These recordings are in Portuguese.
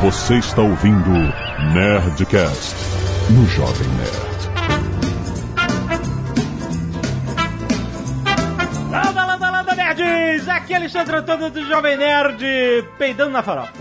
Você está ouvindo Nerdcast no Jovem Nerd. Landa, nerds! Aqui é Alexandre Antônio do Jovem Nerd, peidando na farofa.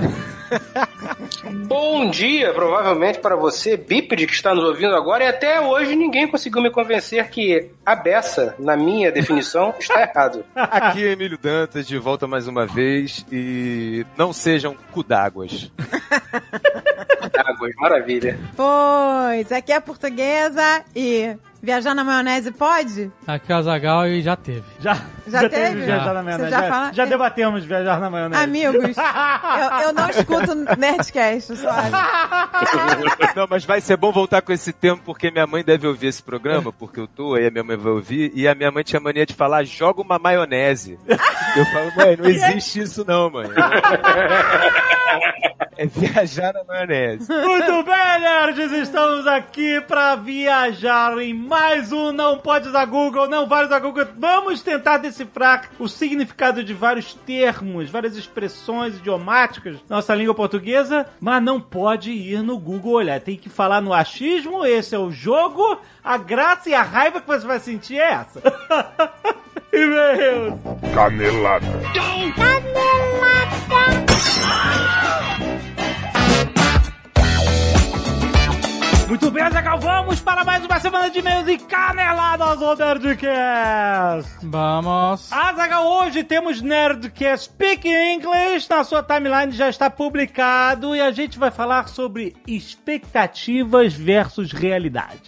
Bom dia, provavelmente para você, bípede, que está nos ouvindo agora, e até hoje ninguém conseguiu me convencer que a beça, na minha definição, está errado. Aqui é Emílio Dantas, de volta mais uma vez, e não sejam cudáguas. Cudáguas, maravilha. Pois, aqui é a Portuguesa e... Viajar na maionese pode? Aqui é o Azaghal e já teve. Já teve viajar na maionese. Já debatemos viajar na maionese. Amigos, eu não escuto Nerdcast, sabe? Não, mas vai ser bom voltar com esse tema, porque minha mãe deve ouvir esse programa, porque eu tô, aí a minha mãe vai ouvir, e a minha mãe tinha mania de falar, joga uma maionese. Eu falo, mãe, não existe isso não, mãe. É viajar na maionese. Muito bem, nerds, estamos aqui pra viajar em mais um Não Pode Usar Google, não vale usar Google. Vamos tentar decifrar o significado de vários termos, várias expressões idiomáticas da nossa língua portuguesa, mas não pode ir no Google olhar. Tem que falar no achismo, esse é o jogo, a graça e a raiva que você vai sentir é essa. E-mails. Canelada. Muito bem, Azaghal, vamos para mais uma semana de e-mails e caneladas do Nerdcast. Vamos. Azaghal, hoje temos Nerdcast Speak English, na sua timeline já está publicado e a gente vai falar sobre expectativas versus realidade.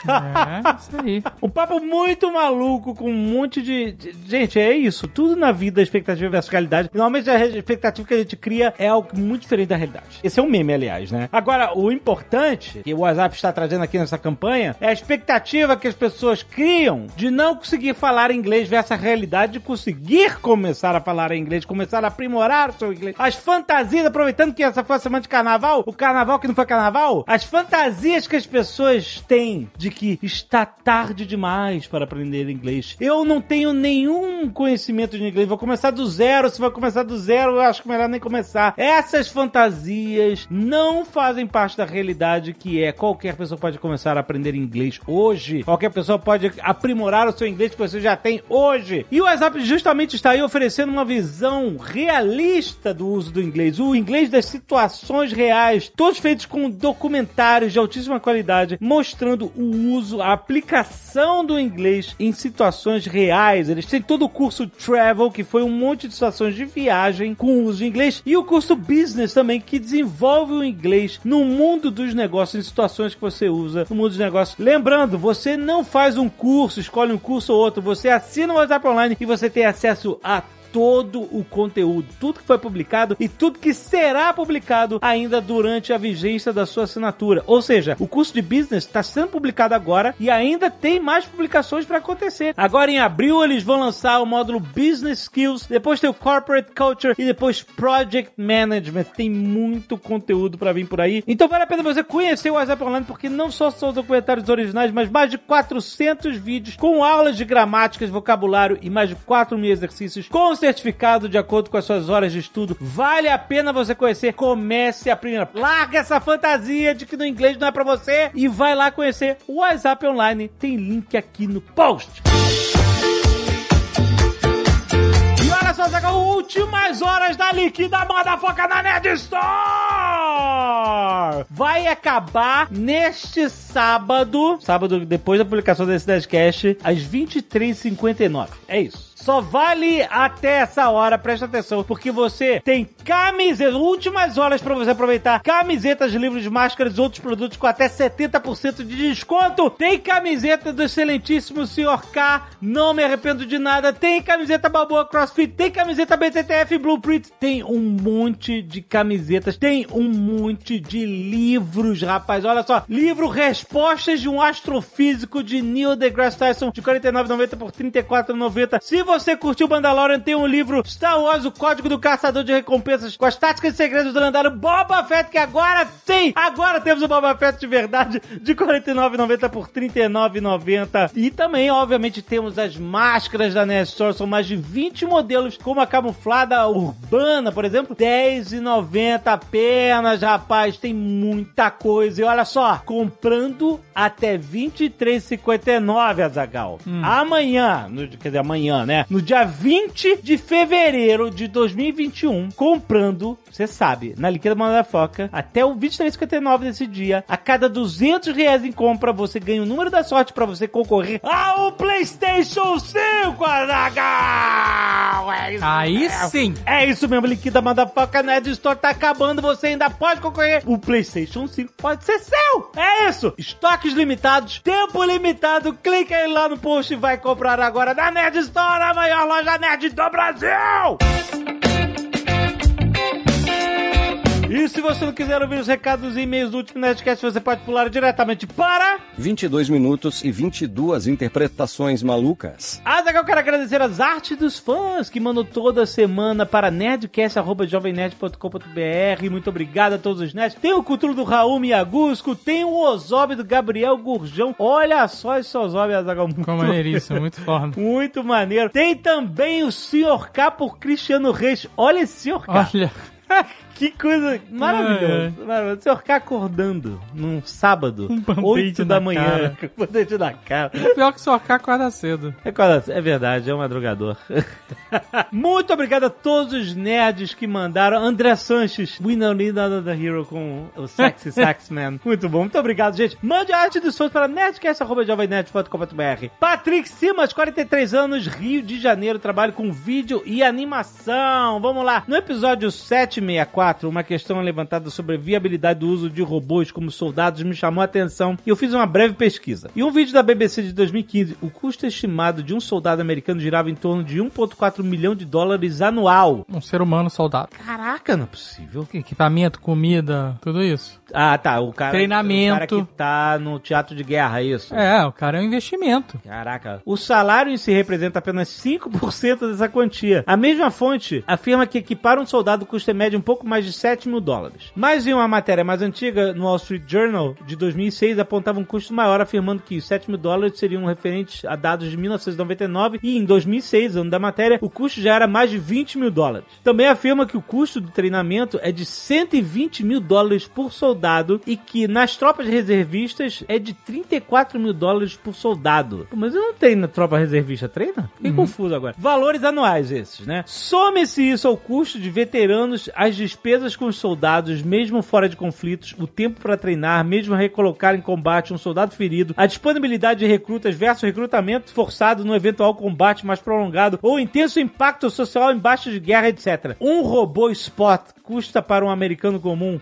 É, isso aí. Um papo muito maluco com um monte de... Gente, é isso, tudo na vida é expectativa versus realidade. Normalmente a expectativa que a gente cria é algo muito diferente da realidade. Esse é um meme, aliás, né? Agora, o importante, que o WhatsApp está trazendo aqui nessa campanha, é a expectativa que as pessoas criam de não conseguir falar inglês versus a realidade de conseguir começar a falar inglês, começar a aprimorar o seu inglês. As fantasias, aproveitando que essa foi a semana de carnaval, o carnaval que não foi carnaval, as fantasias que as pessoas têm de que está tarde demais para aprender inglês. Eu não tenho nenhum conhecimento de inglês, vou começar do zero, se vai começar do zero, eu acho que melhor nem começar. Essas fantasias não fazem parte da realidade, que é qualquer pessoa pode começar a aprender inglês hoje. Qualquer pessoa pode aprimorar o seu inglês que você já tem hoje. E o WhatsApp justamente está aí oferecendo uma visão realista do uso do inglês. O inglês das situações reais, todos feitos com documentários de altíssima qualidade, mostrando o uso, a aplicação do inglês em situações reais. Eles têm todo o curso Travel, que foi um monte de situações de viagem com o uso de inglês, e o curso Business também, que desenvolve o inglês no mundo dos negócios, em situações que você usa no mundo dos negócios. Lembrando, você não faz um curso, escolhe um curso ou outro, você assina o WhatsApp Online e você tem acesso a todo o conteúdo, tudo que foi publicado e tudo que será publicado ainda durante a vigência da sua assinatura. Ou seja, o curso de Business está sendo publicado agora e ainda tem mais publicações para acontecer. Agora em abril eles vão lançar o módulo Business Skills, depois tem o Corporate Culture e depois Project Management. Tem muito conteúdo para vir por aí. Então vale a pena você conhecer o WhatsApp Online, porque não só são os documentários originais, mas mais de 400 vídeos com aulas de gramática, vocabulário e mais de 4.000 exercícios com certificado de acordo com as suas horas de estudo. Vale a pena você conhecer. Comece a primeira. Larga essa fantasia de que no inglês não é pra você e vai lá conhecer o WhatsApp Online. Tem link aqui no post. E olha só, Zaghal, últimas horas da Liquida Motherfucker na Nerd Store! Vai acabar neste sábado depois da publicação desse Nerdcast, às 23h59. É isso. Só vale até essa hora, presta atenção, porque você tem camisetas, últimas horas pra você aproveitar, camisetas, livros, máscaras e outros produtos com até 70% de desconto. Tem camiseta do excelentíssimo Sr. K, não me arrependo de nada. Tem camiseta Balboa CrossFit, tem camiseta BTTF Blueprint, tem um monte de camisetas, tem um monte de livros, rapaz. Olha só, livro Respostas de um Astrofísico de Neil deGrasse Tyson, de R$ 49,90 por R$ 34,90. Se você curtiu Mandalorian, tem um livro Star Wars, o Código do Caçador de Recompensas, com as táticas e segredos do lendário Boba Fett, que agora sim, agora temos o Boba Fett de verdade, de R$ 49,90 por R$ 39,90. E também, obviamente, temos as máscaras da Nerd Store, são mais de 20 modelos, como a camuflada urbana, por exemplo, R$10,90 apenas, rapaz, tem muita coisa. E olha só, comprando até R$23,59, Azaghal. Amanhã, quer dizer, amanhã, né? No dia 20 de fevereiro de 2021, comprando, você sabe, na Liquida Motherfucker, até o R$23,59 desse dia, a cada R$200 em compra, você ganha o número da sorte pra você concorrer ao PlayStation 5, Azaghal! É isso Aí mesmo. sim! É isso mesmo, Liquida Motherfucker Nerd Store tá acabando, você ainda pode concorrer. O PlayStation 5 pode ser seu! É isso! Estoques limitados, tempo limitado, clica aí lá no post e vai comprar agora na Nerd Store, a maior loja nerd do Brasil! E se você não quiser ouvir os recados e e-mails do último Nerdcast, você pode pular diretamente para 22 minutos e 22 interpretações malucas. Azaghal, eu quero agradecer as artes dos fãs que mandam toda semana para nerdcast@jovemnerd.com.br. Muito obrigado a todos os nerds. Tem o Cthulhu do Raul Miagusco, tem o Ozob do Gabriel Gurjão. Olha só esse Ozob, Azaghal. Ficou maneiríssimo, muito foda. Muito maneiro. Tem também o Sr. K por Cristiano Reis. Olha esse Sr. K. Olha, Que coisa maravilhosa. Maravilhoso. O senhor cá acordando num sábado, Um band-aid 8 da na manhã, cara. com o band-aid na cara. pior que só cá acorda cedo. É verdade, é um madrugador. Muito obrigado a todos os nerds que mandaram. André Sanches, We Don't Need Another Hero com o Sexy Saxman. Muito bom, muito obrigado, gente. Mande a arte dos fãs para nerdcast@jovemnerd.com.br. Patrick Simas, 43 anos, Rio de Janeiro, trabalho com vídeo e animação. Vamos lá. No episódio 764, uma questão levantada sobre a viabilidade do uso de robôs como soldados me chamou a atenção e eu fiz uma breve pesquisa. Em um vídeo da BBC de 2015, o custo estimado de um soldado americano girava em torno de $1,4 milhão anual. Um ser humano soldado. Caraca, não é possível. Equipamento, comida, tudo isso. Ah, tá. O cara Treinamento. que tá no teatro de guerra, é isso? É, o cara é um investimento. Caraca. O salário em si representa apenas 5% dessa quantia. A mesma fonte afirma que equipar um soldado custa em média um pouco mais de $7 mil. Mas em uma matéria mais antiga, no Wall Street Journal, de 2006, apontava um custo maior, afirmando que os $7 mil seriam referentes a dados de 1999 e em 2006, ano da matéria, o custo já era mais de $20 mil. Também afirma que o custo do treinamento é de $120 mil por soldado e que nas tropas reservistas é de $34 mil por soldado. Pô, mas eu não treino na tropa reservista, treina? Fiquei confuso agora. Valores anuais esses, né? Some-se isso ao custo de veteranos, as despesas com os soldados, mesmo fora de conflitos, o tempo para treinar, mesmo recolocar em combate um soldado ferido, a disponibilidade de recrutas versus recrutamento forçado no eventual combate mais prolongado ou intenso impacto social em baixas de guerra, etc. Um robô Spot custa para um americano comum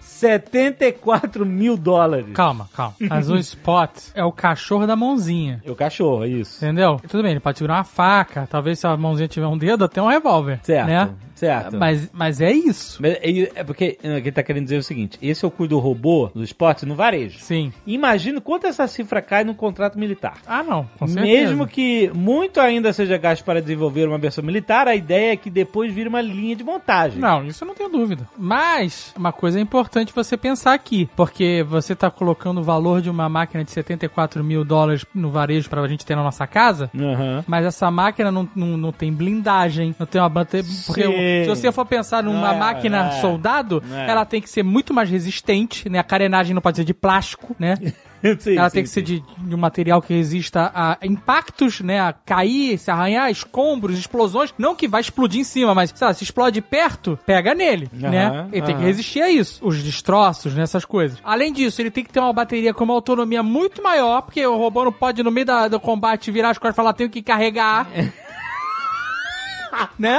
$74 mil. Calma. Mas o Spot é o cachorro da mãozinha. É o cachorro, é isso. Entendeu? Tudo bem, ele pode segurar uma faca, talvez se a mãozinha tiver um dedo, até um revólver. Certo, né? certo. Mas é isso. Mas é porque ele tá querendo dizer o seguinte, esse é o custo do robô, do esporte, no varejo. Sim. Imagina quanto essa cifra cai no contrato militar. Ah, não, com certeza. Mesmo que muito ainda seja gasto para desenvolver uma versão militar, a ideia é que depois vire uma linha de montagem. Não, isso eu não tenho dúvida. Mas, uma coisa é importante você pensar aqui, porque você tá colocando o valor de uma máquina de $74 mil no varejo pra gente ter na nossa casa, mas essa máquina não tem blindagem, não tem uma bateria, porque se você for pensar numa máquina soldado, ela tem que ser muito mais resistente, né? A carenagem não pode ser de plástico, né? Ela tem que ser de um material que resista a impactos, né? A cair, se arranhar, escombros, explosões. Não que vai explodir em cima, mas, sei lá, se explode perto, pega nele, né? Ele tem que resistir a isso. Os destroços, né? Essas coisas. Além disso, ele tem que ter uma bateria com uma autonomia muito maior, porque o robô não pode, no meio do combate, virar as costas e falar, tenho que carregar. né?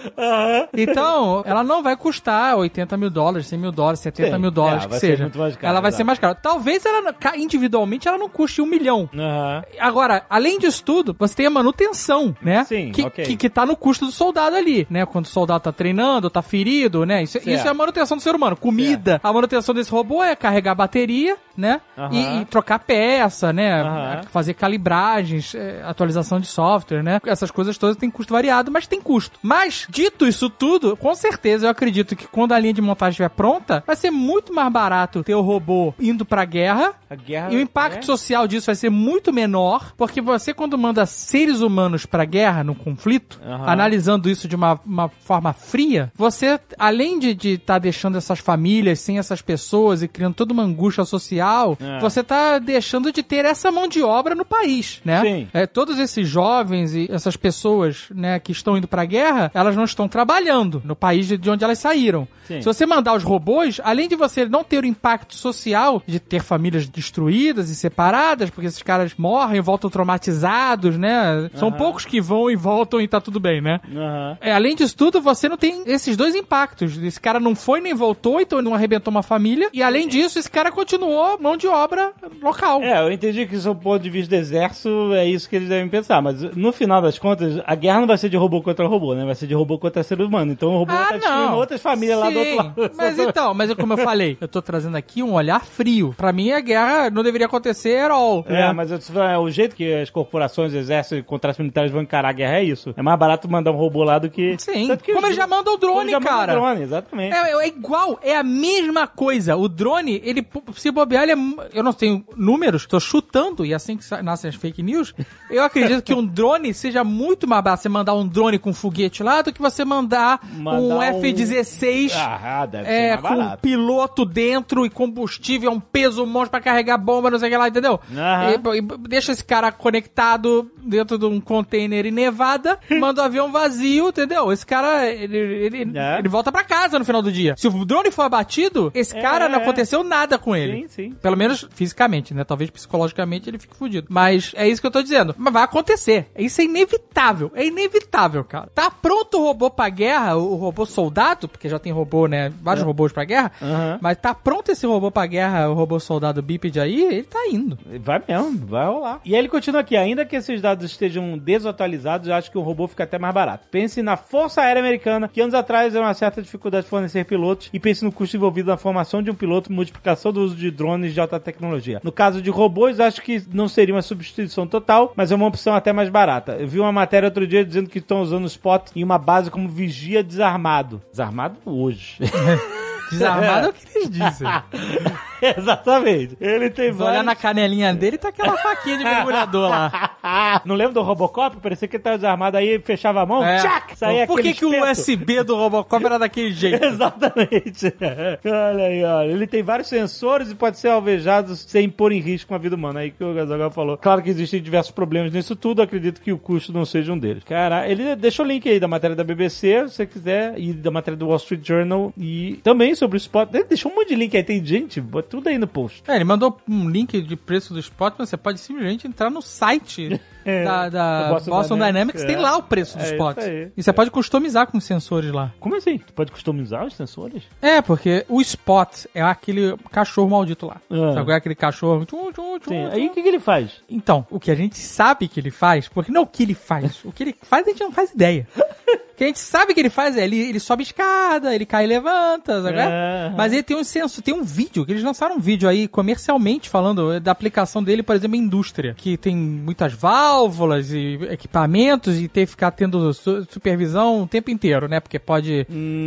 Então, ela não vai custar $80 mil, $100 mil, $70 mil, que seja. Ela vai ser mais cara. Talvez ela, individualmente, ela não custe $1 milhão. Agora, além disso tudo, você tem a manutenção, né? Sim, que tá no custo do soldado ali, né? Quando o soldado tá treinando, tá ferido, né? Isso é a manutenção do ser humano. Comida. A manutenção desse robô é carregar a bateria, né? E trocar peça, né? Fazer calibragens, atualização de software, né? Essas coisas todas têm custo variado, mas tem custo. Mas, dito isso tudo, com certeza eu acredito que quando a linha de montagem estiver pronta, vai ser muito mais barato ter o robô indo pra guerra. E o impacto social disso vai ser muito menor, porque você, quando manda seres humanos pra guerra, no conflito, analisando isso de uma forma fria, você, além de estar deixando essas famílias sem essas pessoas e criando toda uma angústia social, você tá deixando de ter essa mão de obra no país, né? Sim. Todos esses jovens e essas pessoas, né, que estão indo pra guerra, elas não estão trabalhando no país de onde elas saíram. Sim. Se você mandar os robôs, além de você não ter o impacto social de ter famílias destruídas e separadas, porque esses caras morrem e voltam traumatizados, né? São poucos que vão e voltam e tá tudo bem, né? Além disso tudo, você não tem esses dois impactos. Esse cara não foi nem voltou, então não arrebentou uma família. E além disso, esse cara continuou mão de obra local. Eu entendi que, do ponto de vista do exército, é isso que eles devem pensar. Mas, no final das contas, a guerra não vai ser de robô contra robô, né? Vai ser de robô contra ser humano. Então o robô tá destruindo outras famílias lá do outro lado. Mas como eu falei, eu tô trazendo aqui um olhar frio. Pra mim, a guerra não deveria acontecer at all. Mas o jeito que as corporações, exércitos e contratos militares vão encarar a guerra é isso. É mais barato mandar um robô lá do que... Sim, como eles já mandam o drone, cara. Drone, exatamente. É igual, é a mesma coisa. O drone, ele, se bobear, eu não tenho números, tô chutando, e assim que nascem as fake news, eu acredito que um drone seja muito mais barato você mandar um drone com foguete lá do que você mandar um F-16 deve ser mais com barato. Piloto dentro e combustível, um peso monstro pra carregar bomba, não sei o que lá, entendeu? E deixa esse cara conectado dentro de um container em Nevada, manda o avião vazio, entendeu? Esse cara, ele volta pra casa no final do dia. Se o drone for abatido, esse cara não aconteceu nada com ele. Sim. Pelo menos fisicamente, né? Talvez psicologicamente ele fique fudido. Mas é isso que eu tô dizendo. Mas vai acontecer. Isso é inevitável. É inevitável, cara. Tá pronto o robô pra guerra, o robô soldado, porque já tem robô, né? Vários robôs pra guerra. Mas tá pronto esse robô pra guerra, o robô soldado bípede aí, ele tá indo. Vai mesmo, vai rolar. E aí ele continua aqui. Ainda que esses dados estejam desatualizados, eu acho que o robô fica até mais barato. Pense na Força Aérea Americana, que anos atrás era uma certa dificuldade de fornecer pilotos, e pense no custo envolvido na formação de um piloto, multiplicação do uso de drones de alta tecnologia. No caso de robôs, acho que não seria uma substituição total, mas é uma opção até mais barata. Eu vi uma matéria outro dia dizendo que estão usando o Spot em uma base como vigia desarmado. Desarmado hoje. Desarmado é o que eles dizem. Exatamente. Ele tem vários... Olhar na canelinha dele, tá aquela faquinha de mergulhador lá. Não lembra do Robocop? Parecia que ele tava desarmado, aí fechava a mão, tchac! Saía Por que o USB do Robocop era daquele jeito? Exatamente. Olha aí, olha. Ele tem vários sensores e pode ser alvejado sem pôr em risco a vida humana. Aí que o Gazagal falou. Claro que existem diversos problemas nisso tudo, acredito que o custo não seja um deles. Cara, ele deixou o link aí da matéria da BBC, se você quiser, e da matéria do Wall Street Journal, e também sobre o Spot. Ele deixou um monte de link aí, tem gente, tudo aí no post. Ele mandou um link de preço do Spot, mas você pode simplesmente entrar no site da Boston Dynamics, tem lá o preço do Spot. E você pode customizar com os sensores lá. Como assim? Tu pode customizar os sensores? Porque o Spot é aquele cachorro maldito lá. Sabe? É aquele cachorro... Aí o que ele faz? Então, o que a gente sabe que ele faz, porque não é o que ele faz. O que ele faz a gente não faz ideia. O que a gente sabe que ele faz é, ele sobe escada, ele cai e levanta, sabe? Mas ele tem um senso, tem um vídeo, que eles lançaram um vídeo aí comercialmente falando da aplicação dele, por exemplo, em indústria, que tem muitas válvulas e equipamentos e tem que ficar tendo supervisão o tempo inteiro, né? Porque pode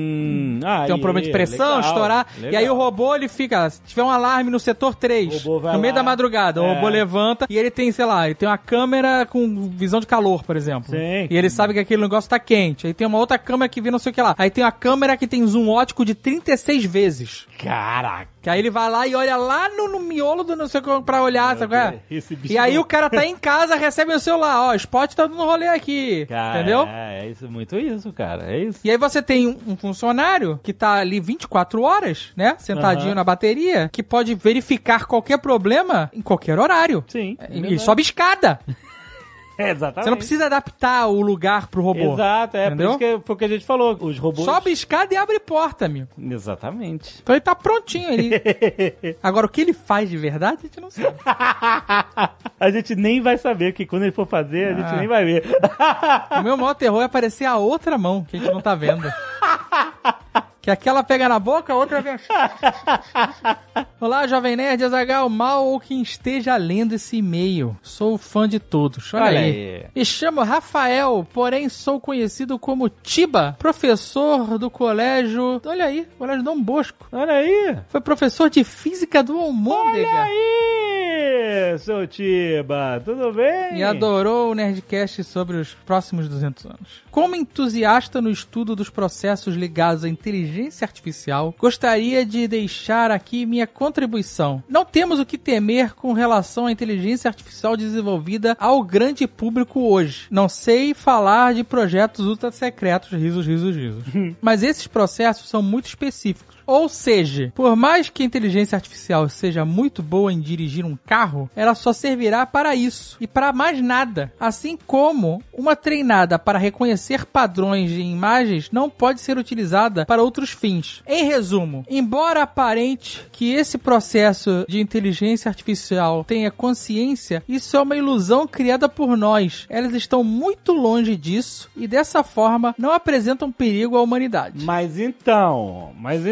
ter um problema de pressão, estourar. E aí o robô, ele fica, se tiver um alarme no setor 3, no meio da madrugada, o robô levanta e ele tem, sei lá, ele tem uma câmera com visão de calor, por exemplo. Sim. E ele sabe que aquele negócio tá quente. Aí tem uma outra câmera que vê não sei o que lá. Aí tem uma câmera que tem zoom ótico de 36 vezes. Caraca. Que aí ele vai lá e olha lá no miolo do não sei o que pra olhar, sabe qual é? E aí o cara tá em casa, recebe o celular, o Spot tá dando rolê aqui, cara, entendeu? É isso, muito isso, cara, é isso. E aí você tem um funcionário que tá ali 24 horas, né, sentadinho na bateria, que pode verificar qualquer problema em qualquer horário. Sim. Ele sobe escada. Exatamente. Você não precisa adaptar o lugar pro robô. Exato, entendeu? Por isso que foi o que a gente falou. Os robôs... Sobe escada e abre porta, amigo. Exatamente. Então ele tá prontinho ali. Agora, o que ele faz de verdade, a gente não sabe. A gente nem vai saber, que quando ele for fazer, a gente nem vai ver. O meu maior terror é aparecer a outra mão, que a gente não tá vendo. Que aquela pega na boca, a outra vem... Olá, Jovem Nerd, Azaghal, mal ou quem esteja lendo esse e-mail. Sou fã de todos. Olha aí. Me chamo Rafael, porém sou conhecido como Tiba, professor do colégio... Olha aí, colégio Dom Bosco. Olha aí. Foi professor de física do Almôndega. Olha aí, seu Tiba, tudo bem? E adorou o Nerdcast sobre os próximos 200 anos. Como entusiasta no estudo dos processos ligados à inteligência artificial, gostaria de deixar aqui minha contribuição. Não temos o que temer com relação à inteligência artificial desenvolvida ao grande público hoje. Não sei falar de projetos ultra secretos, risos. Mas esses processos são muito específicos. Ou seja, por mais que a inteligência artificial seja muito boa em dirigir um carro, ela só servirá para isso e para mais nada. Assim como uma treinada para reconhecer padrões de imagens não pode ser utilizada para outros fins. Em resumo, embora aparente que esse processo de inteligência artificial tenha consciência, isso é uma ilusão criada por nós. Elas estão muito longe disso e dessa forma não apresentam perigo à humanidade. Mas então,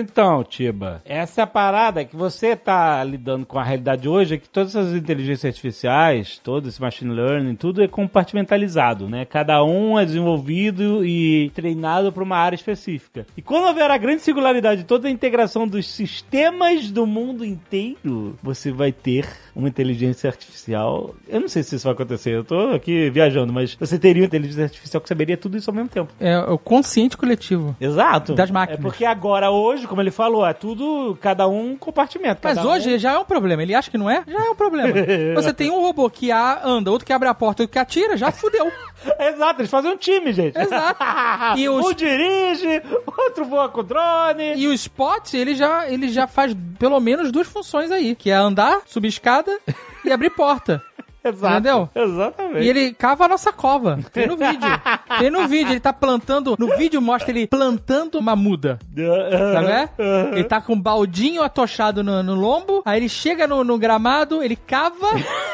Tiba, essa é a parada que você tá lidando com a realidade hoje, é que todas essas inteligências artificiais, todo esse machine learning, tudo é compartimentalizado, né? Cada um é desenvolvido e treinado para uma área específica. E quando houver a grande singularidade, toda a integração dos sistemas do mundo inteiro, você vai ter uma inteligência artificial. Eu não sei se isso vai acontecer, eu tô aqui viajando, mas você teria uma inteligência artificial que saberia tudo isso ao mesmo tempo. É o consciente coletivo. Exato. Das máquinas. É porque agora, hoje, como ele falou, é tudo, cada um compartimento. Mas hoje já é um problema. Ele acha que não é? Já é um problema. Você tem um robô que anda, outro que abre a porta, outro que atira, já fudeu. Exato, eles fazem um time, gente. Exato. E um dirige, outro voa com o drone. E o Spot, ele já faz pelo menos duas funções aí, que é andar, subir escada e abrir porta. Exato. Entendeu? Exatamente. E ele cava a nossa cova. Tem no vídeo. Ele tá plantando... No vídeo mostra ele plantando uma muda. Sabe? Ele tá com um baldinho atochado no lombo. Aí ele chega no gramado, ele cava...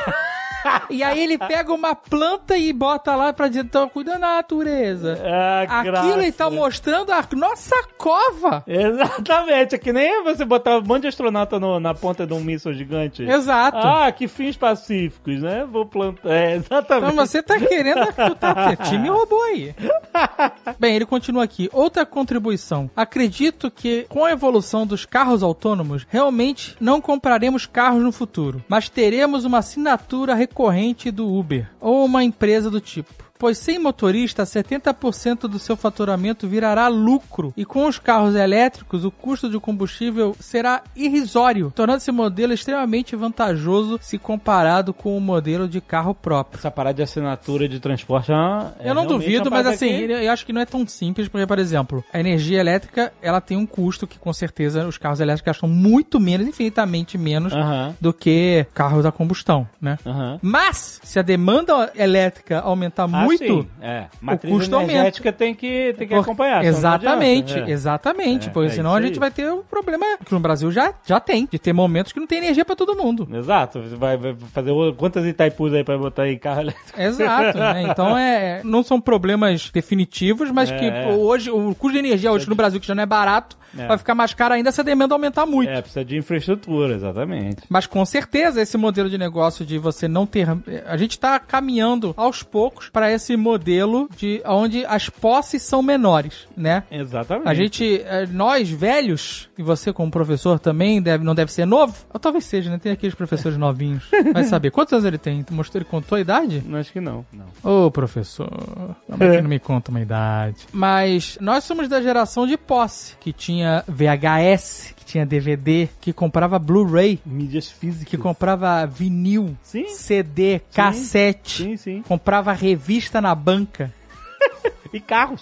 E aí ele pega uma planta e bota lá pra dizer, então cuidando da natureza. Aquilo ele tá mostrando a nossa cova. Exatamente, é que nem você botar um monte de astronauta na ponta de um míssil gigante. Exato. Que fins pacíficos, né? Vou plantar. Exatamente. Então você tá querendo time robô aí. Bem, ele continua aqui. Outra contribuição. Acredito que com a evolução dos carros autônomos, realmente não compraremos carros no futuro, mas teremos uma assinatura recorrente do Uber ou uma empresa do tipo. Pois sem motorista, 70% do seu faturamento virará lucro. E com os carros elétricos, o custo de combustível será irrisório, tornando esse modelo extremamente vantajoso se comparado com o modelo de carro próprio. Essa parada de assinatura de transporte eu não duvido, mas assim, eu acho que não é tão simples, porque, por exemplo, a energia elétrica, ela tem um custo que, com certeza, os carros elétricos gastam muito menos, infinitamente menos, do que carros a combustão, né? Mas, se a demanda elétrica aumentar muito, matriz o custo energética tem que acompanhar. Exatamente, porque senão a gente vai ter um problema que no Brasil já tem, de ter momentos que não tem energia pra todo mundo. Exato, você vai fazer quantas Itaipus aí pra botar em carro elétrico? Exato, né? Então não são problemas definitivos, mas que hoje, o custo de energia hoje no Brasil, que já não é barato, vai ficar mais caro ainda se a demanda aumentar muito. Precisa de infraestrutura, exatamente. Mas com certeza esse modelo de negócio de você não ter... A gente tá caminhando aos poucos para esse modelo de onde as posses são menores, né? Exatamente. A gente, nós velhos, e você como professor também não deve ser novo, ou talvez seja, né? Tem aqueles professores novinhos. Vai saber. Quantos anos ele tem? Ele contou a idade? Acho que não. Ô, professor, como é que não me conta uma idade? Mas nós somos da geração de posse, que tinha VHS, que tinha DVD, que comprava Blu-ray, mídias físicas, que comprava vinil, CD, cassete, comprava revista na banca. E carros.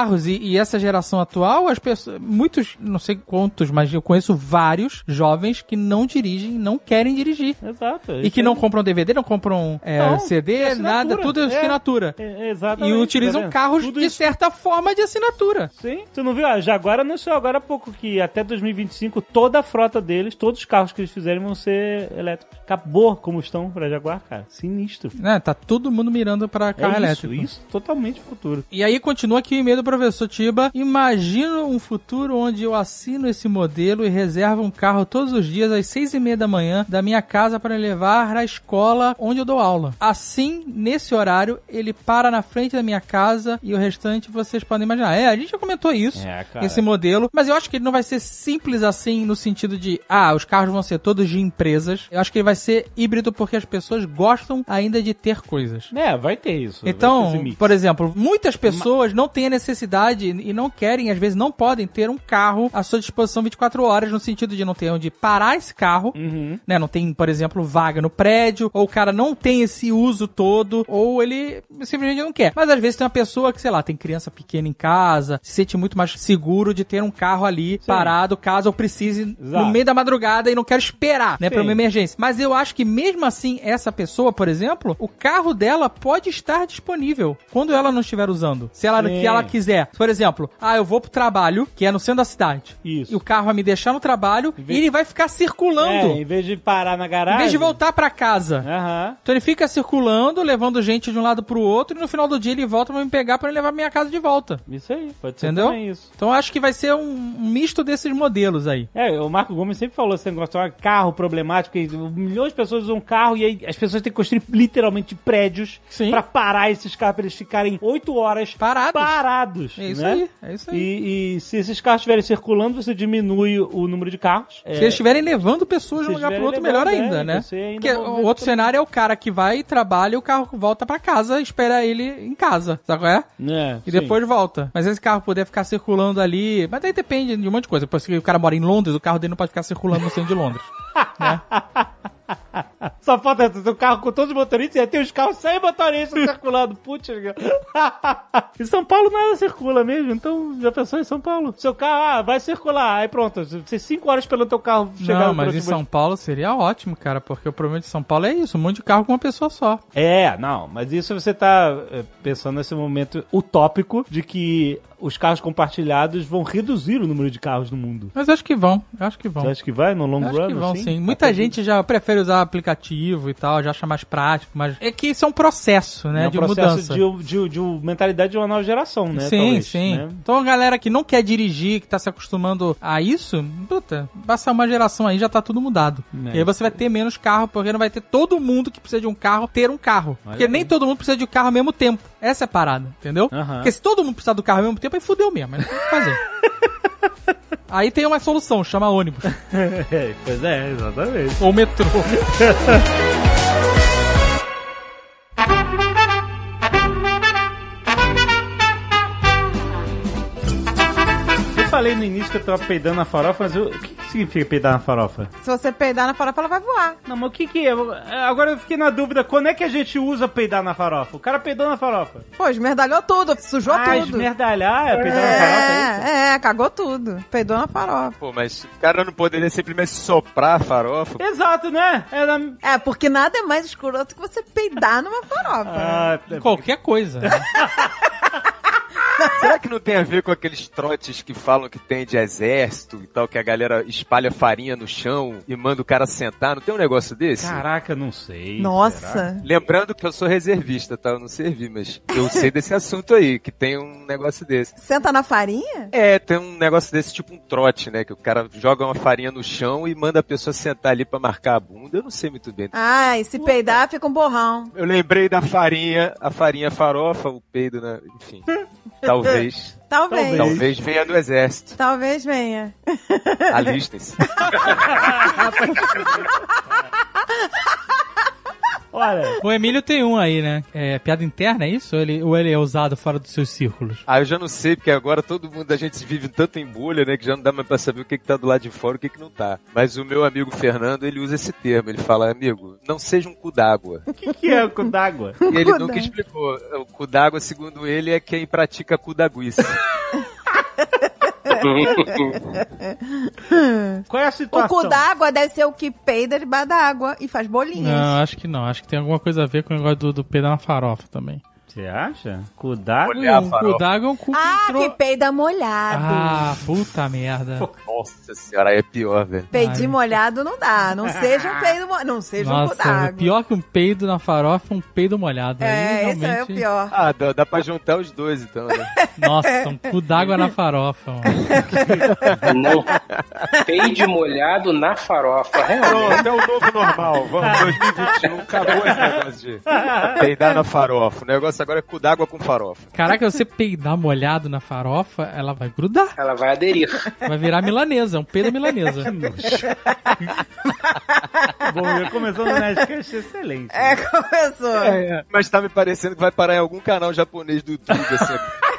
E essa geração atual, as pessoas, muitos, não sei quantos, mas eu conheço vários jovens que não dirigem, não querem dirigir. Exato. E que não compram DVD, não compram CD, nada, tudo é assinatura. Exatamente. E utilizam carros tudo de certa forma de assinatura. Sim. Tu não viu? A Jaguar anunciou agora há pouco que até 2025 toda a frota deles, todos os carros que eles fizerem vão ser elétricos. Acabou a combustão pra Jaguar, cara. Sinistro. Tá todo mundo mirando pra carro elétrico. Isso, totalmente futuro. E aí continua aqui o e-mail do professor Tiba. Imagino um futuro onde eu assino esse modelo e reservo um carro todos os dias às 6:30 da manhã da minha casa para levar à escola onde eu dou aula. Assim, nesse horário, ele para na frente da minha casa e o restante vocês podem imaginar. A gente já comentou isso, esse modelo, mas eu acho que ele não vai ser simples assim no sentido de, os carros vão ser todos de empresas. Eu acho que ele vai ser híbrido porque as pessoas gostam ainda de ter coisas. Vai ter isso. Então, por exemplo, muitas pessoas não têm a necessidade e não querem, às vezes não podem ter um carro à sua disposição 24 horas, no sentido de não ter onde parar esse carro, né? Não tem, por exemplo, vaga no prédio, ou o cara não tem esse uso todo, ou ele simplesmente não quer. Mas às vezes tem uma pessoa que, sei lá, tem criança pequena em casa, se sente muito mais seguro de ter um carro ali parado, caso eu precise no meio da madrugada e não quero esperar, né, pra uma emergência. Mas eu acho que mesmo assim, essa pessoa, por exemplo, o carro dela pode estar disponível quando ela não estiver usando. Se ela, que ela quiser. Por exemplo, eu vou pro trabalho, que é no centro da cidade. Isso. E o carro vai me deixar no trabalho e ele vai ficar circulando. Em vez de parar na garagem. Em vez de voltar pra casa. Então ele fica circulando, levando gente de um lado pro outro e no final do dia ele volta pra me pegar pra me levar pra minha casa de volta. Isso aí, pode ser. Entendeu? Também isso. Então eu acho que vai ser um misto desses modelos aí. O Marco Gomes sempre falou esse negócio de carro problemático, que milhões de pessoas usam carro e aí as pessoas têm que construir literalmente prédios pra parar esses carros, pra eles ficarem 8 horas parados. É isso né? aí, é isso aí. E se esses carros estiverem circulando, você diminui o número de carros. Se eles estiverem levando pessoas de um lugar pro outro, melhor ainda, né? Porque o outro cenário é o cara que vai, trabalha e o carro volta pra casa, espera ele em casa, sabe qual é? E depois volta. Mas esse carro puder ficar circulando ali, mas aí depende de um monte de coisa. Depois que o cara mora em Londres, o carro dele não pode ficar circulando no centro de Londres. Né? Só falta o carro com todos os motoristas e aí tem os carros sem motoristas circulando. Putz, em São Paulo nada circula mesmo, então já pensou em São Paulo? Seu carro, vai circular, aí pronto, você 5 horas pelo teu carro chegar. Não, mas em São Paulo seria ótimo, cara, porque o problema de São Paulo é isso, um monte de carro com uma pessoa só. Não, mas isso você tá pensando nesse momento utópico de que os carros compartilhados vão reduzir o número de carros no mundo. Mas acho que vão. Você acha que vai no long run? Acho que vão, assim? Sim. Muita gente já prefere usar aplicativo e tal, já acha mais prático, mas é que isso é um processo, né, de mudança. De mentalidade de uma nova geração, né? Sim, talvez, sim. Né? Então a galera que não quer dirigir, que tá se acostumando a isso, passar uma geração aí já tá tudo mudado. E aí você vai ter menos carro, porque não vai ter todo mundo que precisa de um carro ter um carro. Porque nem todo mundo precisa de um carro ao mesmo tempo. Essa é a parada, entendeu? Porque se todo mundo precisar do carro ao mesmo tempo, aí fudeu mesmo, mas não tem o que fazer. Aí tem uma solução, chama ônibus. Pois é, exatamente. Ou metrô. Eu falei no início que eu tava peidando na farofa, mas o que significa peidar na farofa? Se você peidar na farofa, ela vai voar. Não, mas o que é? Agora eu fiquei na dúvida, quando é que a gente usa peidar na farofa? O cara peidou na farofa. Pô, esmerdalhou tudo, sujou tudo. Esmerdalhar é peidar na farofa? Cagou tudo. Peidou na farofa. Pô, mas o cara não poderia simplesmente soprar a farofa? Exato, né? Porque nada é mais escroto que você peidar numa farofa. Qualquer coisa. Né? Será que não tem a ver com aqueles trotes que falam que tem de exército e tal, que a galera espalha farinha no chão e manda o cara sentar? Não tem um negócio desse? Caraca, não sei. Nossa. Será? Lembrando que eu sou reservista, tá? Eu não servi, mas eu sei desse assunto aí, que tem um negócio desse. Senta na farinha? Tem um negócio desse, tipo um trote, né? Que o cara joga uma farinha no chão e manda a pessoa sentar ali pra marcar a bunda. Eu não sei muito bem. E se peidar, fica um borrão. Eu lembrei da farinha, a farinha farofa, o peido, né? Enfim. Talvez. Talvez venha do exército. Talvez venha. Alistem-se. Olha, O Emílio tem um aí, né? É piada interna, é isso? Ou ele é usado fora dos seus círculos? Eu já não sei, porque agora todo mundo, a gente vive tanto em bolha, né, que já não dá mais pra saber o que tá do lado de fora e o que não tá. Mas o meu amigo Fernando, ele usa esse termo, ele fala, amigo, não seja um cu d'água. o que é o cu d'água? E ele nunca explicou. O cu d'água, segundo ele, é quem pratica cu d'águice. Qual é a O situação? cu d'água deve ser o que peida debaixo da água e faz bolinhas. Não, acho que não. Acho que tem alguma coisa a ver com o negócio do peido na farofa também. Você acha? Cu d'água? Olhar a O farofa. cu d'água é um cu que entrou... que peida molhado. Ah, puta merda. Nossa senhora, aí é pior, velho. Peidinho molhado não dá. Não seja um peido molhado. Não seja um cu Nossa, d'água. pior que um peido na farofa, um peido molhado. Aí, É, esse é o realmente... pior. Dá pra juntar os dois, então, né? Nossa, um cu d'água na farofa, mano. Não. Peide molhado na farofa. Realmente. Pronto, é o novo normal. Vamos, 2021, acabou esse negócio de peidar na farofa. O negócio agora é cu d'água com farofa. Caraca, você peidar molhado na farofa, ela vai grudar. Ela vai aderir. Vai virar milanesa, um peido milanesa. Bom, já começou no Nerdcast excelente. Começou. Mas tá me parecendo que vai parar em algum canal japonês do YouTube, assim.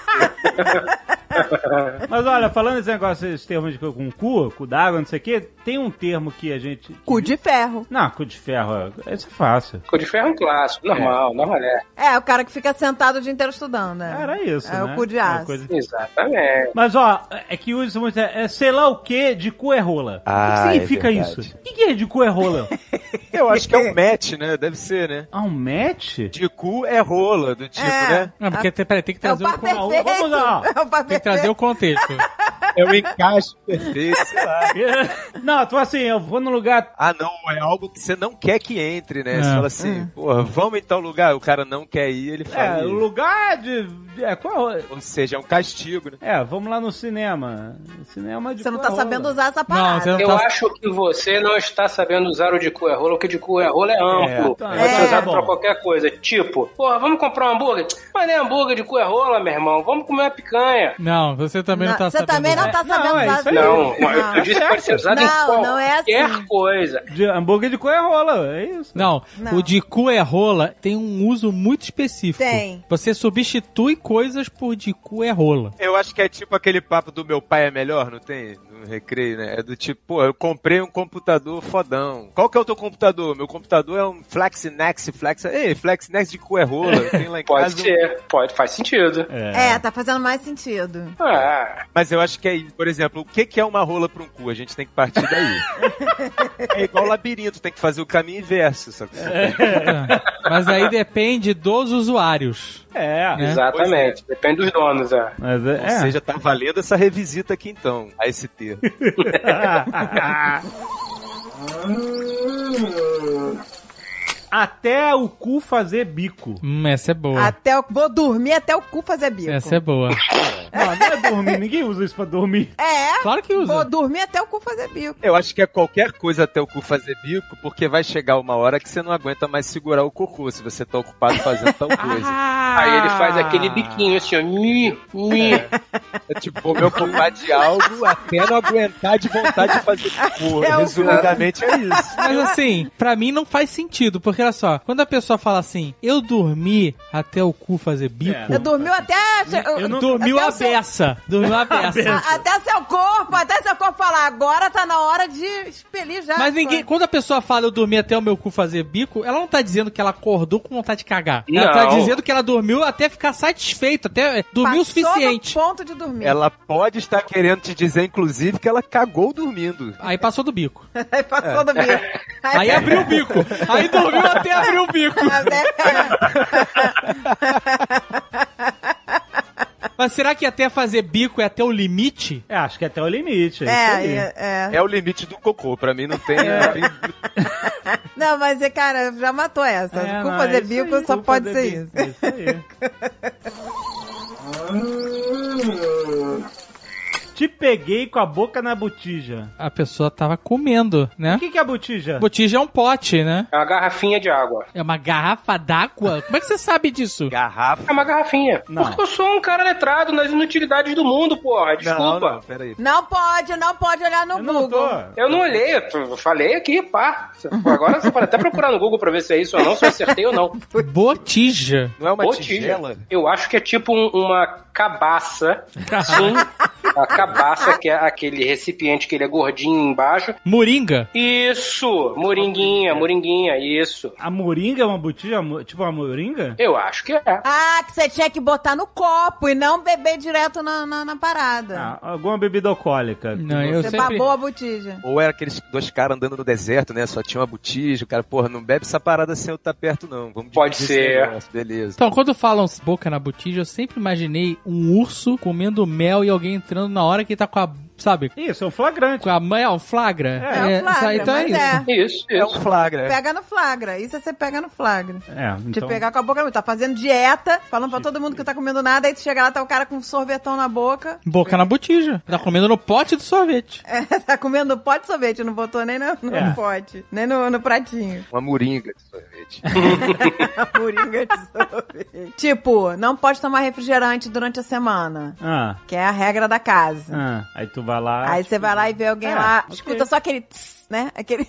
Mas olha, falando desse negócio, esses termos de com cu d'água, não sei o quê, tem um termo que a gente... Cu de ferro. Não, cu de ferro, isso é fácil. Cu de ferro é um clássico. Normal, normal. É, o cara que fica sentado o dia inteiro estudando, né? Era isso, É né? o cu de Uma aço. coisa- Exatamente. Mas ó, é que usa muito, sei lá o que de cu é rola. O que significa é isso? verdade. O que é de cu é rola? Eu acho que é um match, né? Deve ser, né? Ah, um match? De cu é rola, do tipo, né? Não, porque peraí, tem que É o trazer par o perfeito. vamos lá. É o par tem que trazer o contexto. É o encaixe perfeito, sei lá. Não, tu assim, eu vou no lugar... Não, é algo que você não quer que entre, né? Você É. fala assim, porra, vamos em tal lugar, o cara não quer ir, ele fala. o lugar de... qual... Ou seja, é um castigo, né? vamos lá no cinema. Cinema de Você não cu tá é rola. sabendo usar essa Não, parada. você não Eu tá... acho que você não está sabendo usar o de cu é rola, porque de cu é rola é amplo. tá. Pode ser É. usado pra qualquer coisa. Tipo, porra, vamos comprar um hambúrguer? Mas não é hambúrguer de cu é rola, meu irmão. Vamos comer uma picanha. Não, você também não tá Você sabendo. também não tá Não, sabendo é usar. isso aí. Não, eu disse que pode ser usado em Não é qualquer assim. coisa. De hambúrguer de cu é rola, é isso. Não, Não. o de cu é rola tem um uso muito específico. Tem. Você substitui coisas por de cu é rola. Eu acho que é tipo aquele papo do meu pai é melhor, não tem? No recreio, né? É do tipo, pô, eu comprei um computador fodão. Qual que é o teu computador? Meu computador é um Flexnex. Ei, Flexnex de cu é rola. Eu tenho lá em Pode casa. ser, faz sentido. Tá fazendo mais sentido. Mas eu acho que é, por exemplo, o que é uma rola pra um cu? A gente tem que partir daí. É igual labirinto, tem que fazer o caminho inverso. Sabe? Mas aí depende dos usuários. É. Né? Exatamente. Depende dos donos, Mas Ou seja, tá valendo essa revisita aqui então, a esse termo. Até o cu fazer bico. Essa é boa. Vou dormir até o cu fazer bico. Essa é boa. Não é dormir, ninguém usa isso pra dormir. Claro que usa. Vou dormir até o cu fazer bico. Eu acho que é qualquer coisa até o cu fazer bico, porque vai chegar uma hora que você não aguenta mais segurar o cocô, se você tá ocupado fazendo tal coisa. Aí ele faz aquele biquinho assim, ó. É tipo, vou me ocupar de algo até não aguentar de vontade de fazer cocô. Resumidamente é isso. Mas assim, pra mim não faz sentido, porque olha só, quando a pessoa fala assim, eu dormi até o cu fazer bico, Eu dormiu até... dormiu até a o seu- beça. Dormiu a beça. Até seu corpo falar, agora tá na hora de expelir já. Mas ninguém, quando a pessoa fala eu dormi até o meu cu fazer bico, ela não tá dizendo que ela acordou com vontade de cagar. Ela tá Não. dizendo que ela dormiu até ficar satisfeita, até dormiu o suficiente. Passou do ponto de dormir. Ela pode estar querendo te dizer, inclusive, que ela cagou dormindo. Aí passou do bico. Aí passou do bico. Aí abriu o bico. Aí dormiu até abrir o bico. Mas será que até fazer bico é até o limite? Acho que até o limite. isso aí. É o limite do cocô. Pra mim não tem... Não, mas, cara, já matou essa. Com fazer isso bico aí, só cu pode fazer ser bico, isso. Isso aí. Te peguei com a boca na botija. A pessoa tava comendo, né? O que é a botija? Botija é um pote, né? É uma garrafinha de água. É uma garrafa d'água? Como é que você sabe disso? Garrafa. É uma garrafinha. Não. Porque eu sou um cara letrado nas inutilidades do mundo, porra. Desculpa. Não, peraí. Não pode olhar no Eu não Google. tô. Eu não olhei, eu falei aqui, pá. Agora você pode até procurar no Google pra ver se é isso ou não, se eu acertei ou não. Botija. Não é uma Botija. tigela? Eu acho que é tipo uma cabaça. Sim. A cabaça, que é aquele recipiente que ele é gordinho embaixo. Moringa. Isso! Moringuinha, isso. A moringa é uma botija? Tipo uma moringa? Eu acho que é. Ah, que você tinha que botar no copo e não beber direto na parada. Ah, alguma bebida alcoólica. Não, eu Você sempre... babou a botija. Ou era aqueles dois caras andando no deserto, né? Só tinha uma botija, o cara, porra, não bebe essa parada sem eu estar perto, não. Vamos Pode dividir esse ser. negócio, beleza. Então, quando falam boca na botija, eu sempre imaginei um urso comendo mel e alguém entrando na hora que tá com a, sabe? Isso, é um flagrante. Com a mãe, é um flagra. É um flagra, então é mas isso. Isso. É um flagra. Pega no flagra. Isso é você pega no flagra. É, De então... pegar com a boca. Tá fazendo dieta, falando pra todo mundo que tá comendo nada, aí tu chega lá, tá o cara com um sorvetão na boca. Boca na botija. Tá comendo no pote do sorvete. É, tá comendo pote de sorvete, não botou nem no É. pote, nem no pratinho. Uma moringa de sorvete. Moringa de sorvete. Tipo, não pode tomar refrigerante durante a semana, que é a regra da casa. Aí tu vai lá... Aí você vai lá e vê alguém lá, ok. escuta só aquele tss, né? Aquele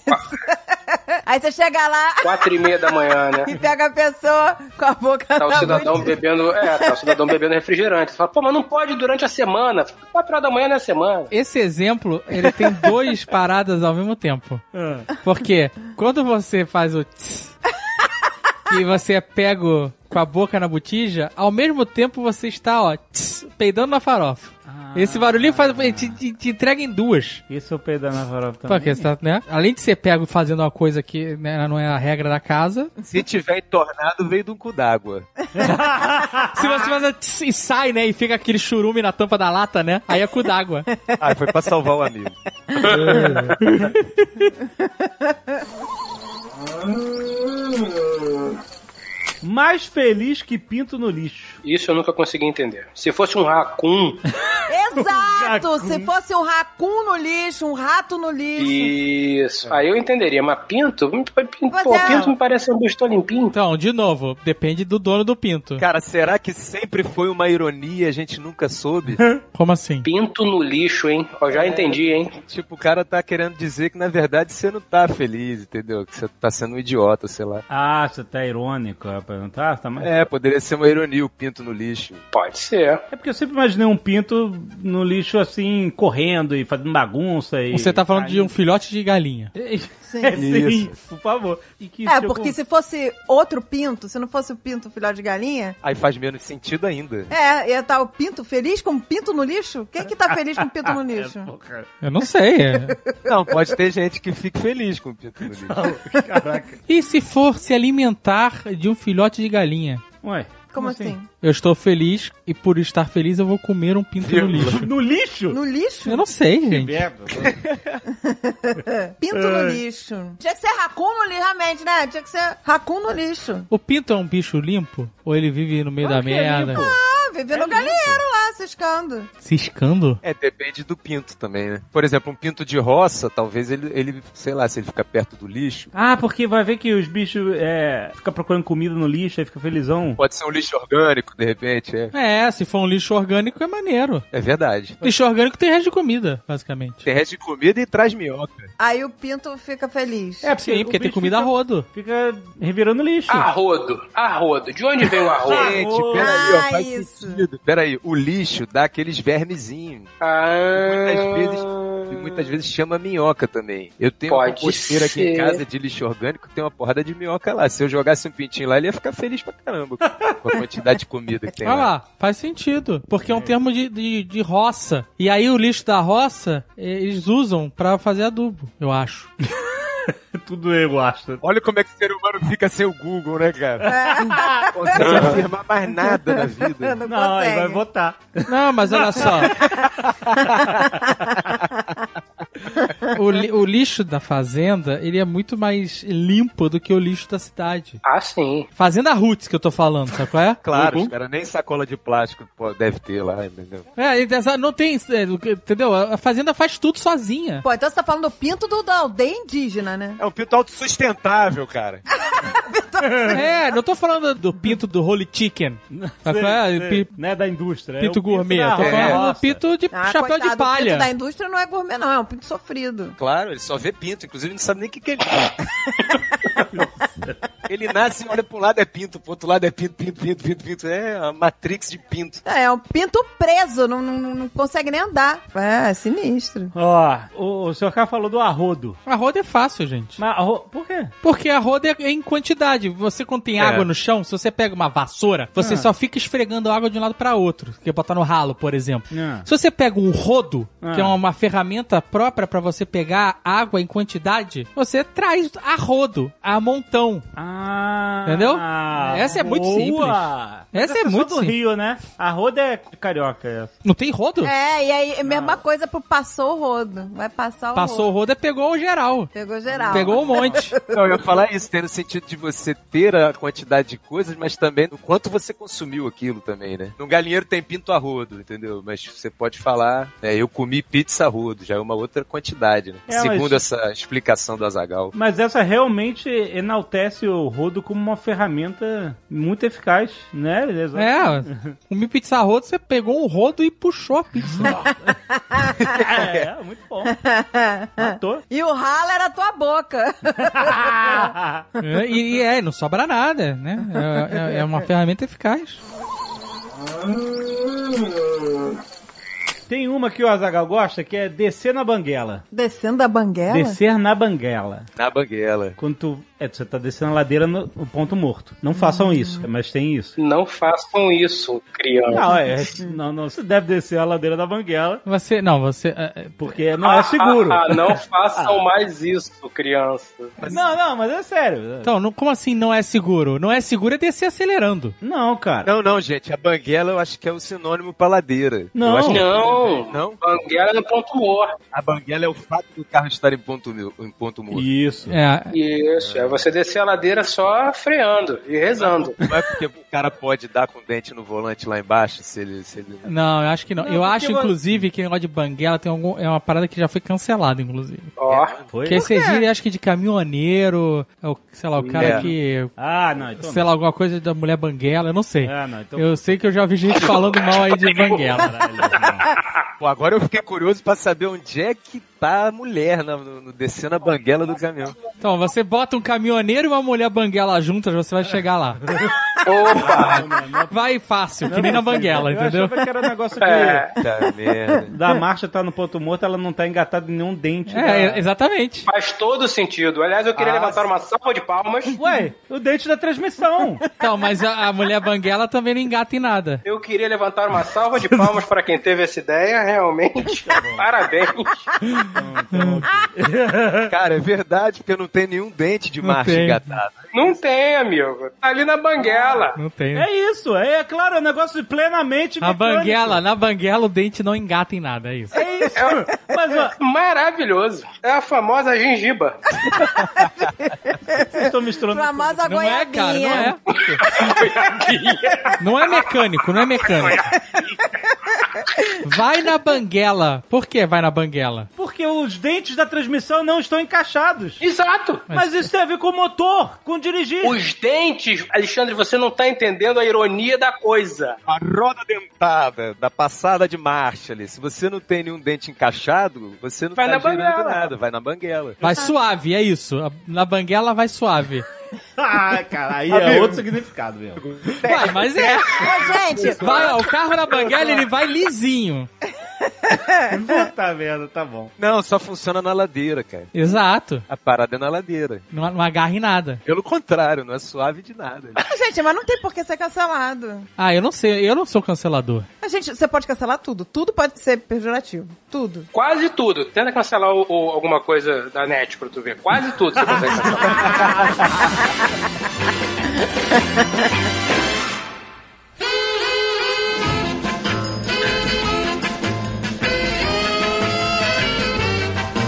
Aí você chega lá 4:30 da manhã, né? e pega a pessoa com a boca Tá o na cidadão botija. bebendo. Tá o cidadão bebendo refrigerante. Você fala, pô, mas não pode durante a semana. 4 da manhã na semana. Esse exemplo, ele tem duas paradas ao mesmo tempo. Porque quando você faz o tss, e você é pego com a boca na botija, ao mesmo tempo você está, ó, tss, peidando na farofa. Esse barulhinho faz, te entrega em duas. Isso eu peidar na farofa também. Porque, tá, né? Além de ser pego fazendo uma coisa que, né, não é a regra da casa, Se tiver entornado, veio de um cu d'água. se você faz a tss e sai, né, e fica aquele churume na tampa da lata, né, aí é cu d'água. Ah, foi pra salvar o amigo. Mais feliz que pinto no lixo. Isso eu nunca consegui entender. Se fosse um raccoon, Exato! Se fosse um raccoon no lixo, um rato no lixo. isso. Aí eu entenderia. Mas pinto? Pô, é. pinto me parece um bicho limpinho. Então, de novo, depende do dono do pinto. Cara, será que sempre foi uma ironia e a gente nunca soube? Como assim? Pinto no lixo, hein? Ó, já entendi, hein? Tipo, o cara tá querendo dizer que na verdade você não tá feliz, entendeu? Que você tá sendo um idiota, sei lá. Ah, você tá irônico, rapaz. Não tá? Tá mais... É, poderia ser uma ironia o pinto no lixo. Pode ser. É porque eu sempre imaginei um pinto no lixo assim, correndo e fazendo bagunça. E... Você tá falando de um filhote de galinha. Sim. Sim, por favor. E que Porque se fosse outro pinto, se não fosse o pinto filhote de galinha, Aí faz menos sentido ainda. ia estar o pinto feliz com pinto no lixo? Quem que tá feliz com pinto no lixo? Eu não sei. Não, pode ter gente que fique feliz com o pinto no lixo. Caraca. E se for se alimentar de um filhote de galinha? Ué, Como assim? Eu estou feliz e por estar feliz eu vou comer um pinto no lixo. No lixo? No lixo? Eu não sei, gente. Merda. Pinto no lixo. Tinha que ser raccoon no lixo, realmente, né? Tinha que ser raccoon no lixo. O pinto é um bicho limpo? Ou ele vive no meio da que é merda? limpo. Ah, vive no galinheiro lá, ciscando. Ciscando? É, depende do pinto também, né? Por exemplo, um pinto de roça, talvez ele sei lá, se ele fica perto do lixo. Ah, porque vai ver que os bichos ficam procurando comida no lixo, aí fica felizão. Pode ser um lixo orgânico, de repente, é. É, se for um lixo orgânico é maneiro. É verdade. Lixo orgânico tem resto de comida, basicamente. Tem resto de comida e traz minhoca. Aí o pinto fica feliz. Sim, porque o tem bicho comida a rodo. Fica revirando lixo. Arrodo. De onde vem o arrodo? Gente, peraí, ó, faz isso. sentido. Peraí, o lixo dá aqueles vermezinhos. E muitas vezes chama minhoca também. Eu tenho uma Pode composteira aqui em ser. casa de lixo orgânico, tem uma porrada de minhoca lá. Se eu jogasse um pintinho lá, ele ia ficar feliz pra caramba com a quantidade de comida que tem Olha lá. lá, faz sentido. Porque é um termo de roça. E aí o lixo da roça, eles usam pra fazer adubo, eu acho. Tudo eu acho. Olha como é que o ser humano fica sem o Google, né, cara? Não consegue afirmar mais nada na vida. Não Não, ele consegue. vai votar. Não, mas olha só. O lixo da fazenda, ele é muito mais limpo do que o lixo da cidade. Ah, sim. Fazenda Roots que eu tô falando, sabe qual é? Claro, os caras nem sacola de plástico deve ter lá, entendeu? Não tem, entendeu? A fazenda faz tudo sozinha. Pô, então você tá falando do pinto da aldeia indígena, né? É um pinto autossustentável, cara. Não tô falando do pinto do Holy Chicken. Sabe qual é? Não é da indústria. Pinto gourmet. Eu tô falando do pinto de chapéu coitado, de palha. O pinto da indústria não é gourmet, não. É um pinto sofrido. Claro, ele só vê pinto. Inclusive, não sabe nem o que ele Ele nasce e olha pra um lado é pinto, pro outro lado é pinto. É a Matrix de pinto. É um pinto preso, não consegue nem andar. É sinistro. O senhor K falou do arrodo. Arrodo é fácil, gente. Mas por quê? Porque arrodo é em quantidade. Você, quando tem água no chão, se você pega uma vassoura, você só fica esfregando água de um lado pra outro. Que é botar no ralo, por exemplo. Se você pega um rodo, que é uma ferramenta própria pra você pegar água em quantidade, você traz a rodo, a montão. Entendeu? Essa é muito simples. Essa é muito do Rio, né? A roda é carioca. Não tem rodo? E aí, mesma coisa pro passou o rodo. Vai passar o Passou o rodo pegou o geral. Pegou geral. Pegou um monte. Não, eu ia falar isso, tem no sentido de você ter a quantidade de coisas, mas também o quanto você consumiu aquilo também, né? No galinheiro tem pinto a rodo, entendeu? Mas você pode falar, eu comi pizza a rodo, já é uma outra quantidade, né? Segundo essa explicação do Azaghal. Mas essa realmente enaltece o rodo como uma ferramenta muito eficaz, né? Comi pizza a rodo, você pegou um rodo e puxou a pizza. Muito bom. Matou. E o ralo era a tua boca. Não sobra nada, né? É uma ferramenta eficaz. Tem uma que o Azaghal gosta, que é descer na banguela. Descendo da banguela? Descer na banguela. Na banguela. Quando você tá descendo a ladeira no ponto morto. Não façam isso, mas tem isso. Não façam isso, criança. Não, você deve descer a ladeira da banguela. Você... Porque não é seguro. Não façam mais isso, criança. Não, mas é sério. Então, como assim não é seguro? Não é seguro é descer acelerando. Não, cara. Não, gente. A banguela eu acho que é o sinônimo pra ladeira. Não. Não. Banguela é no ponto morto. A banguela é o fato do carro estar em ponto morto. Isso. Isso, é você descer a ladeira só freando e rezando. Não é porque o cara pode dar com o dente no volante lá embaixo, se ele... Não, eu acho que não. Eu acho, inclusive, que o negócio de banguela é uma parada que já foi cancelada, inclusive. Foi? Que esse gíria, acho que de caminhoneiro, sei lá, o cara que... então sei lá, alguma coisa da mulher banguela, eu não sei. Eu sei que eu já vi gente falando mal aí de banguela. Pô, agora eu fiquei curioso pra saber onde é que tá a mulher descendo a banguela do caminhão. Então, você bota um caminhoneiro e uma mulher banguela juntas, você vai chegar lá. Opa! Vai fácil, que nem na banguela, entendeu? Eu achava que era um negócio da marcha tá no ponto morto, ela não tá engatada em nenhum dente. Exatamente. Faz todo sentido. Aliás, eu queria levantar uma salva de palmas. Ué, o dente da transmissão. Então, mas a mulher banguela também não engata em nada. Eu queria levantar uma salva de palmas para quem teve essa ideia, realmente. Parabéns. Cara, é verdade, porque não tem nenhum dente de marcha engatado. Não tem, amigo. Tá ali na banguela. Não tem. É isso, é claro, é um negócio plenamente mecânico. Na banguela o dente não engata em nada, é isso. É isso. Mas, maravilhoso. É a famosa gengiba. Vocês estão misturando. Famosa goiabinha. Não é, cara, não é mecânico. Vai na banguela. Por que vai na banguela? Porque os dentes da transmissão não estão encaixados. Exato. Mas isso tem a ver com o motor, com dirigir. Os dentes, Alexandre, você não tá entendendo a ironia da coisa. A roda dentada da passada de marcha ali, se você não tem nenhum dente encaixado, você não vai tá girando nada, vai na banguela. Vai suave, é isso. Na banguela vai suave. Cara, aí é outro significado mesmo. Vai, mas é. Ô, gente. Vai, o carro na banguela, ele vai lisinho. Puta merda, tá bom. Não, só funciona na ladeira, cara. Exato. A parada é na ladeira. Não agarra em nada. Pelo contrário, não é suave de nada. Gente, mas não tem por que ser cancelado. Eu não sei, eu não sou cancelador. Gente, você pode cancelar tudo. Tudo pode ser pejorativo. Tudo. Quase tudo. Tenta cancelar alguma coisa da net pra tu ver. Quase tudo você consegue cancelar.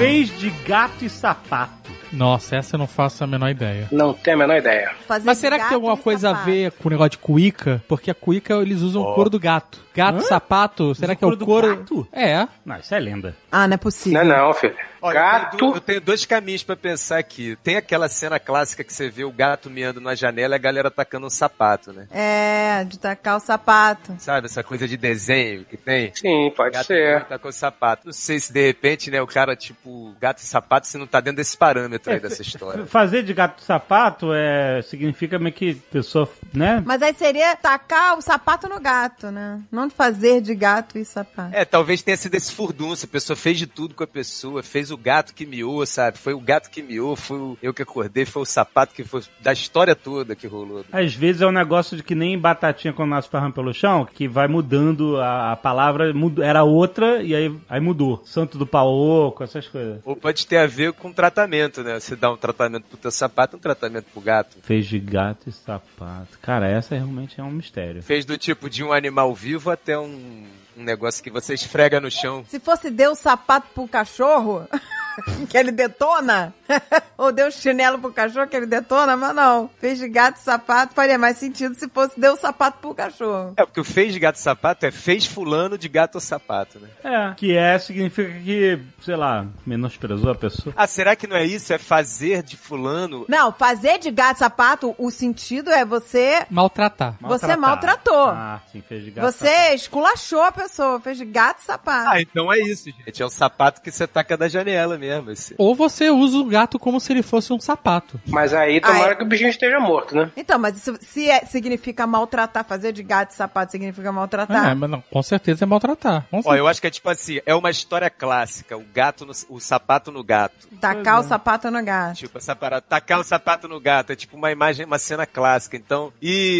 fez de gato e sapato. Nossa, essa eu não faço a menor ideia. Não tenho a menor ideia. Mas será que tem alguma coisa a ver com o negócio de cuíca? Porque a cuíca, eles usam o couro do gato. Gato, sapato, será que é o couro... do gato? É. Não, isso é lenda. Ah, não é possível. Não, filho. Olha, Gato. eu tenho dois caminhos pra pensar aqui. Tem aquela cena clássica que você vê o gato miando na janela e a galera tacando um sapato, né? É, de tacar o sapato. Sabe essa coisa de desenho que tem? Sim, pode Gato ser. tacou o sapato. Não sei se de repente, né, o cara, tipo, gato e sapato, se não tá dentro desse parâmetro aí dessa história. Fazer de gato e sapato significa meio que pessoa, né? Mas aí seria tacar o sapato no gato, né? Não de fazer de gato e sapato. É, talvez tenha sido esse furdunço. A pessoa fez de tudo com a pessoa, fez o gato que miou, sabe? Foi o gato que miou, foi eu que acordei, foi o sapato que foi da história toda que rolou. Às vezes é um negócio de que nem batatinha quando nasce esparrama pelo chão, que vai mudando a palavra, era outra e aí mudou. Santo do Paoco, essas coisas. Ou pode ter a ver com tratamento, né? Você dá um tratamento pro teu sapato, um tratamento pro gato. Fez de gato e sapato. Cara, essa realmente é um mistério. Fez do tipo de um animal vivo até um negócio que você esfrega no chão. Se fosse deu o sapato pro cachorro, que ele detona, ou deu chinelo pro cachorro que ele detona, mas não. Fez de gato e sapato faria mais sentido se fosse deu o sapato pro cachorro. É, porque o fez de gato e sapato é fez fulano de gato ou sapato, né? É, que significa que, sei lá, menosprezou a pessoa. Ah, será que não é isso? É fazer de fulano... Não, fazer de gato e sapato, o sentido é você... Maltratar. Você maltratou. Ah, sim, fez de gato e Você esculachou a pessoa, fez de gato e sapato. Ah, então é isso, gente. É o sapato que você taca da janela mesmo. Esse. Ou você usa o gato como se ele fosse um sapato. Mas aí tomara que o bichinho esteja morto, né? Então, mas isso, significa maltratar, fazer de gato e sapato significa maltratar. Mas não, com certeza é maltratar. Ó, eu acho que é tipo assim, é uma história clássica, o sapato no gato. Tacar o sapato no gato. Tipo, essa parada, tacar o sapato no gato, é tipo uma imagem, uma cena clássica. Então,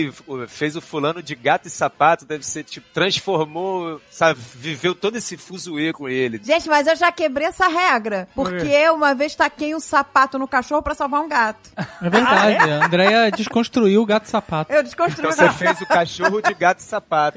fez o fulano de gato e sapato, deve ser tipo, transformou, sabe, viveu todo esse fuzuê com ele. Gente, mas eu já quebrei essa regra, porque eu uma vez taquei um sapato no cachorro pra salvar um gato. É verdade, a Andrea desconstruiu o gato e sapato. Eu desconstruí então você fez o cachorro de gato e sapato.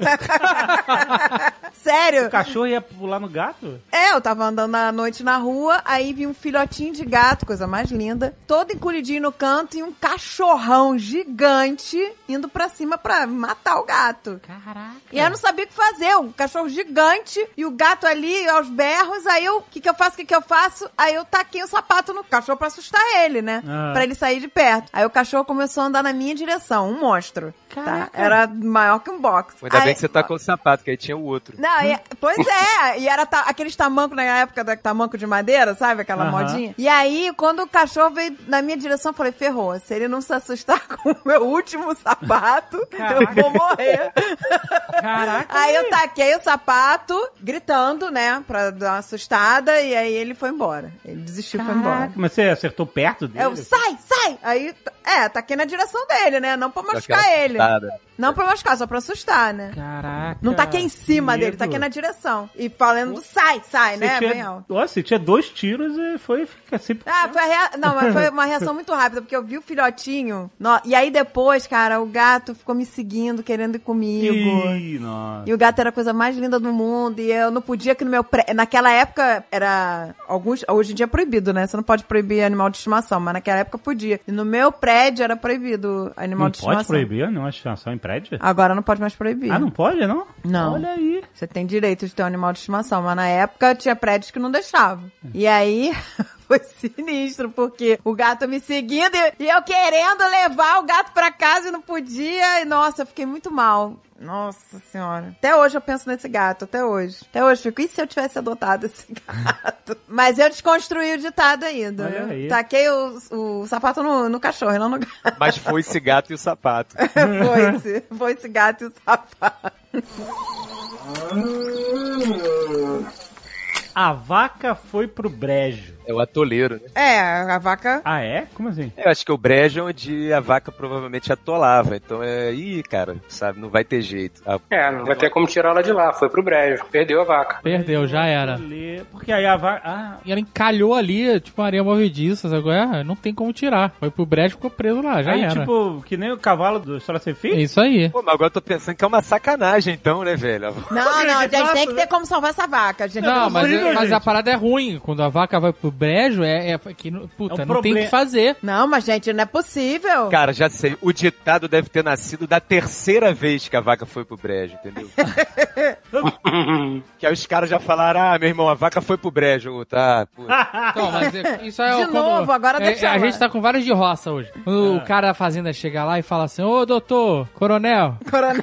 Sério? O cachorro ia pular no gato? É, eu tava andando à noite na rua, aí vi um filhotinho de gato, coisa mais linda, todo encolhidinho no canto e um cachorrão gigante indo pra cima pra matar o gato. Caraca. E eu não sabia o que fazer, um cachorro gigante e o gato ali aos berros, aí eu, o que que eu faço? Aí eu taquei o sapato no cachorro pra assustar ele, né? Pra ele sair de perto. Aí o cachorro começou a andar na minha direção, um monstro. Tá? Era maior que um box. Ainda bem que você tacou o sapato, que aí tinha o outro. Não, pois é, e era aqueles tamancos na época da tamanco de madeira, sabe? Aquela modinha. E aí, quando o cachorro veio na minha direção, eu falei, ferrou, se ele não se assustar com o meu último sapato, eu vou morrer. Caraca. Aí eu taquei o sapato, gritando, né, pra dar uma assustada, e aí ele foi embora. Ele desistiu e foi embora. Mas você acertou perto dele? Eu, sai! Aí, taquei na direção dele, né, não pra machucar ele. Não pra machucar, só pra assustar, né? Caraca. Não taquei em cima dele, taquei na direção. E falando, sai, né? Bem alto. Nossa, você tinha 2 tiros e foi assim. Ah, mas foi uma reação muito rápida, porque eu vi o filhotinho. E aí depois, cara, o gato ficou me seguindo, querendo ir comigo. Ih, nossa. E o gato era a coisa mais linda do mundo. E eu não podia que no meu naquela época era hoje em dia é proibido, né? Você não pode proibir animal de estimação, mas naquela época podia. E no meu prédio era proibido animal de estimação. Não pode proibir animal de estimação em prédio? Agora não pode mais proibir. Ah, não pode, não? Não. Olha aí. Você tem direito de ter um animal de estimação, mas na época tinha prédios que não deixavam. E aí foi sinistro, porque o gato me seguindo e eu querendo levar o gato pra casa e não podia. E nossa, eu fiquei muito mal. Nossa senhora. Até hoje eu penso nesse gato, até hoje. Até hoje eu fico, e se eu tivesse adotado esse gato? Mas eu desconstruí o ditado ainda. Olha aí. Taquei o sapato no cachorro e não no gato. Mas foi esse gato e o sapato. Foi esse gato e o sapato. A vaca foi pro brejo. É o atoleiro, né? É, a vaca... Ah, é? Como assim? Eu acho que o brejo é onde a vaca provavelmente atolava. Então cara, sabe, não vai ter jeito. Não vai ter como tirar ela de lá. Foi pro brejo. Perdeu a vaca. Perdeu, já era. Porque aí a vaca... E ela encalhou ali, tipo uma areia movediça, agora não tem como tirar. Foi pro brejo e ficou preso lá, já era. Tipo, que nem o cavalo do História Sem Fim? É isso aí. Pô, mas agora eu tô pensando que é uma sacanagem então, né, velho? Não, a gente tem que ter como salvar essa vaca. Gente. Não, mas a parada é ruim. Quando a vaca vai pro brejo que puta, não tem o que fazer. Não, mas gente, não é possível. Cara, já sei. O ditado deve ter nascido da terceira vez que a vaca foi pro brejo, entendeu? Que aí os caras já falaram, meu irmão, a vaca foi pro brejo, tá? Puta. Então, mas isso é de novo, agora deixa a gente tá com vários de roça hoje. O cara da fazenda chega lá e fala assim, ô doutor, coronel,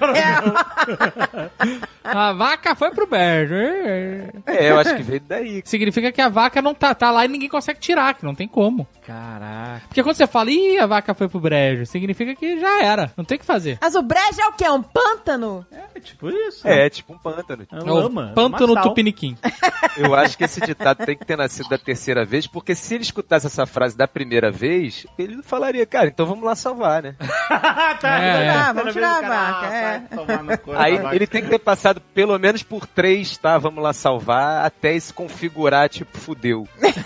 a vaca foi pro brejo. Eu acho que veio daí. Significa que a vaca não tá lá e ninguém consegue tirar, que não tem como. Caraca. Porque quando você fala, a vaca foi pro brejo, significa que já era, não tem o que fazer. Mas o brejo é o quê? Um pântano? É tipo isso. É tipo um pântano. É lama. Pântano Tupiniquim. Eu acho que esse ditado tem que ter nascido da terceira vez, porque se ele escutasse essa frase da primeira vez, ele não falaria, cara, então vamos lá salvar, né? Vamos tirar a vaca. Aí ele tem que ter passado pelo menos por 3, tá? Vamos lá salvar, até se configurar, tipo, fudeu.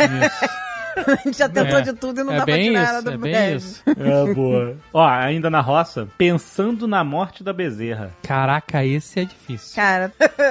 A gente já tentou de tudo e não dá pra tirar ela do brejo. Isso. É, boa. Ó, ainda na roça, pensando na morte da bezerra. Caraca, esse é difícil. Cara,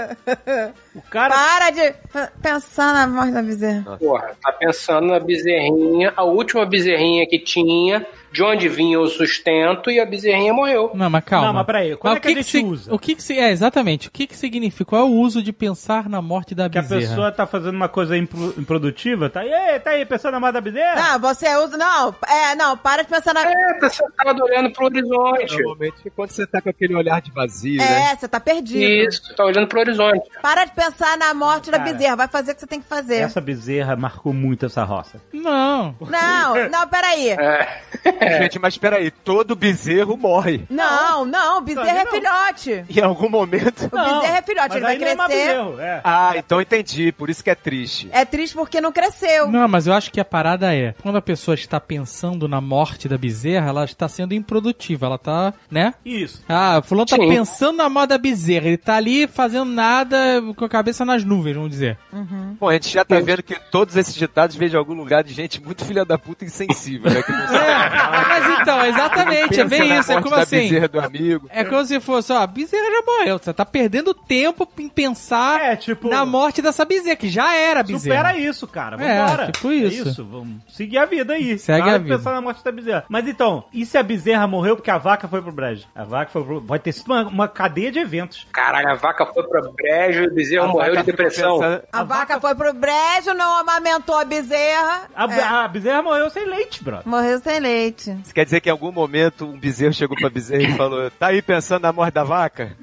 O cara... para de pensar na morte da bezerra. Porra, tá pensando na bezerrinha, a última bezerrinha que tinha, de onde vinha o sustento, e a bezerrinha morreu. Não, mas calma. Não, mas peraí, como é que a gente usa? Exatamente, o que significa? Qual é o uso de pensar na morte da bezerra? Que a pessoa tá fazendo uma coisa improdutiva, tá aí pensando na morte da bezerra? Não, você usa... Não, para de pensar na... Tá sentado olhando pro horizonte. Normalmente, quando você tá com aquele olhar de vazio, né? Você tá perdido. Isso, tá olhando pro horizonte. Para de pensar na morte da bezerra, vai fazer o que você tem que fazer. Essa bezerra marcou muito essa roça. Não, peraí. Gente, mas peraí, todo bezerro morre. Não, bezerro é filhote. Em algum momento... O bezerro é filhote, mas ele vai aí não é mais crescer. bezerro, é. Ah, então entendi, por isso que é triste. É triste porque não cresceu. Não, mas eu acho que a parada é, quando a pessoa está pensando na morte da bezerra, ela está sendo improdutiva, ela tá, né? Isso. Ah, o fulano tá pensando na morte da bezerra, ele tá ali fazendo nada com a cabeça nas nuvens, vamos dizer. Bom, a gente já tá vendo que todos esses ditados vêm de algum lugar de gente muito filha da puta insensível, né? Que não sabe Mas então, exatamente, é bem isso, é como assim... bezerra do amigo. É como se fosse, ó, a bezerra já morreu, você tá perdendo tempo em pensar na morte dessa bezerra, que já era bezerra. Supera isso, cara, vambora. Tipo isso. É isso, vamos seguir a vida aí. Segue a vida. Pensar na morte da bezerra. Mas então, e se a bezerra morreu porque a vaca foi pro brejo? A vaca foi pro... Pode ter sido uma cadeia de eventos. Caralho, a vaca foi pro brejo e o bezerro morreu de depressão. A vaca foi pro brejo, não amamentou a bezerra. A bezerra morreu sem leite, brother. Morreu sem leite. Isso quer dizer que em algum momento um bezerro chegou pra bezerra e falou, tá aí pensando na morte da vaca?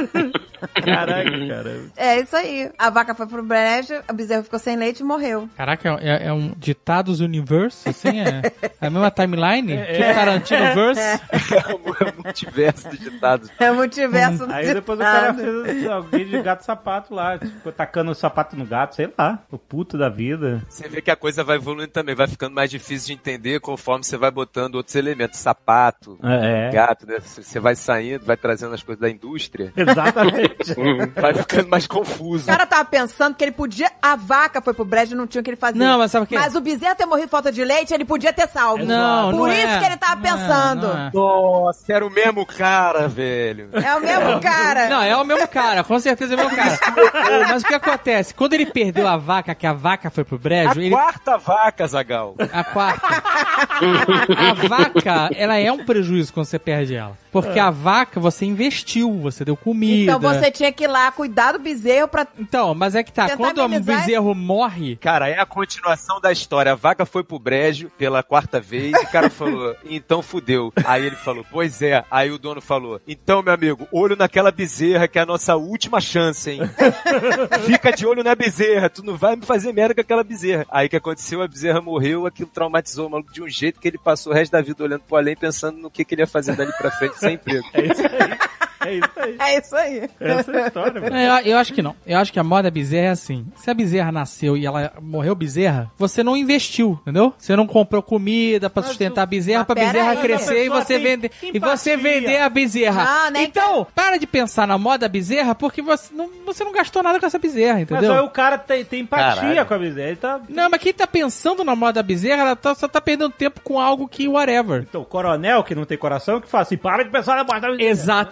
Caraca, cara. É isso aí. A vaca foi pro brejo, a bezerra ficou sem leite e morreu. Caraca, é um ditados universo, assim? É a mesma timeline? Tipo Tarantino-verse? É o multiverso dos ditados. É o multiverso do Aí depois o cara fez alguém de gato-sapato lá, tipo, tacando o sapato no gato, sei lá, o puto da vida. Você vê que a coisa vai evoluindo também, vai ficando mais difícil de entender conforme você vai botando outros elementos, sapato, gato, né? Você vai saindo, vai trazendo as coisas da indústria. Exatamente. Vai ficando mais confuso. O cara tava pensando que ele podia... A vaca foi pro brejo e não tinha o que ele fazia. Não, mas sabe o que? Mas o bezerro ter morrido de falta de leite, ele podia ter salvo. Não, Por não isso é. que ele tava pensando. Não é. Nossa, era o mesmo cara, velho. É o mesmo cara. Não, é o mesmo cara, com certeza é o mesmo cara. Mas o que acontece? Quando ele perdeu a vaca, que a vaca foi pro brejo... Quarta vaca, Zagal. A quarta. A vaca, ela é um prejuízo quando você perde ela. Porque a vaca, você investiu, você deu comida. Então você tinha que ir lá cuidar do bezerro pra... Então, mas é que tá, tentar quando o amenizar bezerro morre... Cara, é a continuação da história. A vaca foi pro brejo pela quarta vez e o cara falou, então fudeu. Aí ele falou, pois é. Aí o dono falou, então, meu amigo, olho naquela bezerra que é a nossa última chance, hein? Fica de olho na bezerra, tu não vai me fazer merda com aquela bezerra. Aí o que aconteceu? A bezerra morreu, aquilo traumatizou o maluco de um jeito que ele passou o resto da vida olhando pro além, pensando no que ele ia fazer dali pra frente sem emprego. É isso aí. É isso aí. É isso aí. Essa é a história, velho. Eu acho que não. Eu acho que a moda bezerra é assim. Se a bezerra nasceu e ela morreu bezerra, você não investiu, entendeu? Você não comprou comida pra sustentar a bezerra, pra bezerra aí, crescer e você vender a bezerra. Não, nem então, para de pensar na moda bezerra porque você não gastou nada com essa bezerra, entendeu? Mas aí o cara tem empatia Caralho. com a bezerra. Ele tá... Não, mas quem tá pensando na moda bezerra, ela só tá perdendo tempo com algo que whatever. Então, o coronel, que não tem coração, que fala assim, para de pensar na morte da bezerra. Exatamente.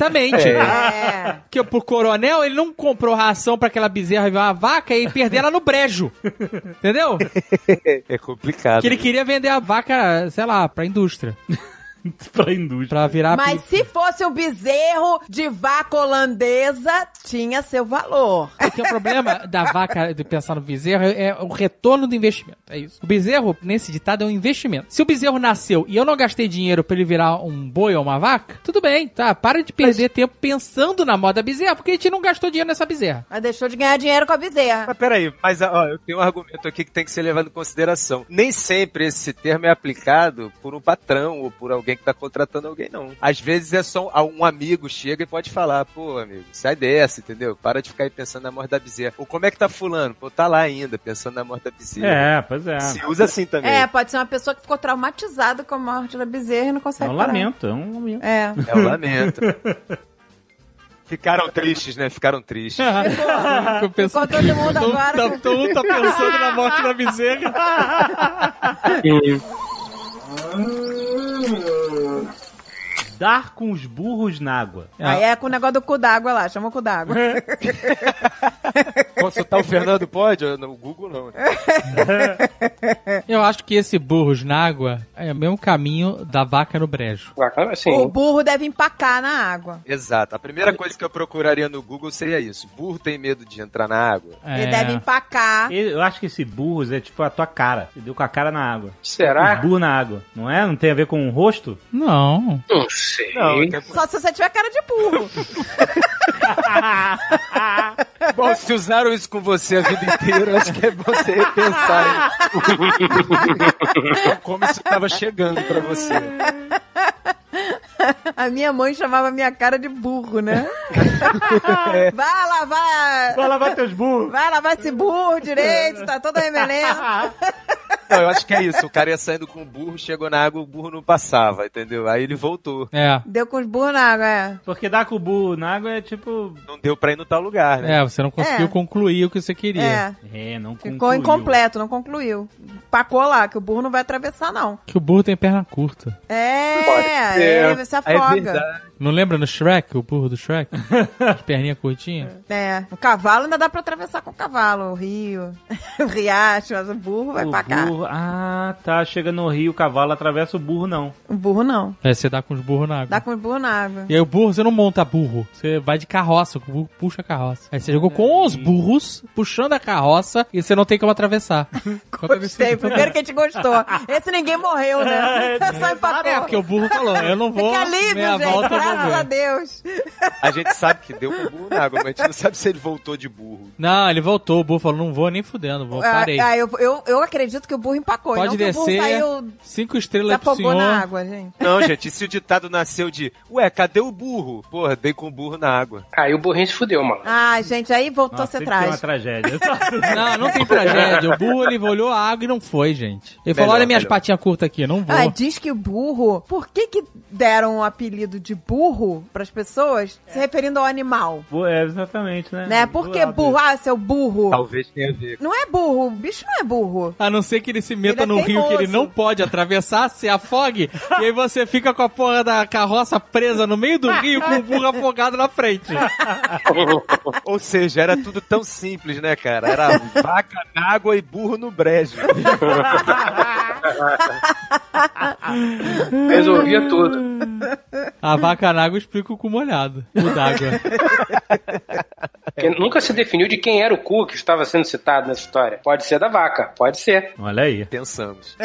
Que pro coronel, ele não comprou ração pra aquela bezerra virar uma vaca e perder ela no brejo. Entendeu? É complicado. Que ele queria vender a vaca, sei lá, pra indústria. Pra indústria. Pra virar... Mas se fosse um bezerro de vaca holandesa, tinha seu valor. Porque o problema da vaca, de pensar no bezerro, é o retorno do investimento. É isso. O bezerro, nesse ditado, é um investimento. Se o bezerro nasceu e eu não gastei dinheiro pra ele virar um boi ou uma vaca, tudo bem, tá? Para de perder tempo pensando na moda bezerra, porque a gente não gastou dinheiro nessa bezerra. Mas deixou de ganhar dinheiro com a bezerra. Mas peraí, eu tenho um argumento aqui que tem que ser levado em consideração. Nem sempre esse termo é aplicado por um patrão ou por alguém que tá contratando alguém, não. Às vezes é só um amigo chega e pode falar, pô, amigo, sai dessa, entendeu? Para de ficar aí pensando na morte da bezerra. Ou como é que tá fulano? Pô, tá lá ainda, pensando na morte da bezerra. Pois é. Se usa assim também. Pode ser uma pessoa que ficou traumatizada com a morte da bezerra e não consegue parar. É um lamento. É um lamento. Ficaram tristes, né? Ficaram tristes. Ficou todo mundo agora. Todo mundo tá pensando na morte da bezerra. Dar com os burros na água. Aí é com o negócio do cu d'água lá, chama o cu d'água. Consultar o Fernando pode? No Google não. Eu acho que esse burros na água é o mesmo caminho da vaca no brejo. Assim. O burro deve empacar na água. Exato. A primeira coisa que eu procuraria no Google seria isso. Burro tem medo de entrar na água? Ele deve empacar. Eu acho que esse burros é tipo a tua cara. Você deu com a cara na água. Será? Burro na água. Não é? Não tem a ver com o rosto? Não. Não sei. Não, Só se você tiver cara de burro. Bom, se usaram isso com você a vida inteira, acho que é bom você repensar. Como isso estava chegando pra você. A minha mãe chamava minha cara de burro, né? Vai lavar teus burros. Vai lavar esse burro direito, tá todo remelento. Não, eu acho que é isso. O cara ia saindo com o burro, chegou na água, o burro não passava, entendeu? Aí ele voltou. Deu com os burros na água, Porque dar com o burro na água é tipo... Não deu pra ir no tal lugar, né? Você não conseguiu concluir o que você queria. Não Ficou concluiu. incompleto, não concluiu. Pacou lá, que o burro não vai atravessar, não. Que o burro tem perna curta. Aí você afoga. Não lembra no Shrek, o burro do Shrek? As perninhas curtinhas? O cavalo ainda dá pra atravessar com o cavalo, o rio, o riacho, mas o burro vai pra cá. Chega no rio, o cavalo atravessa, o burro não. O burro não. Você dá com os burros na água. Dá com os burros na água. E aí o burro, você não monta burro, você vai de carroça, o burro puxa a carroça. Aí você jogou com os burros, puxando a carroça, e você não tem como atravessar. Gostei, primeiro que a gente gostou. Esse ninguém morreu, né? Só empacou. Porque o burro falou, eu não vou. Que alívio, meia gente, volta, graças a Deus. A gente sabe que deu com o burro na água, mas a gente não sabe se ele voltou de burro. Não, ele voltou, o burro falou, não vou nem fudendo, parei. Eu acredito que o burro empacou. Pode não descer, que o burro 5 estrelas pro senhor. na água, gente. Não, gente, e se o ditado nasceu de, cadê o burro? Porra, dei com o burro na água. Aí o burrinho se fudeu, mano. Gente, aí voltou a ser Tem trágico. uma tragédia. Não tem tragédia. O burro, ele olhou a água e não foi, gente. Ele falou, olha minhas patinhas curtas aqui, não vou. Diz que o burro... Por que deram o apelido de burro pras pessoas se referindo ao animal? Exatamente, né? Por que burro? Seu burro. Talvez tenha a ver. Não é burro. O bicho não é burro. A não ser que ele se meta Ele é num rio que ele teimoso. não pode atravessar, se afogue, e aí você fica com a porra da carroça presa no meio do rio com o burro afogado na frente. Ou seja, era tudo tão simples, né, cara? Era vaca na água e burro no brejo. Resolvia tudo. A vaca na água explica o cu molhado. O d'água. Porque nunca se definiu de quem era o cu que estava sendo citado nessa história. Pode ser da vaca, pode ser. Olha aí. Pensamos.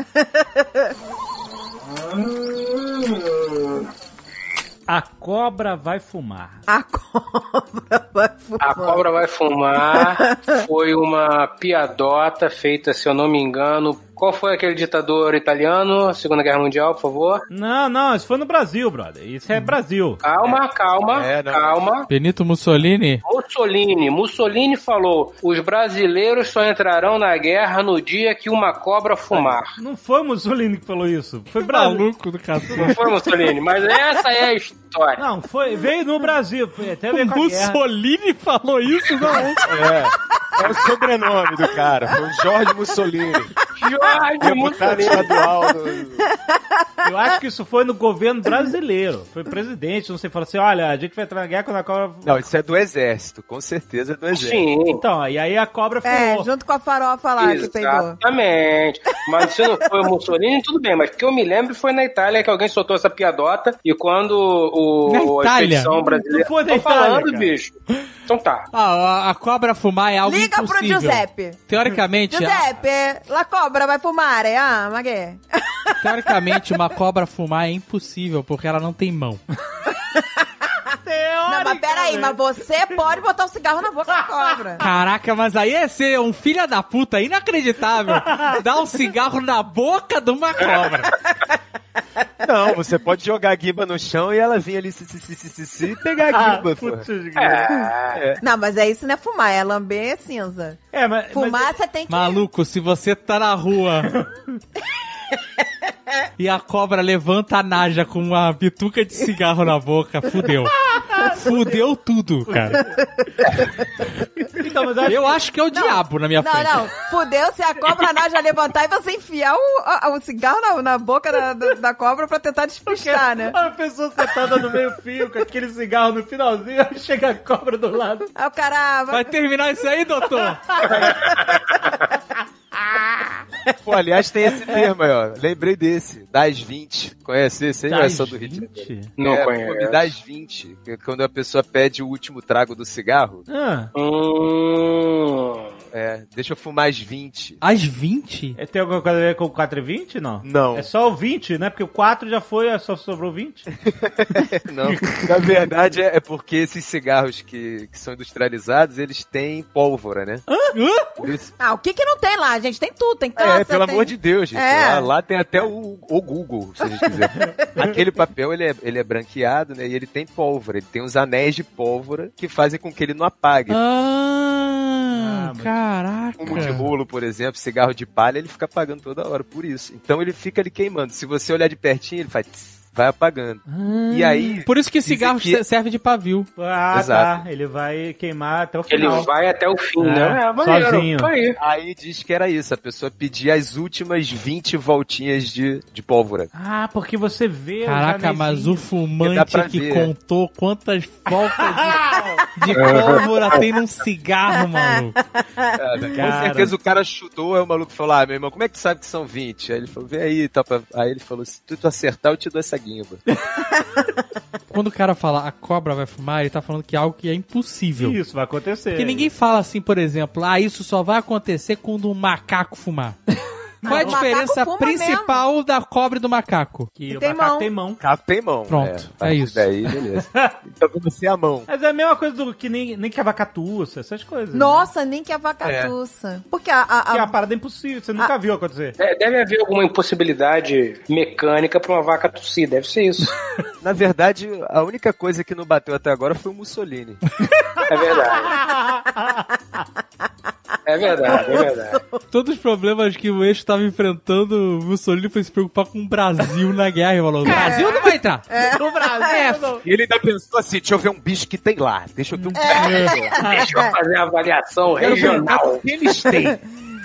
A cobra vai fumar. A cobra vai fumar. A cobra vai fumar foi uma piadota feita, se eu não me engano. Qual foi aquele ditador italiano? Segunda Guerra Mundial, por favor. Não, isso foi no Brasil, brother. Isso é Brasil. Calma. Benito Mussolini? Mussolini falou: os brasileiros só entrarão na guerra no dia que uma cobra fumar. Não foi Mussolini que falou isso. Foi Brasil. Maluco do cacete. Não foi Mussolini, mas essa é a história. Não, veio no Brasil. Foi até ver com a guerra. Mussolini falou isso, não? É o sobrenome do cara. Foi o Jorge Mussolini. Jorge Mussolini. Estadual Eu acho que isso foi no governo brasileiro. Foi presidente, não sei, falou assim, olha, a gente vai entrar na guerra quando a cobra... Não, isso é do exército, com certeza é do exército. Sim. Então, e aí a cobra furou. Junto com a farofa lá que pegou. Exatamente. Mas se não foi o Mussolini, tudo bem. Mas o que eu me lembro foi na Itália que alguém soltou essa piadota e quando a expedição brasileira... Não foi na Tô Itália, falando, cara. bicho. Então tá. A cobra fumar é algo Liga impossível. pro Giuseppe. Teoricamente, Giuseppe, la cobra vai fumare, ma che? teoricamente, uma cobra fumar é impossível, porque ela não tem mão. Não, mas peraí, mas você pode botar um cigarro na boca da cobra. Caraca, mas aí é ser um filho da puta inacreditável dar um cigarro na boca de uma cobra. Não, você pode jogar a guimba no chão e ela vir ali e pegar a guimba. Não, mas é isso, não é fumar, é lamber cinza. Mas Fumar, você tem que... Maluco, se você tá na rua e a cobra levanta a naja com uma bituca de cigarro na boca, fudeu. Fudeu tudo, cara. Então, mas Eu acho que é o diabo na minha frente. Não, fudeu se a cobra naja levantar e você enfiar o cigarro na boca da cobra pra tentar despistar, né? A pessoa sentada no meio fio com aquele cigarro no finalzinho, aí chega a cobra do lado. Aí o cara... Vai terminar isso aí, doutor? Pô, aliás, tem esse termo aí, ó. Lembrei desse. Das 20. Conhece esse aí? Ou é só do Rio de Janeiro? Não conheço. Clube das 20. Que é quando a pessoa pede o último trago do cigarro. Deixa eu fumar às 20. Às 20? Tem alguma coisa a ver com o 4 e 20, não? Não. É só o 20, né? Porque o 4 já foi, só sobrou 20. Não. Na verdade, é porque esses cigarros que são industrializados, eles têm pólvora, né? Por isso... o que não tem lá, gente? Tem tudo, tem taça, pelo amor de Deus, gente. Lá tem até o Google, se a gente quiser. Aquele papel, ele é branqueado, né? E ele tem pólvora. Ele tem uns anéis de pólvora que fazem com que ele não apague. Caraca. Fumo de rolo, por exemplo, cigarro de palha, ele fica apagando toda hora, por isso. Então ele fica ali queimando. Se você olhar de pertinho, ele faz... vai apagando. E aí... Por isso que cigarro serve de pavio. Exato. Tá. Ele vai queimar até o final. Ele vai até o fim, né? Sozinho. Aí diz que era isso. A pessoa pedia as últimas 20 voltinhas de pólvora. Porque você vê... Caraca, mas o fumante que contou quantas voltas de pólvora tem num cigarro, maluco. Com certeza o cara chutou, aí o maluco falou, meu irmão, como é que tu sabe que são 20? Aí ele falou, vê aí, tá, aí ele falou, se tu acertar, eu te dou essa guimba. Quando o cara fala a cobra vai fumar, ele tá falando que é algo que é impossível. Isso vai acontecer. Porque ninguém fala assim, por exemplo, isso só vai acontecer quando um macaco fumar. Qual é a diferença principal da cobra e do macaco? Que o macaco tem mão. O macaco tem mão. Pronto, é isso. Daí, beleza. Então você é a mão. Mas é a mesma coisa que nem que a vacatuça, essas coisas. Nossa, nem que a vacatuça. Porque que é uma parada impossível, você nunca viu acontecer. Deve haver alguma impossibilidade mecânica pra uma vaca tossir, deve ser isso. Na verdade, a única coisa que não bateu até agora foi o Mussolini. É verdade. É verdade. Todos os problemas que o eixo estava enfrentando, o Mussolini foi se preocupar com o Brasil na guerra. Ele falou, o Brasil não vai entrar. O Brasil. E ele ainda pensou assim, deixa eu ver um bicho que tem lá. Deixa eu ver um bicho que tem lá. Deixa eu fazer a avaliação regional. O que eles têm?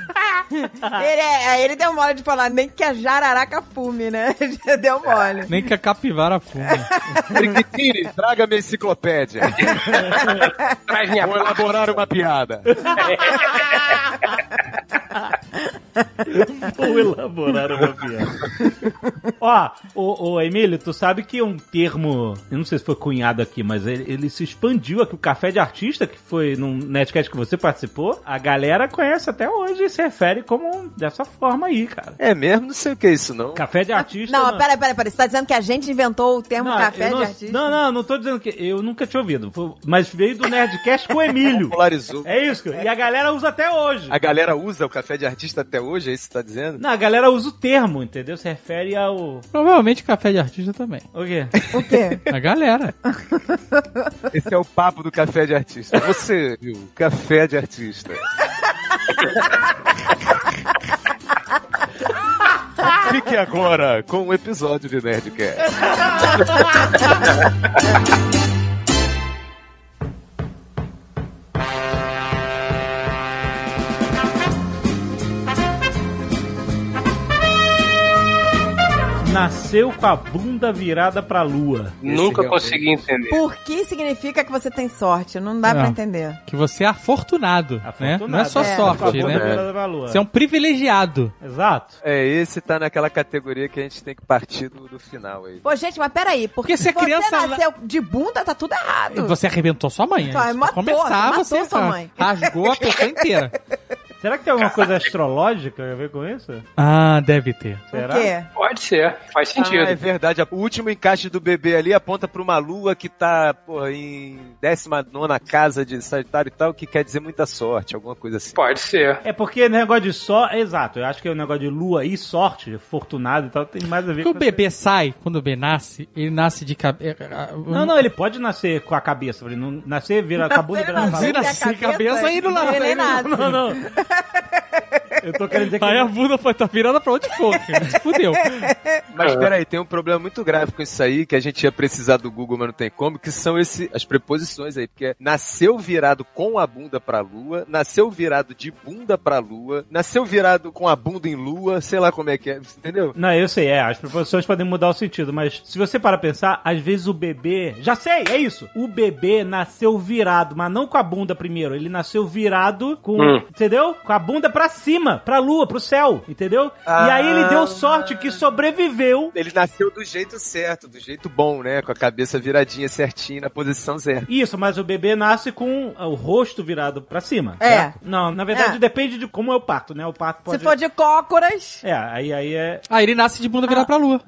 Ele deu mole de falar nem que a jararaca fume, né? Deu mole. Nem que a capivara fume. Triquitiri, traga minha enciclopédia. Traz minha Vou elaborar uma piada. Vou elaborar uma piada. Ô Emílio, tu sabe que um termo, eu não sei se foi cunhado aqui, mas ele se expandiu aqui, o café de artista, que foi num Nerdcast que você participou, a galera conhece até hoje e se refere como dessa forma aí, cara. É mesmo? Não sei o que é isso, não. Café de artista... Não, peraí. Você tá dizendo que a gente inventou o termo café de artista? Não tô dizendo que... Eu nunca tinha ouvido, mas veio do Nerdcast com o Emílio. Popularizou. É isso, e a galera usa até hoje. A galera usa o café de artista até hoje, é isso que você tá dizendo? Não, a galera usa o termo, entendeu? Se refere ao... Provavelmente café de artista também. O quê? O quê? A galera. Esse é o papo do café de artista. Você, viu? Café de artista. Fique agora com um episódio de Nerdcast. nasceu com a bunda virada pra lua. Nunca consegui entender. Por que significa que você tem sorte? Não dá pra entender. Que você é afortunado, né? Não é só sorte, né? Você é um privilegiado. Exato. Esse tá naquela categoria que a gente tem que partir do final aí. Pô, gente, mas peraí. Porque se a criança nasceu de bunda, tá tudo errado. Você arrebentou sua mãe. Então, matou sua mãe. Rasgou a pessoa inteira. Será que tem alguma coisa astrológica a ver com isso? Ah, deve ter. Será? O quê? Pode ser, faz sentido. É verdade. O último encaixe do bebê ali aponta pra uma lua que tá, em 19ª casa de Sagitário e tal, que quer dizer muita sorte, alguma coisa assim. Pode ser. É porque negócio de exato, eu acho que o negócio de lua e sorte, fortunado e tal, tem mais a ver com... com... o bebê sai, quando o bebê nasce, ele nasce de cabeça... Não, ele pode nascer com a cabeça, ele não nascer, vira a bunda, vira a Se nascer com a cabeça, aí não nasce. Não. Eu tô querendo dizer que... Aí a bunda tá virada pra onde for, se fudeu. Mas peraí, tem um problema muito grave com isso aí, que a gente ia precisar do Google, mas não tem como, que são as preposições aí, porque nasceu virado com a bunda pra lua, nasceu virado de bunda pra lua, nasceu virado com a bunda em lua, sei lá como é que é, entendeu? Não, eu sei, as preposições podem mudar o sentido, mas se você parar pra pensar, às vezes o bebê... Já sei, é isso! O bebê nasceu virado, mas não com a bunda primeiro, ele nasceu virado com... Entendeu? Com a bunda pra cima, pra lua, pro céu, entendeu? E aí ele deu sorte que sobreviveu. Ele nasceu do jeito certo, do jeito bom, né? Com a cabeça viradinha certinho na posição certa. Isso, mas o bebê nasce com o rosto virado pra cima. É. Certo? Não, na verdade depende de como é o parto, né? O parto pode... Se for de cócoras... aí é... Ah, ele nasce de bunda virada pra lua.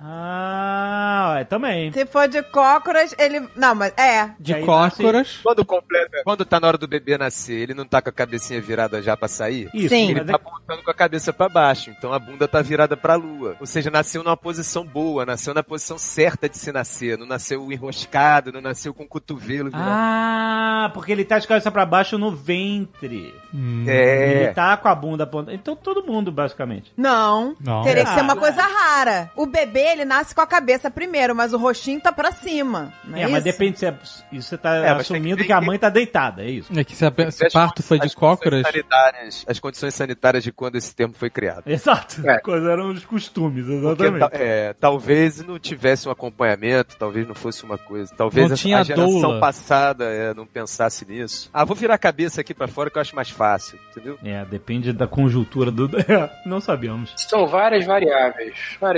Também. Se for de cócoras, ele... Não, mas de cócoras. Nasce... Quando tá na hora do bebê nascer, ele não tá com a cabecinha virada já pra sair? Isso. Sim. Ele tá apontando com a cabeça pra baixo, então a bunda tá virada pra lua. Ou seja, nasceu numa posição boa, nasceu na posição certa de se nascer, não nasceu enroscado, não nasceu com o cotovelo virado. Porque ele tá de cabeça pra baixo no ventre. Ele tá com a bunda apontada. Então todo mundo, basicamente. Não. Teria que ser uma coisa rara. O bebê, ele nasce com a cabeça primeiro, mas o rostinho tá pra cima. Não é mas depende se isso você tá assumindo que a mãe tá deitada, é isso. É que se o parto foi de cócoras... As condições sanitárias de quando esse termo foi criado. Exato. Quais eram os costumes, exatamente. Porque, talvez não tivesse um acompanhamento, talvez não fosse uma coisa. Talvez não tinha a geração doula. Passada não pensasse nisso. Vou virar a cabeça aqui pra fora que eu acho mais fácil, entendeu? Depende da conjuntura do... não sabíamos. São várias variáveis.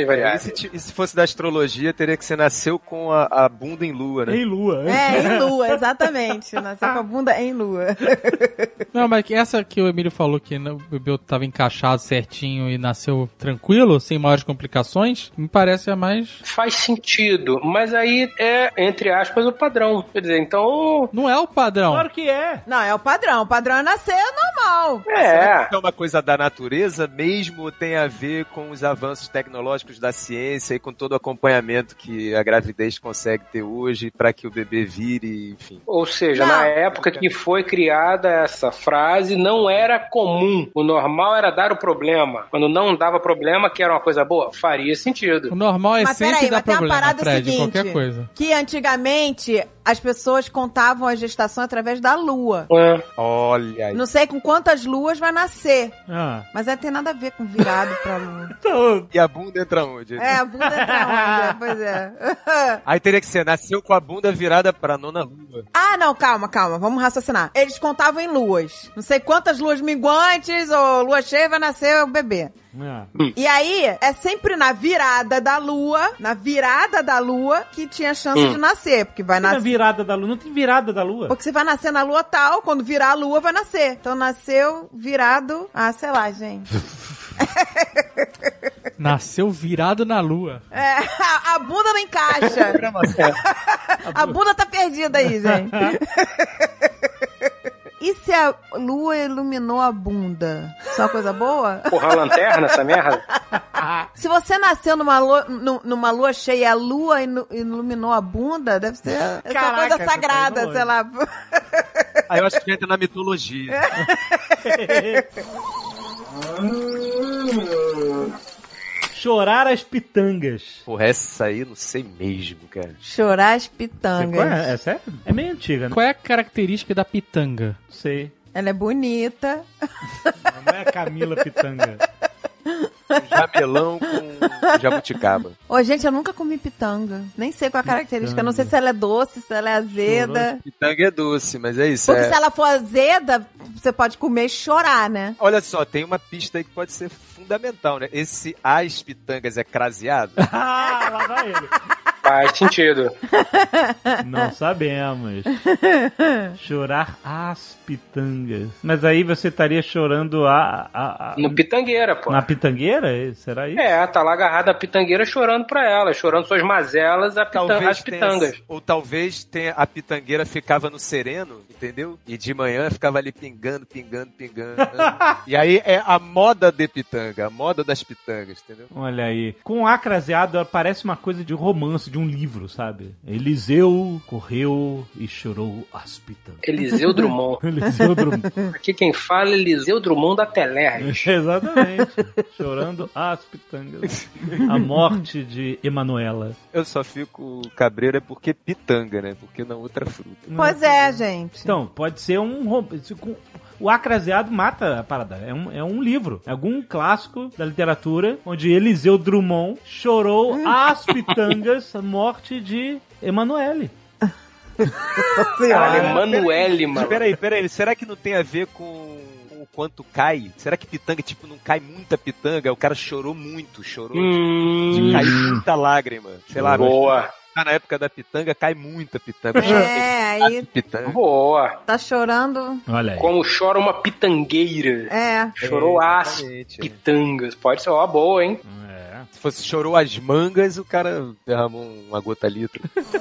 E se fosse da astrologia, teria que ser nasceu com a bunda em lua, né? Em lua. Em lua, exatamente. Nasceu com a bunda em lua. Não, mas essa que o Emílio falou que o bebê tava encaixado certinho e nasceu tranquilo, sem maiores complicações, me parece a mais... Faz sentido, mas aí é, entre aspas, o padrão. Quer dizer, então... Não é o padrão. Claro que é. Não, é o padrão. O padrão é nascer normal. Será que é uma coisa da natureza mesmo, tem a ver com os avanços tecnológicos da ciência e com todo o acompanhamento que a gravidez consegue ter hoje para que o bebê vire, enfim. Ou seja, na época que foi criada essa frase, não era comum. O normal era dar o problema. Quando não dava problema, que era uma coisa boa, faria sentido. O normal é sempre dar problema, tem uma parada Fred, seguinte, qualquer coisa. Que antigamente as pessoas contavam a gestação através da lua. Olha aí. Não sei com quantas luas vai nascer. Mas tem nada a ver com virado pra lua. E a bunda entra onde? A bunda entra onde? Pois é. Aí teria que ser, nasceu com a bunda virada pra nona lua. Não, calma. Vamos raciocinar. Eles contavam em luas. Não sei quantas luas minguantes ou lua cheia vai nascer o bebê. E aí, é sempre na virada da lua, que tinha chance de nascer, porque vai nascer... Na virada da lua, não tem virada da lua. Porque você vai nascer na lua tal, quando virar a lua vai nascer. Então nasceu virado... sei lá, gente. Nasceu virado na lua. A bunda não encaixa. A bunda tá perdida aí, gente. E se a lua iluminou a bunda? Isso é uma coisa boa? Porra, a lanterna, essa merda? Se você nasceu numa lua cheia e a lua iluminou a bunda, deve ser essa coisa sagrada, sei lá. Aí eu acho que entra na mitologia. Chorar as pitangas. Porra, essa aí não sei mesmo, cara. Chorar as pitangas. É sério? É meio antiga, né? Qual é a característica da pitanga? Sei. Ela é bonita. Não é a Camila Pitanga. jamelão com jabuticaba. Ô, gente, eu nunca comi pitanga. Nem sei qual é a característica. Não sei se ela é doce, se ela é azeda. Pitanga é doce, mas é isso. Porque se ela for azeda, você pode comer e chorar, né? Olha só, tem uma pista aí que pode ser fundamental, né? Esse as pitangas é craseado? Ah, lá vai ele. Faz sentido. Não sabemos. Chorar as pitangas. Mas aí você estaria chorando No pitangueira, pô. na pitangueira? Será isso? É, tá lá agarrada a pitangueira chorando pra ela, chorando suas mazelas as pitangas. Ou talvez a pitangueira ficava no sereno, entendeu? E de manhã ficava ali pingando. E aí é a moda de pitanga, a moda das pitangas, entendeu? Olha aí. Com A craseado parece uma coisa de romance, de um livro, sabe? Eliseu correu e chorou as pitangas. Eliseu Drummond. Eliseu Drummond. Aqui quem fala é Eliseu Drummond da Telerge. Exatamente. Chorando as pitangas. A morte de Emanuela. Eu só fico cabreiro é porque pitanga, né? Porque não outra fruta. Pois é, gente. Então, pode ser um romance. O Acraseado mata a parada. É um livro. É algum clássico da literatura onde Eliseu Drummond chorou as pitangas, a morte de Emanuele. Caralho, Emanuele, mano. Peraí. Será que não tem a ver com o quanto cai? Será que pitanga, tipo, não cai muita pitanga? O cara chorou muito, de cair muita lágrima. Sei lá. Boa. Na época da pitanga, cai muita pitanga. Aí pitanga. Boa. Tá chorando. Olha aí. Como chora uma pitangueira. Chorou as pitangas. Pode ser uma boa, hein? Se fosse chorou as mangas, o cara derramou uma gota litro.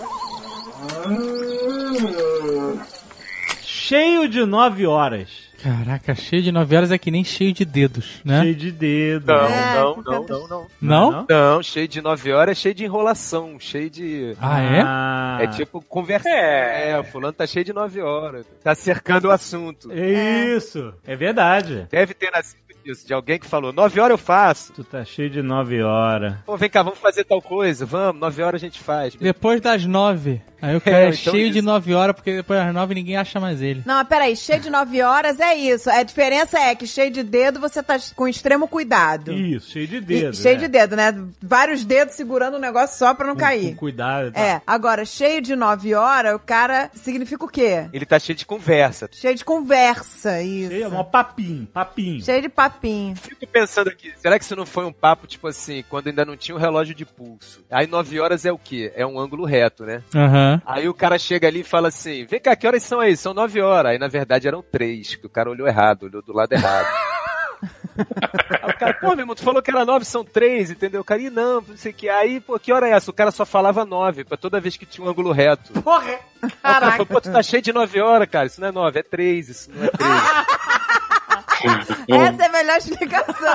Cheio de 9 horas. Caraca, cheio de 9 horas é que nem cheio de dedos, né? Cheio de dedos. Não. Não, cheio de 9 horas é cheio de enrolação, cheio de... Ah, é? É tipo conversa. O fulano tá cheio de 9 horas. Tá cercando o assunto. Isso, é verdade. Deve ter nascido isso, de alguém que falou, 9 horas eu faço. Tu tá cheio de 9 horas. Pô, vem cá, vamos fazer tal coisa. Vamos, 9 horas a gente faz. Depois das 9. Aí o cara então cheio de 9 horas, porque depois das 9 ninguém acha mais ele. Não, mas peraí, cheio de 9 horas é isso. A diferença é que cheio de dedo você tá com extremo cuidado. Isso, cheio de dedo. Cheio de dedo, né? Vários dedos segurando o negócio só pra não cair. Com cuidado. Tá. Agora, cheio de 9 horas, o cara significa o quê? Ele tá cheio de conversa. Cheio de conversa, isso. Cheio, um papinho. Cheio de papinho. Fico pensando aqui, será que isso não foi um papo, tipo assim, quando ainda não tinha um relógio de pulso? Aí 9 horas é o quê? É um ângulo reto, né? Aí o cara chega ali e fala assim, vem cá, que horas são aí? São 9 horas. Aí na verdade eram 3, que o cara olhou errado, olhou do lado errado. Aí o cara, pô, meu irmão, tu falou que era 9, são 3, entendeu? O cara, não sei o que. Aí, pô, que hora é essa? O cara só falava 9, pra toda vez que tinha um ângulo reto. Porra! Caraca. O cara falou, pô, tu tá cheio de 9 horas, cara. Isso não é 9, é 3, isso não é 3. Essa é a melhor explicação.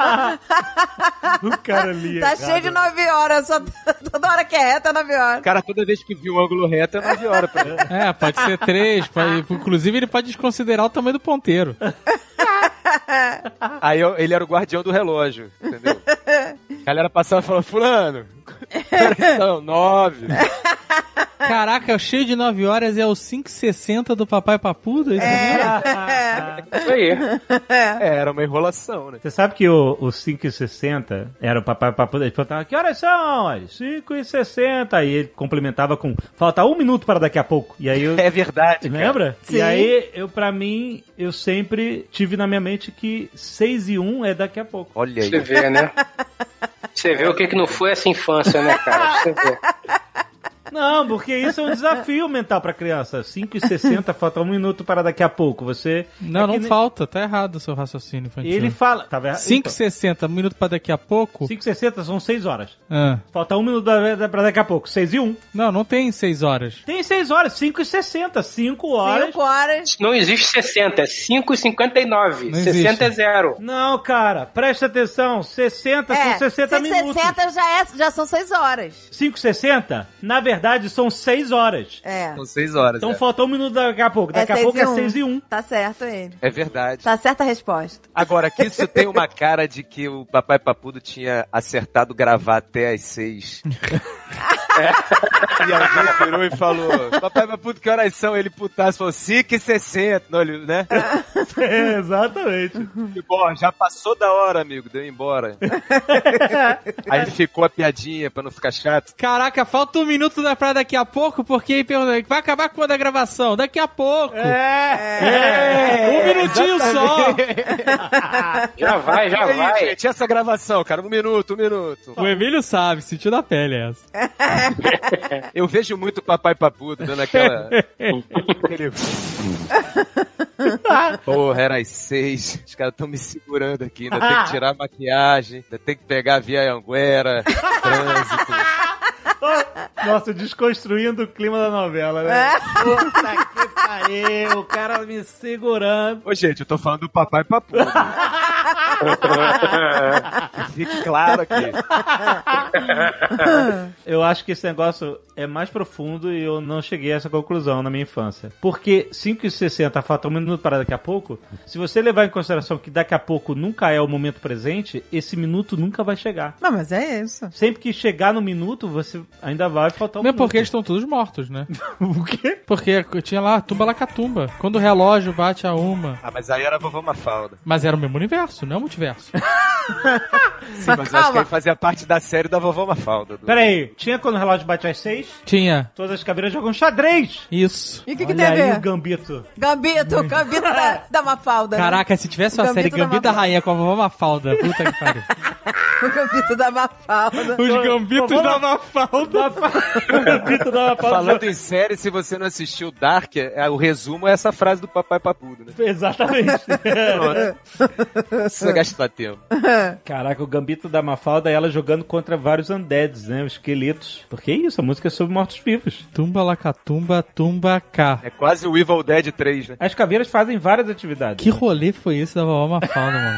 O cara ali. Tá cheio de 9 horas, só toda hora que é reta é 9 horas. O cara, toda vez que viu um ângulo reto, é 9 horas pra ele. Pode ser 3, inclusive ele pode desconsiderar o tamanho do ponteiro. Aí ele era o guardião do relógio, entendeu? A galera passava e falava, fulano, são 9. Caraca, o cheio de 9 horas é o 5,60 do Papai Papudo? Isso aí. Era uma enrolação, né? Você sabe que o 5,60 era o Papai Papudo? Ele perguntava, que horas são? 5,60. Aí ele complementava com, falta 1 minuto para daqui a pouco. E aí É verdade, lembra? Sim. E aí, pra mim, eu sempre tive na minha mente que 6:01 é daqui a pouco. Olha aí. Você vê, né? Você vê o que não foi essa infância, né, cara? Você vê. Não, porque isso é um desafio mental pra criança. 5,60, falta 1 minuto para daqui a pouco. Você... Não falta, tá errado o seu raciocínio infantil. Ele fala... Tá vendo? 5,60, 1 minuto pra daqui a pouco? 5,60 são 6 horas. Ah. Falta 1 minuto pra daqui a pouco. 6:01. Não tem 6 horas. Tem 6 horas, 5,60. 5 horas. 5 horas. Não existe 60, é 5,59. Não 60 existe. é 0. Não, cara, presta atenção. 60 são 60 minutos. 60 já são 6 horas. 5,60, na verdade, são 6 horas. São 6 horas. Então falta 1 minuto daqui a pouco. Daqui a pouco é 6:01. Tá certo ele. É verdade. Tá certa a resposta. Agora, que isso tem uma cara de que o Papai Papudo tinha acertado gravar até às 6. E alguém virou e falou, papai, mas puto, que horas são? Ele putasse, falou, 5h60, né? Exatamente. E, bom, já passou da hora, amigo, deu embora. Aí ele ficou a piadinha pra não ficar chato. Caraca, falta 1 minuto pra daqui a pouco, porque ele perguntou, vai acabar quando a gravação? Daqui a pouco. 1 minutinho só. Já vai. Gente, essa gravação, cara, 1 minuto. O Emílio sabe, sentiu na pele essa. Eu vejo muito o Papai Papudo dando aquela... Porra, era às 6. Os caras estão me segurando aqui. Ainda tem que tirar a maquiagem, ainda tem que pegar a Via Anguera, trânsito. Nossa, desconstruindo o clima da novela, né? Puta que pariu, o cara me segurando. Ô, gente, eu tô falando do Papai Papudo. Fique claro aqui. Eu acho que esse negócio é mais profundo e eu não cheguei a essa conclusão na minha infância. Porque 5h60 falta 1 minuto para daqui a pouco, se você levar em consideração que daqui a pouco nunca é o momento presente, esse minuto nunca vai chegar. Não, mas é isso. Sempre que chegar no minuto, você ainda vai faltar um Não, minuto. porque eles estão todos mortos, né? O quê? Porque tinha lá tumba lacatumba. Quando o relógio bate a 1. Ah, mas aí era a Vovó Mafalda. Mas era o mesmo universo, não é o multiverso. Sim, mas eu acho que ele fazia parte da série da Vovó Mafalda. Peraí, tinha quando o relógio bate às 6? Tinha. Todas as caveiras jogam xadrez. Isso. E o que Olha tem a aí ver? o Gambito. Gambito da Mafalda. Caraca, se tivesse uma série Gambito da Rainha com a Vovó Mafalda, puta que pariu. O Gambito da Mafalda. Os Gambitos da Mafalda. O Gambito da Mafalda. Falando em série, se você não assistiu Dark, o resumo é essa frase do Papai Papudo, né? Exatamente. Não precisa gastar tempo. Caraca, o Gambito da Mafalda é ela jogando contra vários undeads, né? Os esqueletos. Porque é isso, a música é sobre mortos-vivos. Tumba lacatumba, tumba cá. É quase o Evil Dead 3, né? As caveiras fazem várias atividades. Que rolê foi esse da Vovó Mafalda, mano?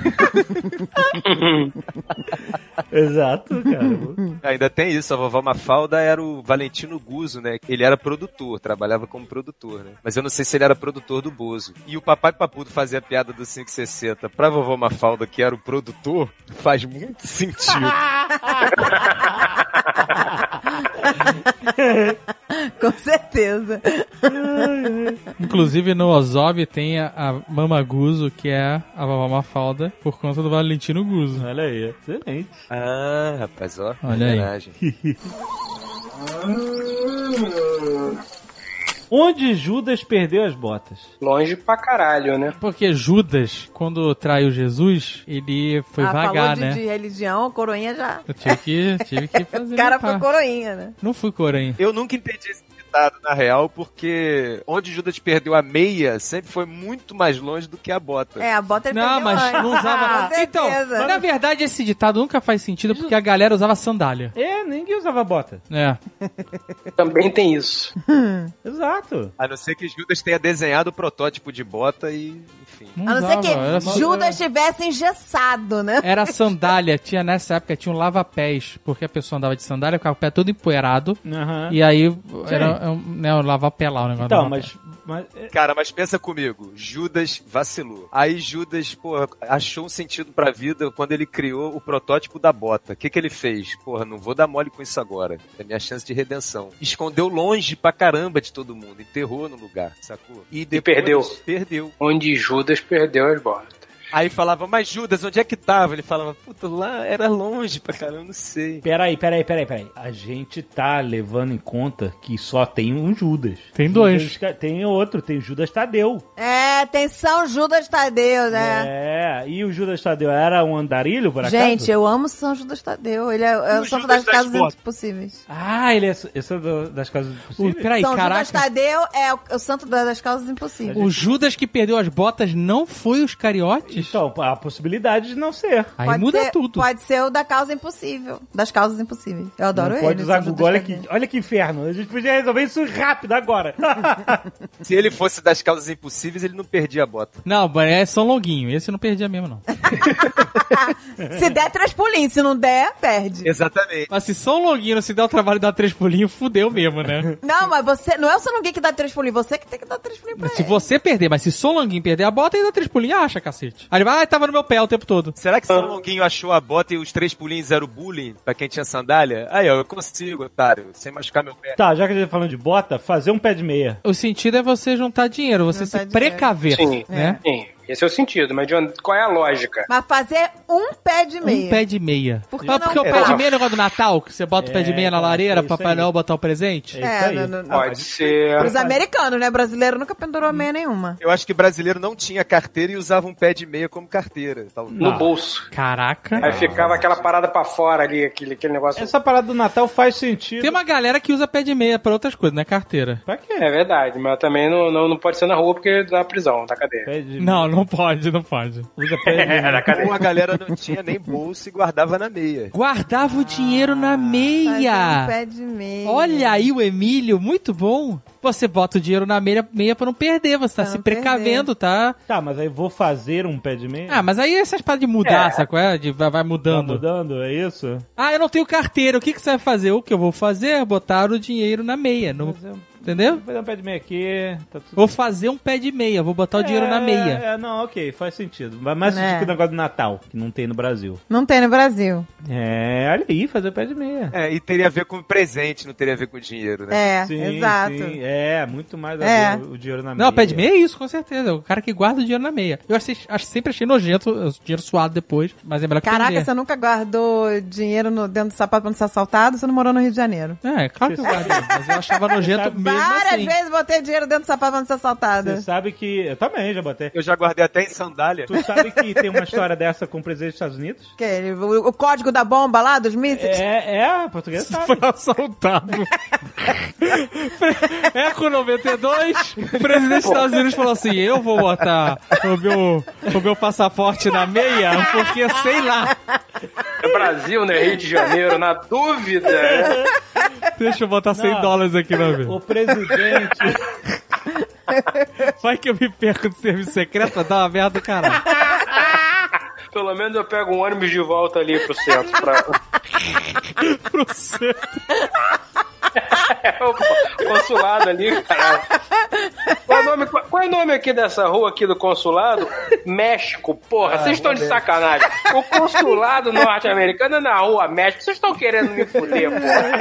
Exato, cara. Ainda tem isso, a Vovó Mafalda era o Valentino Guzzo, né? Ele era produtor, trabalhava como produtor, né? Mas eu não sei se ele era produtor do Bozo. E o Papai Papudo fazia a piada do 560 pra Vovó Mafalda, que era o produtor, faz muito sentido. Com certeza. Inclusive no Ozob tem a Mama Guzzo, que é a Vovó Mafalda, por conta do Valentino Guzzo. Olha aí, excelente. Ah, rapaz, ó. Olha aí. Homenagem. Onde Judas perdeu as botas? Longe pra caralho, né? Porque Judas, quando traiu Jesus, ele foi vagar, falou né? de religião, a coroinha já... Eu tive que fazer. O cara minha foi parte. coroinha, né? Não fui coroinha. Eu nunca entendi esse ditado, na real, porque onde Judas perdeu a meia sempre foi muito mais longe do que a bota. É, a bota ele Não, perdeu mas antes. não usava. Com certeza. Então, na verdade, esse ditado nunca faz sentido porque a galera usava sandália. É, ninguém usava bota. É. Também tem isso. Exato. A não ser que Judas tenha desenhado o protótipo de bota e, enfim. Não A não ser usava, que era só- Judas tivesse engessado, né? Era sandália, tinha nessa época, tinha um lava-pés, porque a pessoa andava de sandália, ficava o pé todo empoeirado, Aham. e aí era um lava-pé lá o negócio. Então, do mas... Cara, mas pensa comigo, Judas vacilou. Aí Judas, porra, achou um sentido pra vida quando ele criou o protótipo da bota. O que ele fez? Porra, não vou dar mole com isso agora. É minha chance de redenção. Escondeu longe pra caramba de todo mundo. Enterrou no lugar, sacou? E depois perdeu. Perdeu. Onde Judas perdeu as botas. Aí falava, mas Judas, onde é que tava? Ele falava, puta, lá era longe pra caramba, eu não sei. Peraí. A gente tá levando em conta que só tem um Judas. Tem dois. Judas, tem outro, tem o Judas Tadeu. É, tem São Judas Tadeu, né? É, e o Judas Tadeu era um andarilho, por acaso? Gente, eu amo São Judas Tadeu. Ele é o santo das casas impossíveis. Ah, ele é esse das casas possíveis? Peraí, São caraca. Judas Tadeu é o santo das causas impossíveis. O Judas que perdeu as botas não foi os cariotes? Então, a possibilidade de não ser. Aí Pode muda ser, tudo. Pode ser o da causa impossível. Das causas impossíveis. Eu adoro Não ele. pode usar São Google, Judas Tadeu. olha que inferno. A gente podia resolver isso rápido agora. Se ele fosse das causas impossíveis, ele não perdia a bota. Não, é São Longuinho. Esse eu não perdia mesmo, não. Se der 3 pulinhos, se não der, perde. Exatamente. Mas se São Longuinho não se der o trabalho de dar 3 pulinhos, fudeu mesmo, né? Não, mas você... Não é o São Longuinho que dá 3 pulinhos, você que tem que dar 3 pulinhos pra Se ele. você perder, mas se São Longuinho perder a bota, ele dá 3 pulinhos, acha, cacete. Aí ele vai, tava no meu pé o tempo todo. Será que São Longuinho achou a bota e os 3 pulinhos eram bullying pra quem tinha sandália? Aí, ó, eu consigo, otário, sem machucar meu pé. Tá, já que a gente tá falando de bota, fazer um pé de meia. O sentido é você juntar dinheiro, você Juntar se dinheiro. precaver, Sim. né? Sim, esse é o sentido, mas qual é a lógica? Mas fazer um pé de meia. Um pé de meia. Por que Mas não? porque o pé de meia é o negócio do Natal, que você bota o pé de meia na então, lareira, é isso Papai aí. Noel botar o presente? É isso aí. não. Pode ser. Os americanos, né? Brasileiro nunca pendurou meia nenhuma. Eu acho que brasileiro não tinha carteira e usava um pé de meia como carteira. No bolso. Caraca. Aí ficava aquela parada pra fora ali, aquele negócio. Essa parada do Natal faz sentido. Tem uma galera que usa pé de meia pra outras coisas, não é carteira. Pra quê? É verdade, mas também não pode ser na rua porque dá prisão, dá cadeia. Pé de... Não pode. Usa pé de... Na cadeia. Ou a galera não tinha nem bolsa e guardava na meia. Guardava o dinheiro na Fazer um meia. pé de meia. Olha aí o Emílio, muito bom. Você bota o dinheiro na meia pra não perder, você tá Pra se não precavendo, tá? Tá, mas aí vou fazer um pé de meia? Ah, mas aí essas paradas de mudar, sacou? Vai Tá mudando. mudando, é isso? Ah, eu não tenho carteira, o que você vai fazer? O que eu vou fazer é botar o dinheiro na meia, entendeu? Vou fazer um pé de meia aqui, tá tudo... Vou fazer um pé de meia, vou botar o dinheiro na meia. Não, ok, faz sentido. Mas mais Né? sentido que o negócio do Natal, que não tem no Brasil. Não tem no Brasil. Olha aí, fazer o pé de meia. E teria a ver com presente, não teria a ver com dinheiro, né? Exato. Sim, muito mais a ver o dinheiro na meia. Não, pé de meia é isso, com certeza. O cara que guarda o dinheiro na meia. Eu sempre achei nojento o dinheiro suado depois, mas é melhor que Caraca, perder. você nunca guardou dinheiro dentro do sapato pra não ser assaltado? Você não morou no Rio de Janeiro. Claro que eu guardei, mas eu achava nojento mesmo Várias assim. vezes botei dinheiro dentro do sapato pra não ser assaltada. Você sabe que... Eu também já botei. Eu já guardei até em sandália. Tu sabe que tem uma história dessa com o presidente dos Estados Unidos? O código da bomba lá, dos mísseis? Português sabe. Foi assaltado. Eco 92, o presidente dos Estados Unidos falou assim, eu vou botar o meu passaporte na meia, porque sei lá. É Brasil, né? Rio de Janeiro, na dúvida. Né? Deixa eu botar $100 aqui na meia. O presidente... Vai que eu me perco do serviço secreto, vai dar uma merda do caralho. Pelo menos eu pego um ônibus de volta ali pro centro. Pro centro. O consulado ali, caralho. Qual é o nome aqui dessa rua aqui do consulado? México, porra, vocês estão de sacanagem. O consulado norte-americano é na rua México, vocês estão querendo me fuder,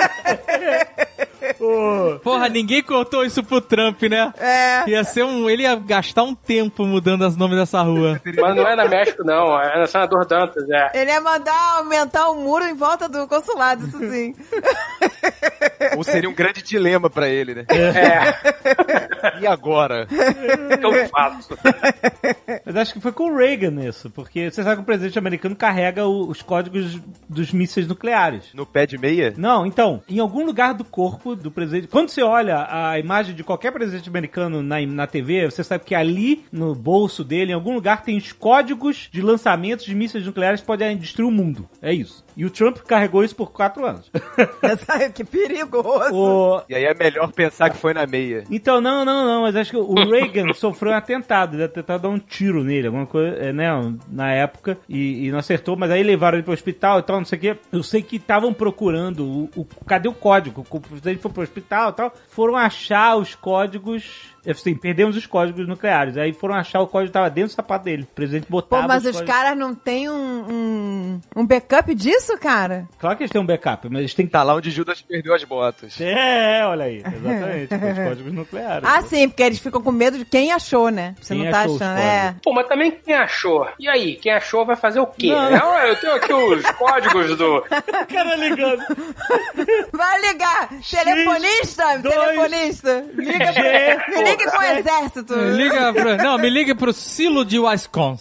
porra. Porra, ninguém contou isso pro Trump, né? Ia ser ele ia gastar um tempo mudando os nomes dessa rua. Mas não é na México, não, é na Senador Dantas, Ele ia mandar aumentar o muro em volta do consulado, isso sim. Ou seria um grande dilema pra ele, né? E agora? O que eu faço? Mas acho que foi com o Reagan isso, porque você sabe que o presidente americano carrega os códigos dos mísseis nucleares. No pé de meia? Não, então, em algum lugar do corpo do presidente... Quando você olha a imagem de qualquer presidente americano na TV, você sabe que ali, no bolso dele, em algum lugar, tem os códigos de lançamentos de mísseis nucleares que podem destruir o mundo. É isso. E o Trump carregou isso por 4 anos. Que perigoso. E aí é melhor pensar que foi na meia. Então, não, mas acho que o Reagan sofreu um atentado, deve ter tentado dar um tiro nele, alguma coisa, né, na época, e não acertou, mas aí levaram ele pro hospital e tal, não sei o que. Eu sei que estavam procurando cadê o código? O presidente foi pro hospital e tal, foram achar os códigos... Assim, perdemos os códigos nucleares. Aí foram achar o código que tava dentro do sapato dele. O presidente botava. Pô, mas os caras não tem um backup disso, cara? Claro que eles têm um backup, mas eles têm que Tá lá onde Judas perdeu as botas. olha aí. Exatamente. Com os códigos nucleares. Ah, sim, porque eles ficam com medo de quem achou, né? Você Quem não tá achou os achando, Pô, mas também quem achou? E aí, quem achou vai fazer o quê? Não, eu tenho aqui os códigos do... O cara ligando. Vai ligar! Telefonista! Telefonista! Me liga com o exército! Me liga pro Silo de Wisconsin.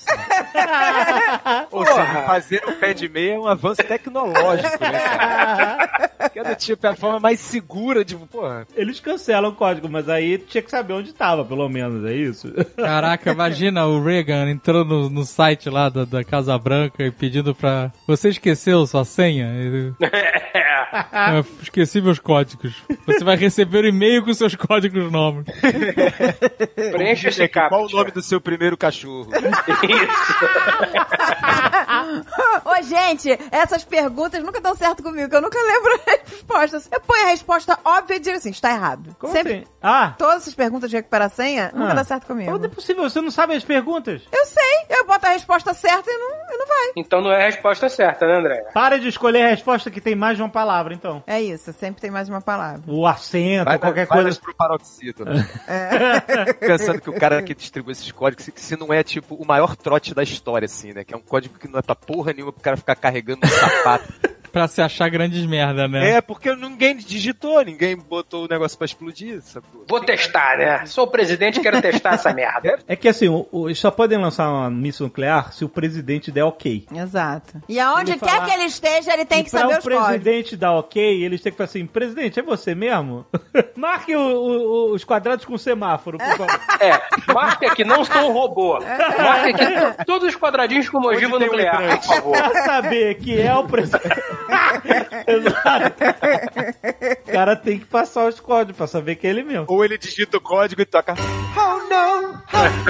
Ou seja, fazer o pé de meia é um avanço tecnológico, né, cara? Que é do tipo, é a forma mais segura, tipo, porra. Eles cancelam o código, mas aí tinha que saber onde tava, pelo menos, é isso? Caraca, imagina o Reagan entrando no site lá da Casa Branca e pedindo pra... Você esqueceu sua senha? Eu esqueci meus códigos. Você vai receber um e-mail com seus códigos novos. Preencha esse captcha. Qual o nome do seu primeiro cachorro? Ô, gente, essas perguntas nunca dão certo comigo, que eu nunca lembro as respostas. Eu ponho a resposta óbvia e digo assim, está errado. Como Sempre, assim? Ah! todas essas perguntas de recuperar a senha, nunca dá certo comigo. Não é possível, você não sabe as perguntas? Eu sei, eu boto a resposta certa e não vai. Então não é a resposta certa, né, André? Para de escolher a resposta que tem mais de uma palavra, então. É isso, sempre tem mais uma palavra. O acento, qualquer vai coisa. pro paroxítono. Pensando que o cara que distribui esses códigos, que se não é, tipo, o maior trote da história, assim, né? Que é um código que não é pra porra nenhuma pro cara ficar carregando um sapato. Pra se achar grandes merda, né? É, porque ninguém digitou, ninguém botou o negócio pra explodir. Sacou? Vou testar, né? Sou o presidente e quero testar essa merda. É que assim, eles só podem lançar uma míssil nuclear se o presidente der ok. Exato. E aonde Ele quer falar- que ele esteja, ele tem que pra saber o os códigos. presidente dar ok, eles têm que falar assim, presidente, é você mesmo? Marque os quadrados com semáforo, por favor. Marca que não sou um robô. Marca aqui todos os quadradinhos com ogiva Onde tem um nuclear, por hidrante? favor. Pra saber que é o presidente. Exato. O cara tem que passar os códigos pra saber que é ele mesmo. Ou ele digita o código e toca. Oh não!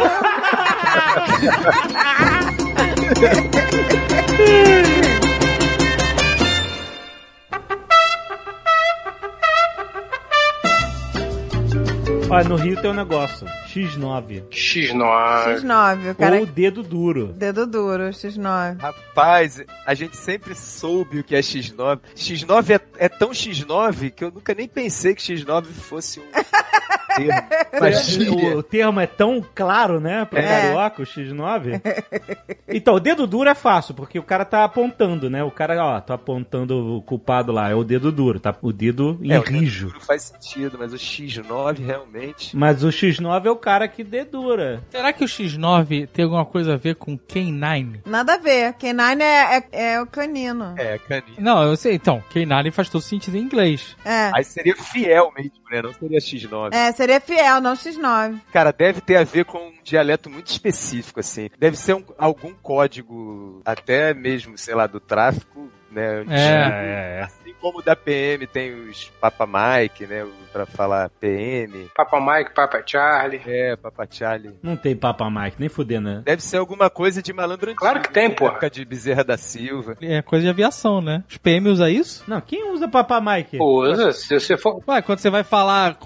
Olha, no Rio tem um negócio, X9. X9. X9, o cara... Ou dedo duro. Dedo duro, X9. Rapaz, a gente sempre soube o que é X9. X9 é tão X9 que eu nunca nem pensei que X9 fosse um termo. Mas O termo é tão claro, né, pra carioca, o X9. Então, o dedo duro é fácil, porque o cara tá apontando, né? O cara, ó, tá apontando o culpado lá, é o dedo duro, tá? O dedo em rijo. Não faz sentido, mas o X9 realmente... Mas o X9 é o cara que dedura. Será que o X9 tem alguma coisa a ver com K9? Nada a ver. K9 é o canino. É, caninho. Não, eu sei. Então, K9 faz todo sentido em inglês. É. Aí seria fiel mesmo, né? Não seria X9. É, seria fiel, não X9. Cara, deve ter a ver com um dialeto muito específico, assim. Deve ser algum código, até mesmo, sei lá, do tráfico, né? Antigo. Assim como da PM tem os Papa Mike, né? Pra falar PM. Papa Mike, Papa Charlie. É, Papa Charlie. Não tem Papa Mike, nem fuder, né? Deve ser alguma coisa de malandro antigo. Claro que tem, né? porra. Época de Bezerra da Silva. É coisa de aviação, né? Os PM usam isso? Não, quem usa Papa Mike? Usa, se você for... Ué, quando você vai falar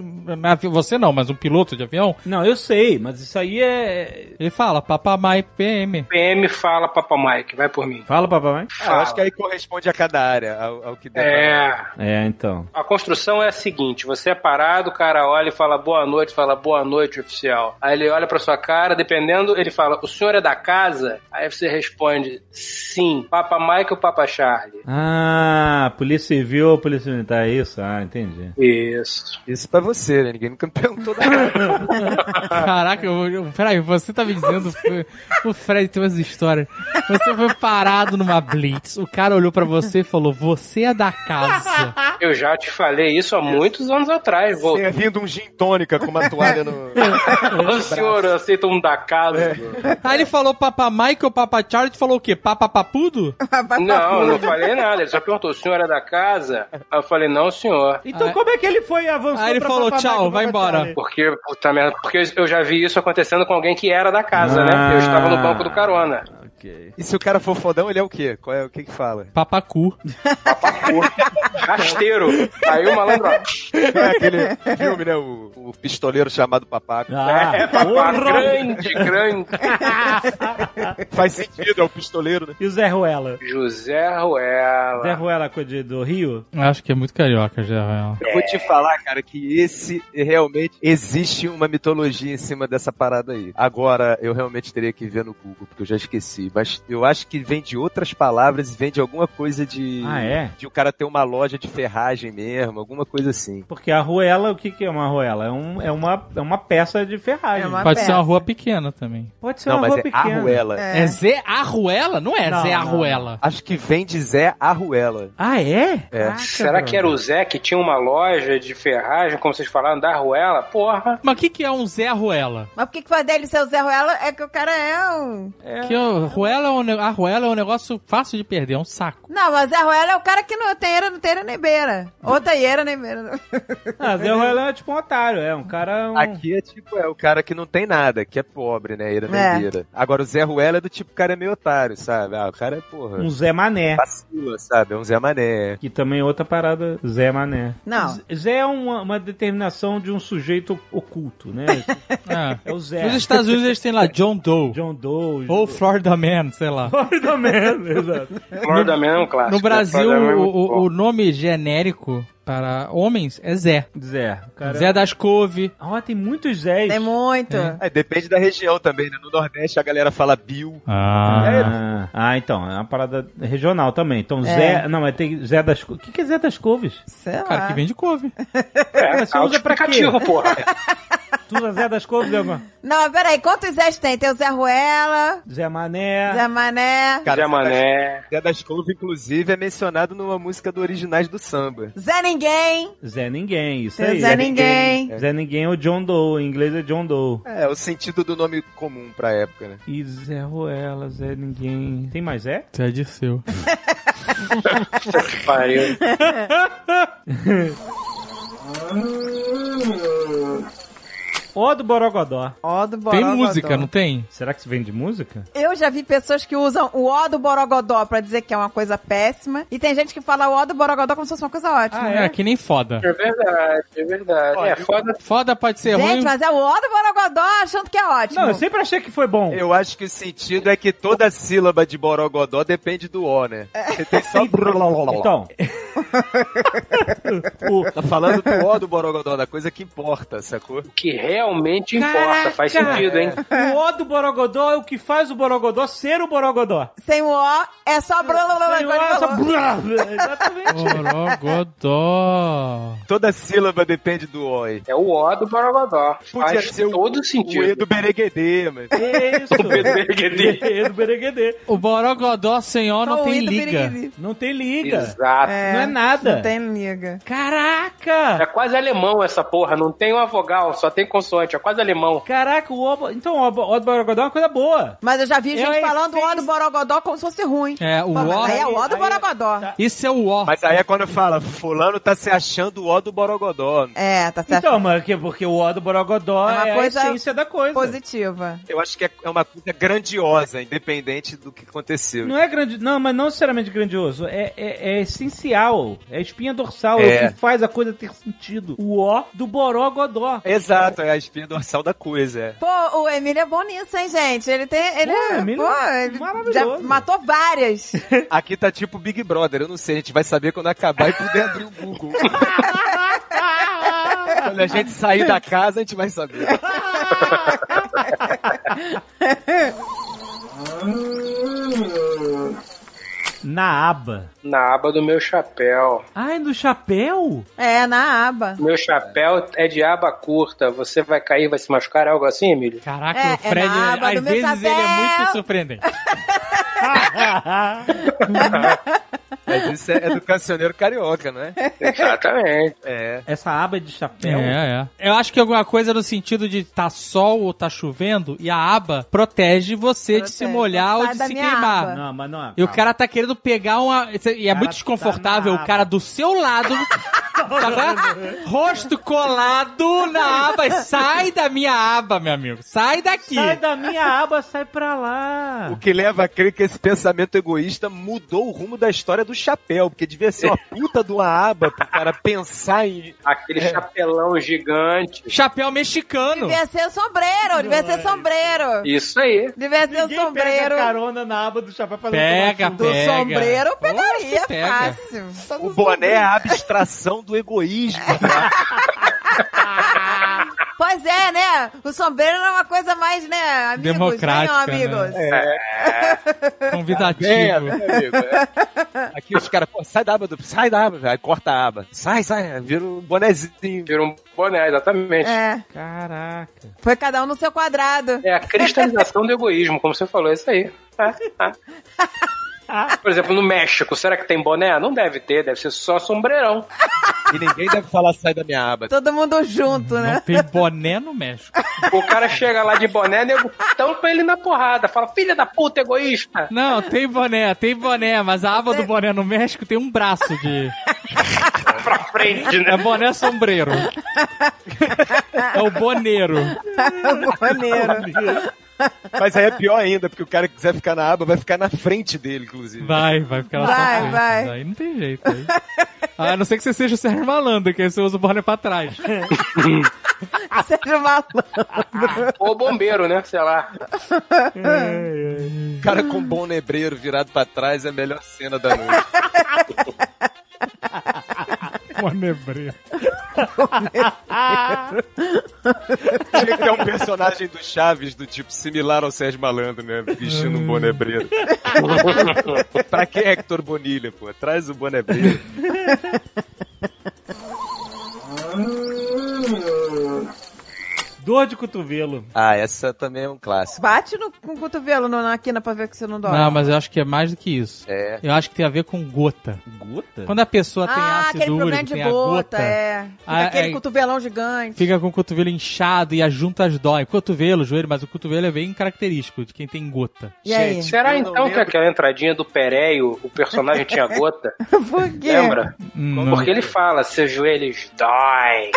você não, mas um piloto de avião, Não, eu sei, mas isso aí é... ele fala papamai PM. PM fala Papa Mike, vai por mim. Fala, Papa Mike? Eu acho que aí corresponde a cada área, ao que der. É, então. A construção é a seguinte, você é parado, o cara olha e fala boa noite, oficial. Aí ele olha pra sua cara, dependendo, ele fala, o senhor é da casa? Aí você responde, sim, Papa Mike ou Papa Charlie? Ah, Polícia Civil ou Polícia Militar, é isso? Ah, entendi. Isso. Isso pra você, né? Ninguém nunca me perguntou nada. Caraca, peraí, você tá me dizendo, o Fred tem umas histórias. Você foi parado numa blitz, o cara olhou pra você e falou, você é da casa. Eu já te falei isso há muitos anos atrás. Tenha vindo um gin tônica com uma toalha no... O senhor aceita um da casa? Aí ele falou Papa Mike ou Papa Charlie, tu falou o quê? Papa Papudo? Não falei nada. Ele só perguntou, o senhor é da casa? Aí eu falei, não, senhor. Então como é que ele foi e avançou? Aí ele pra falou, Papa tchau, Mike, vai Papa embora. Charlie? Porque, puta merda, porque eu já vi isso acontecendo com alguém que era da casa, né? Eu estava no banco do carona. Ok. E se o cara for fodão, ele é o quê? O que que fala? Papacu. Rasteiro. Aí o malandro, ó. É aquele filme, né? O pistoleiro chamado Papaco. Papá, grande. Faz sentido, é o pistoleiro, né? E o Zé Ruela? José Ruela. Zé Ruela do Rio? Acho que é muito carioca, já. Eu vou te falar, cara, que esse realmente existe uma mitologia em cima dessa parada aí. Agora, eu realmente teria que ver no Google, porque eu já esqueci sei. Mas eu acho que vem de outras palavras e vem de alguma coisa de... Ah, é? De o cara ter uma loja de ferragem mesmo, alguma coisa assim. Porque a arruela, o que é uma arruela? É uma peça de ferragem. É uma Pode peça. ser uma rua pequena também. Pode ser Não, uma mas rua é pequena. arruela. É Zé Arruela? Não é Não, Zé não. Arruela. Acho que vem de Zé Arruela. Ah, é? É. Caraca, Será que era o Zé que tinha uma loja de ferragem, como vocês falaram, da Arruela? Porra. Mas o que é um Zé Arruela? Mas por que faz dele ser o Zé Ruela? É que o cara é um... Que Arruela é um negócio fácil de perder, é um saco. Não, mas Zé Ruela é o cara que não tem eira nem beira. Ou tem eira nem beira. Ah, Zé Ruela é tipo um otário, é um cara... Aqui é tipo, o cara que não tem nada, que é pobre, né? Eira nem beira. Agora o Zé Ruela é do tipo, o cara é meio otário, sabe? Ah, o cara é, porra... Um Zé Mané. Vacila, sabe? É um Zé Mané. Que também é outra parada, Zé Mané. Não. Zé é uma determinação de um sujeito oculto, né? É o Zé. Nos Estados Unidos eles têm lá John Doe. John Doe. Ou Florida Man, sei lá. Florida Man, exato. Florida Man é um clássico. No Brasil, Florida Man é muito bom. o nome genérico para homens é Zé. Zé. Cara... Zé das Couve. Ó, tem muitos Zés. Tem muito. Depende da região também, né? No Nordeste a galera fala Bill. Então, é uma parada regional também. Então, Zé... Não, mas tem Zé das Couves. O que é Zé das Couves? Sei lá. Cara que vende couve. Mas você usa pra quê? Aplicativo, porra. Tu usa Zé das Couves, Diego? Não, mas peraí, quantos Zés tem? Tem o Zé Ruela, Zé Mané. Zé Mané, Cara, Zé Mané. Zé das Couve, inclusive, é mencionado numa música do Originais do Samba. Zé Ninguém. Zé Ninguém, isso Tem aí. o Zé Ninguém. Zé Ninguém é o John Doe, em inglês é John Doe. É, o sentido do nome comum pra época, né? E Zé Ruela, Zé Ninguém... Tem mais Zé? Zé Dirceu. Que pariu. Ó do Borogodó. Ó do Tem Borogodó. música, não tem? Será que isso vem de música? Eu já vi pessoas que usam o ó do Borogodó pra dizer que é uma coisa péssima. E tem gente que fala o ó do Borogodó como se fosse uma coisa ótima. É que nem foda. É verdade, é verdade. Olha, Foda. Foda pode ser Gente, ruim. mas é o ó do Borogodó achando que é ótimo. Não, eu sempre achei que foi bom. Eu acho que o sentido é que toda sílaba de Borogodó depende do O, né? Você tem só... Então... Tá falando do O do Borogodó, da coisa que importa, sacou? O que realmente importa, faz sentido, hein? O ó do Borogodó é o que faz o Borogodó ser o Borogodó. Sem o ó, é só... Sem o ó é só... Exatamente. Borogodó. Toda sílaba depende do O aí. É o ó do Borogodó. Podia Faz ser todo o E sentido. do Bereguedê, mas... Isso. O Bereguedê. É do Bereguedê. O Borogodó sem ó não Só o tem i do liga. Birigui. Não tem liga. Exato. Não é nada. Não tem liga. Caraca! É quase alemão essa porra, não tem uma vogal, só tem consoante, é quase alemão. Caraca, o ó... Então, o ó do Borogodó é uma coisa boa. Mas eu já vi gente a falando o ó essência- do Borogodó como se fosse ruim. É, o Pô, mas ó... aí é o ó do aí- Borogodó. tá. Isso é o ó. Mas aí é quando fala, fulano tá se achando o O do Borogodó. É, tá certo. Então, mas porque o ó do Borogodó É uma é a coisa essência da coisa. Positiva. Eu acho que é uma coisa grandiosa, independente do que aconteceu. Não é grande, não, mas não necessariamente grandioso. É essencial. É a espinha dorsal. É o que faz a coisa ter sentido. O ó do Borogodó. Exato, é a espinha dorsal da coisa, é. Pô, o Emílio é bom nisso, hein, gente? Ele tem... Ele Pô, é... Emílio Pô, é ele maravilhoso. já matou várias. Aqui tá tipo Big Brother, eu não sei, a gente vai saber quando acabar e puder abrir o Google. Quando a gente sair da casa, a gente vai saber. Na aba. Na aba do meu chapéu. Ai, do chapéu? É, na aba. Meu chapéu é de aba curta. Você vai cair, vai se machucar, algo assim, Emílio? Caraca, É, o Fred, é na aba às do meu vezes ele é chapéu. muito surpreendente. Mas isso é do cancioneiro carioca, não é? Exatamente. É. Essa aba é de chapéu? É. Eu acho que alguma coisa no sentido de tá sol ou tá chovendo e a aba protege você de se Protege. molhar Não ou sai de da se minha queimar. aba. Não, mas não é. E o cara tá querendo pegar uma... E é muito desconfortável tá na o cara do seu lado, sabe? Rosto colado na aba. Sai da minha aba, meu amigo. Sai daqui. Sai da minha aba, sai pra lá. O que leva a crer que esse pensamento egoísta mudou o rumo da história do chapéu, porque devia ser uma puta de uma aba pro cara pensar em... Aquele chapelão gigante. Chapéu mexicano. Devia ser sombreiro, devia ser sombreiro. Isso aí. Devia ser Ninguém sombreiro. pega carona na aba do chapéu pra Pega, não Do tomar chuva. pega. sombreiro eu pegaria Oxe, pega. fácil. O boné é a abstração do egoísmo. Pois é, né? O sombreiro é uma coisa mais, né? Amigos, democrática, venham, amigos. né? Convidativo. Amigo. Aqui os caras, pô, sai da aba, velho. Aí corta a aba. Sai, vira um bonezinho. Vira um boné, exatamente. É. Caraca. Foi cada um no seu quadrado. É a cristalização do egoísmo, como você falou, é isso aí. Por exemplo, no México, será que tem boné? Não deve ter, deve ser só sombreirão. E ninguém deve falar sai da minha aba. Todo mundo junto, né? Não tem boné no México. O cara chega lá de boné, nego tampa ele na porrada. Fala, filha da puta, egoísta. Não, tem boné, mas a aba do boné no México tem um braço de... Pra frente, né? É boné sombreiro. É o boneiro. Maneiro. Mas aí é pior ainda, porque o cara que quiser ficar na aba vai ficar na frente dele, inclusive. Vai ficar lá pra frente. Vai. Aí não tem jeito. Aí. A não ser que você seja o Sérgio Malandro, que aí você usa o boné pra trás. Sérgio Malandro. Ou bombeiro, né? Sei lá. O cara com bom nebreiro virado pra trás é a melhor cena da noite. Monebreiro. Tinha que ter um personagem do Chaves do tipo similar ao Sérgio Malandro, né? Vestindo um bonebreiro. Pra que Hector Bonilha, pô? Traz o bonebreiro. Dor de cotovelo. Ah, essa também é um clássico. Bate com o cotovelo na quina pra ver que você não dói. Não, mas eu acho que é mais do que isso. É. Eu acho que tem a ver com gota. Gota? Quando a pessoa tem ácido aquele problema úrico, de tem a gota, Fica aquele cotovelão gigante. fica com o cotovelo inchado e as juntas doem. Cotovelo, joelho, mas o cotovelo é bem característico de quem tem gota. E aí? Será eu não então que lembro. aquela entradinha do Péreio, o personagem tinha gota? Por quê? Lembra? Não. Porque ele fala, seus joelhos doem.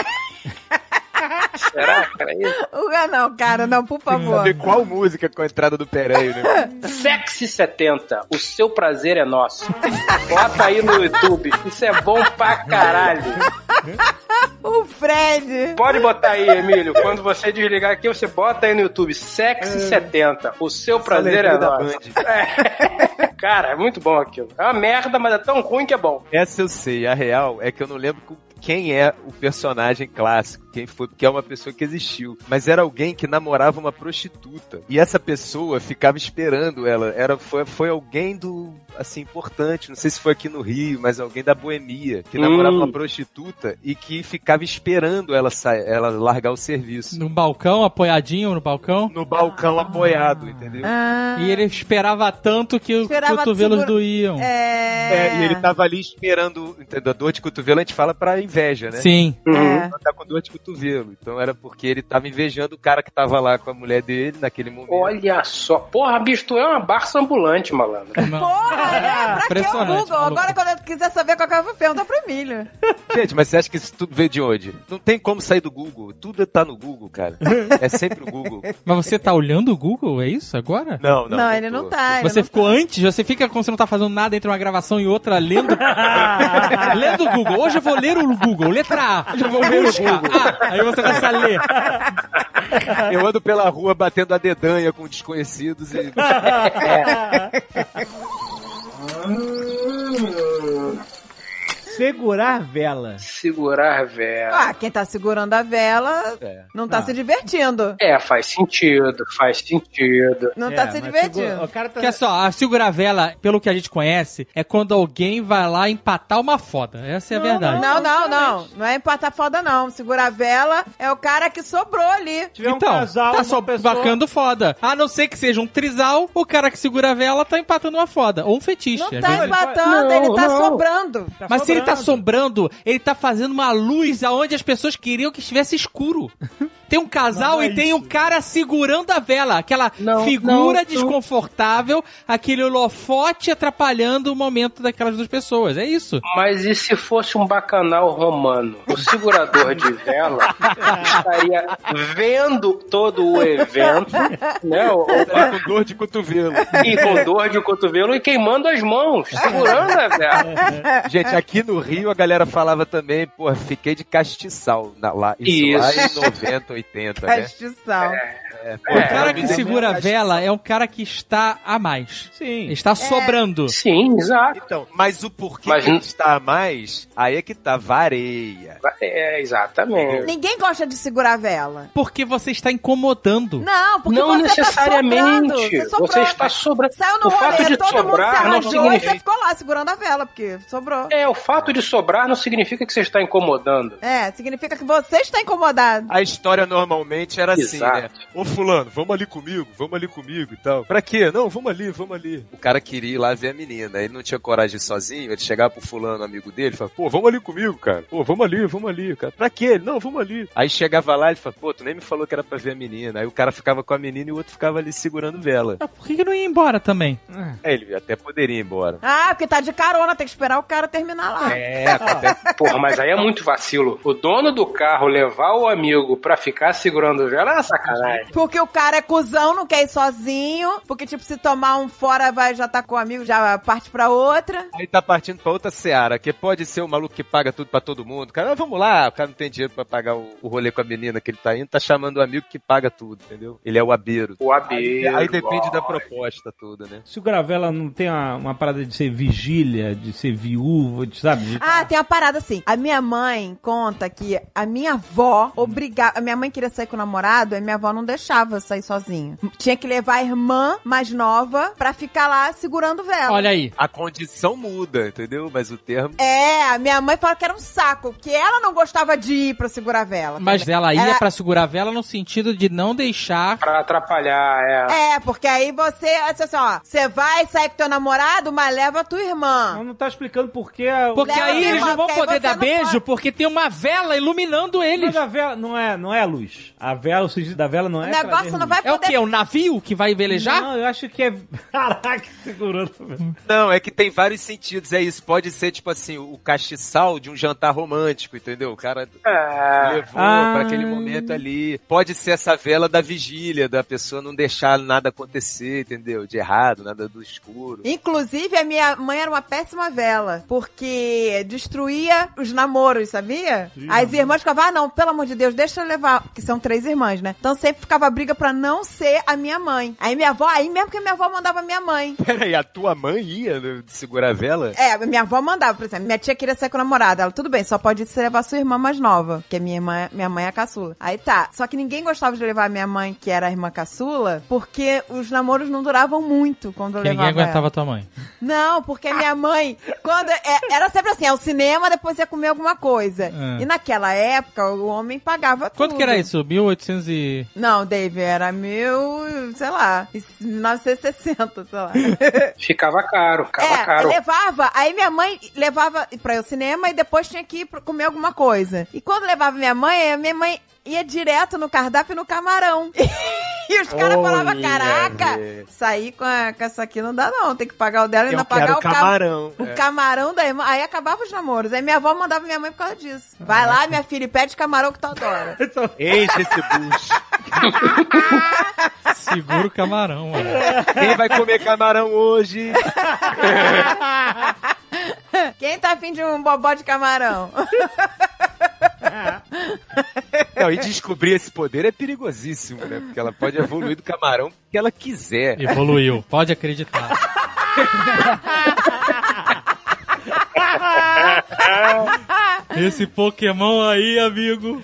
Será que era isso? Não, cara, não, por favor. Saber qual música com a entrada do Pereio, né? Sexy 70, o seu prazer é nosso. Bota aí no YouTube, isso é bom pra caralho. O Fred. Pode botar aí, Emílio, quando você desligar aqui, você bota aí no YouTube, Sexy 70, o seu prazer é da nosso. Cara, é muito bom aquilo. É uma merda, mas é tão ruim que é bom. Essa eu sei. A real é que eu não lembro quem é o personagem clássico, quem foi, porque é uma pessoa que existiu. Mas era alguém que namorava uma prostituta. E essa pessoa ficava esperando ela. Foi alguém assim, importante, não sei se foi aqui no Rio, mas alguém da boemia, que namorava uma prostituta e que ficava esperando ela largar o serviço. No balcão, apoiadinho no balcão. No balcão apoiado, entendeu? E ele esperava tanto que os cotovelos doíam. E ele tava ali esperando, entendeu? A dor de cotovelo a gente fala pra inveja, né? Sim. Tá com dor de cotovelo. Então era porque ele tava invejando o cara que tava lá com a mulher dele naquele momento. Olha só. Porra, bicho, tu é uma Barça ambulante, malandro. Porra, pra que o Impressionante, Google? Agora, quando eu quiser saber qual que eu vou perguntar pro Emílio. Gente, mas você acha que isso tudo veio de onde? Não tem como sair do Google. Tudo tá no Google, cara. É sempre o Google. Mas você tá olhando o Google, é isso, agora? Não, Ele não tá. Você ficou antes? Você fica como você não tá fazendo nada entre uma gravação e outra, lendo lendo o Google. Hoje eu vou ler o Google, letra A. Hoje eu vou ler o Google. Aí você começa a ler. Eu ando pela rua batendo a dedanha com desconhecidos e... Segurar vela. Segurar vela. Quem tá segurando a vela não tá se divertindo. Faz sentido. Não tá se divertindo. O cara tá... Que é só, a segurar vela, pelo que a gente conhece, é quando alguém vai lá empatar uma foda. Essa é a verdade. Não. Não é empatar foda, não. Segurar a vela é o cara que sobrou ali. Tiver Então, um casal, tá só uma pessoa... bacando foda. A não ser que seja um trisal, o cara que segura a vela tá empatando uma foda. Ou um fetiche. Não às tá vezes. empatando, ele tá sobrando. Mas se ele tá assombrando, ele tá fazendo uma luz aonde as pessoas queriam que estivesse escuro. Tem um casal e tem um cara segurando a vela. Aquela figura desconfortável, aquele holofote atrapalhando o momento daquelas duas pessoas. É isso. Mas e se fosse um bacanal romano? O segurador de vela estaria vendo todo o evento, né? com dor de cotovelo. E com dor de cotovelo e queimando as mãos, segurando a vela. Gente, aqui no Rio a galera falava também, pô, fiquei de castiçal lá. Isso lá em 90, 80, né? Castiçal. O cara que segura a vela é um cara que está a mais. Sim. Está sobrando. Sim, exato. Então, mas o porquê que está a mais, aí é que tá, vareia. Exatamente. Ninguém gosta de segurar a vela. Porque você está incomodando. Não, porque Não você necessariamente. Tá sobrando. Você está sobrando. Saiu no O fato rolê, de todo mundo se sobrar não arrasou e significa... você ficou lá segurando a vela, porque sobrou. O fato de sobrar não significa que você está incomodando. Significa que você está incomodado. A história normalmente era assim, Exato. né? Ô fulano, vamos ali comigo e tal. Pra quê? Não, vamos ali. O cara queria ir lá ver a menina, ele não tinha coragem de ir sozinho, ele chegava pro fulano, amigo dele, falava, pô, vamos ali comigo, cara. Pô, vamos ali, cara. Pra quê? Não, vamos ali. Aí chegava lá e ele falava, pô, tu nem me falou que era pra ver a menina. Aí o cara ficava com a menina e o outro ficava ali segurando vela. Por que não ia embora também? Ele até poderia ir embora. Porque tá de carona, tem que esperar o cara terminar lá. Acontece. Porra, mas aí é muito vacilo. O dono do carro levar o amigo pra ficar segurando vela é uma sacanagem. Porque o cara é cuzão, não quer ir sozinho. Porque, tipo, se tomar um fora, já tá com o amigo, já parte pra outra. Aí tá partindo pra outra seara, que pode ser o maluco que paga tudo pra todo mundo. Cara, vamos lá, o cara não tem dinheiro pra pagar o rolê com a menina que ele tá indo, tá chamando o amigo que paga tudo, entendeu? Ele é o abeiro. O abeiro. Aí depende da proposta toda, né? Segurar a vela não tem uma parada de ser vigília, de ser viúva, sabe? Tem uma parada assim. A minha mãe conta que a minha avó obrigava... A minha mãe queria sair com o namorado, e minha avó não deixava eu sair sozinha. Tinha que levar a irmã mais nova pra ficar lá segurando vela. Olha aí. A condição muda, entendeu? Mas o termo... A minha mãe falou que era um saco, que ela não gostava de ir pra segurar a vela. Mas ela ia pra segurar a vela no sentido de não deixar... Pra atrapalhar, porque aí você vai sair com teu namorado, mas leva a tua irmã. Ela não tá explicando por que... Porque Leva aí a eles irmã, não vão porque aí poder você dar não beijo, pode. porque tem uma vela iluminando eles. Mas a vela não é a luz. A vela, o sentido da vela não é... O negócio não vai É o poder... quê? O navio que vai velejar? Não, eu acho que é... Caraca, segurando. Não, é que tem vários sentidos, é isso. Pode ser, tipo assim, o castiçal de um jantar romântico, entendeu? O cara levou pra aquele momento ali. Pode ser essa vela da vigília, da pessoa não deixar nada acontecer, entendeu? De errado, nada do escuro. Inclusive, a minha mãe era uma péssima vela, porque destruía os namoros, sabia? As irmãs ficavam, não, pelo amor de Deus, deixa eu levar, porque são 3 irmãs, né? Então sempre ficava briga pra não ser a minha mãe. Aí mesmo que minha avó mandava minha mãe. Peraí, a tua mãe ia segurar a vela? Minha avó mandava, por exemplo, minha tia queria sair com o namorado. Ela, tudo bem, só pode se levar sua irmã mais nova, que é minha mãe é a caçula. Aí tá, só que ninguém gostava de levar a minha mãe, que era a irmã caçula, porque os namoros não duravam muito quando eu levava Ninguém aguentava ela. tua mãe. Não, porque a minha mãe, quando era sempre assim, o cinema, depois ia comer alguma coisa. E naquela época, o homem pagava tudo. Quanto que era isso? 1800 e... Não, Dave, era 1960, sei lá. Ficava caro, caro. Levava, aí minha mãe levava pra ir ao cinema e depois tinha que ir comer alguma coisa. E quando levava minha mãe ia direto no cardápio e no camarão. E os caras falavam, caraca, sair com essa aqui não dá não, tem que pagar o dela e ainda pagar o camarão. O camarão da irmã. Aí acabava os namoros. Aí minha avó mandava minha mãe por causa disso. Vai lá, minha filha, e pede camarão que tu adora. Enche esse bucho. Segura o camarão, mano. Quem vai comer camarão hoje? Quem tá afim de um bobó de camarão? Não, e descobrir esse poder é perigosíssimo, né? Porque ela pode evoluir do camarão que ela quiser. Evoluiu, pode acreditar. Esse Pokémon aí, amigo.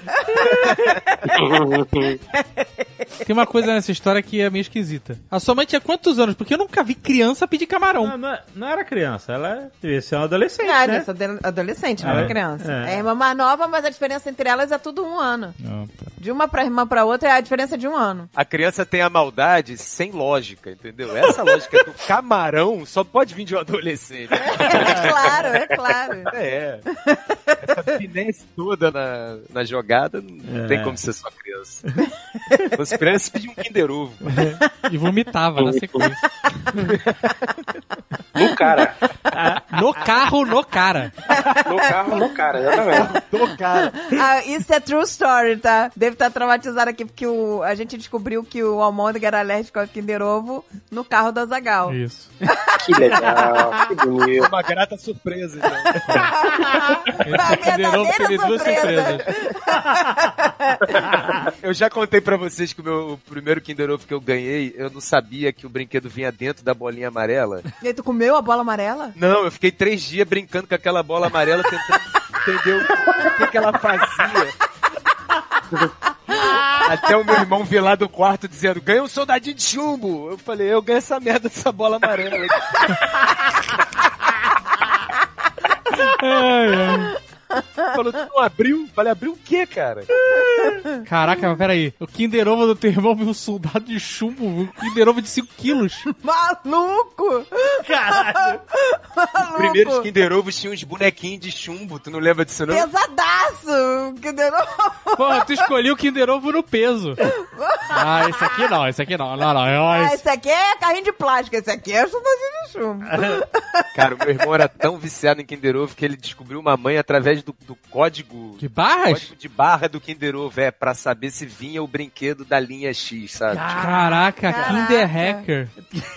Tem uma coisa nessa história que é meio esquisita. A sua mãe tinha quantos anos? Porque eu nunca vi criança pedir camarão. Não era criança, ela devia ser uma adolescente, Não, né? adolescente, não era criança. É a irmã mais nova, mas a diferença entre elas é tudo 1 ano. De uma pra irmã pra outra é a diferença de 1 ano. A criança tem a maldade sem lógica, entendeu? Essa lógica do camarão só pode vir de um adolescente. É claro. Essa finesse toda na jogada não tem como ser só criança. As crianças pediam um Kinder Ovo. E vomitava na sequência. No cara. No carro, no cara. No carro, no cara, exatamente. No cara. Isso é true story, tá? Deve estar traumatizado aqui, porque a gente descobriu que o Almôndega era alérgico ao Kinder Ovo no carro do Azaghal. Isso. Que legal, que bonito. Uma grata surpresa, então. Esse Kinder Ovo teve duas surpresas. Eu já contei pra vocês que o primeiro Kinder Ovo que eu ganhei, eu não sabia que o brinquedo vinha dentro da bolinha amarela. E aí, tu comeu a bola amarela? Não, eu fiquei 3 dias brincando com aquela bola amarela, tentando entender o que ela fazia. Até o meu irmão vir lá do quarto dizendo, ganha um soldadinho de chumbo. Eu falei, eu ganho essa merda dessa bola amarela. Falou, tu não abriu? Falei, abriu o quê, cara? Caraca, mas peraí. O Kinder Ovo do teu irmão viu um soldado de chumbo, um Kinder Ovo de 5 quilos. Maluco! Caralho. Maluco! Primeiros Kinder Ovos tinham uns bonequinhos de chumbo, tu não lembra disso não? Pesadaço! Kinder Ovo! Porra, tu escolheu o Kinder Ovo no peso. Ah, esse aqui não, esse aqui não. Não. Esse aqui é carrinho de plástico, esse aqui é soldadinho de chumbo. Cara, o meu irmão era tão viciado em Kinder Ovo que ele descobriu uma mãe através do código... De barras? Código de barra do Kinder Ovo, pra saber se vinha o brinquedo da linha X, sabe? Caraca, Kinder Hacker.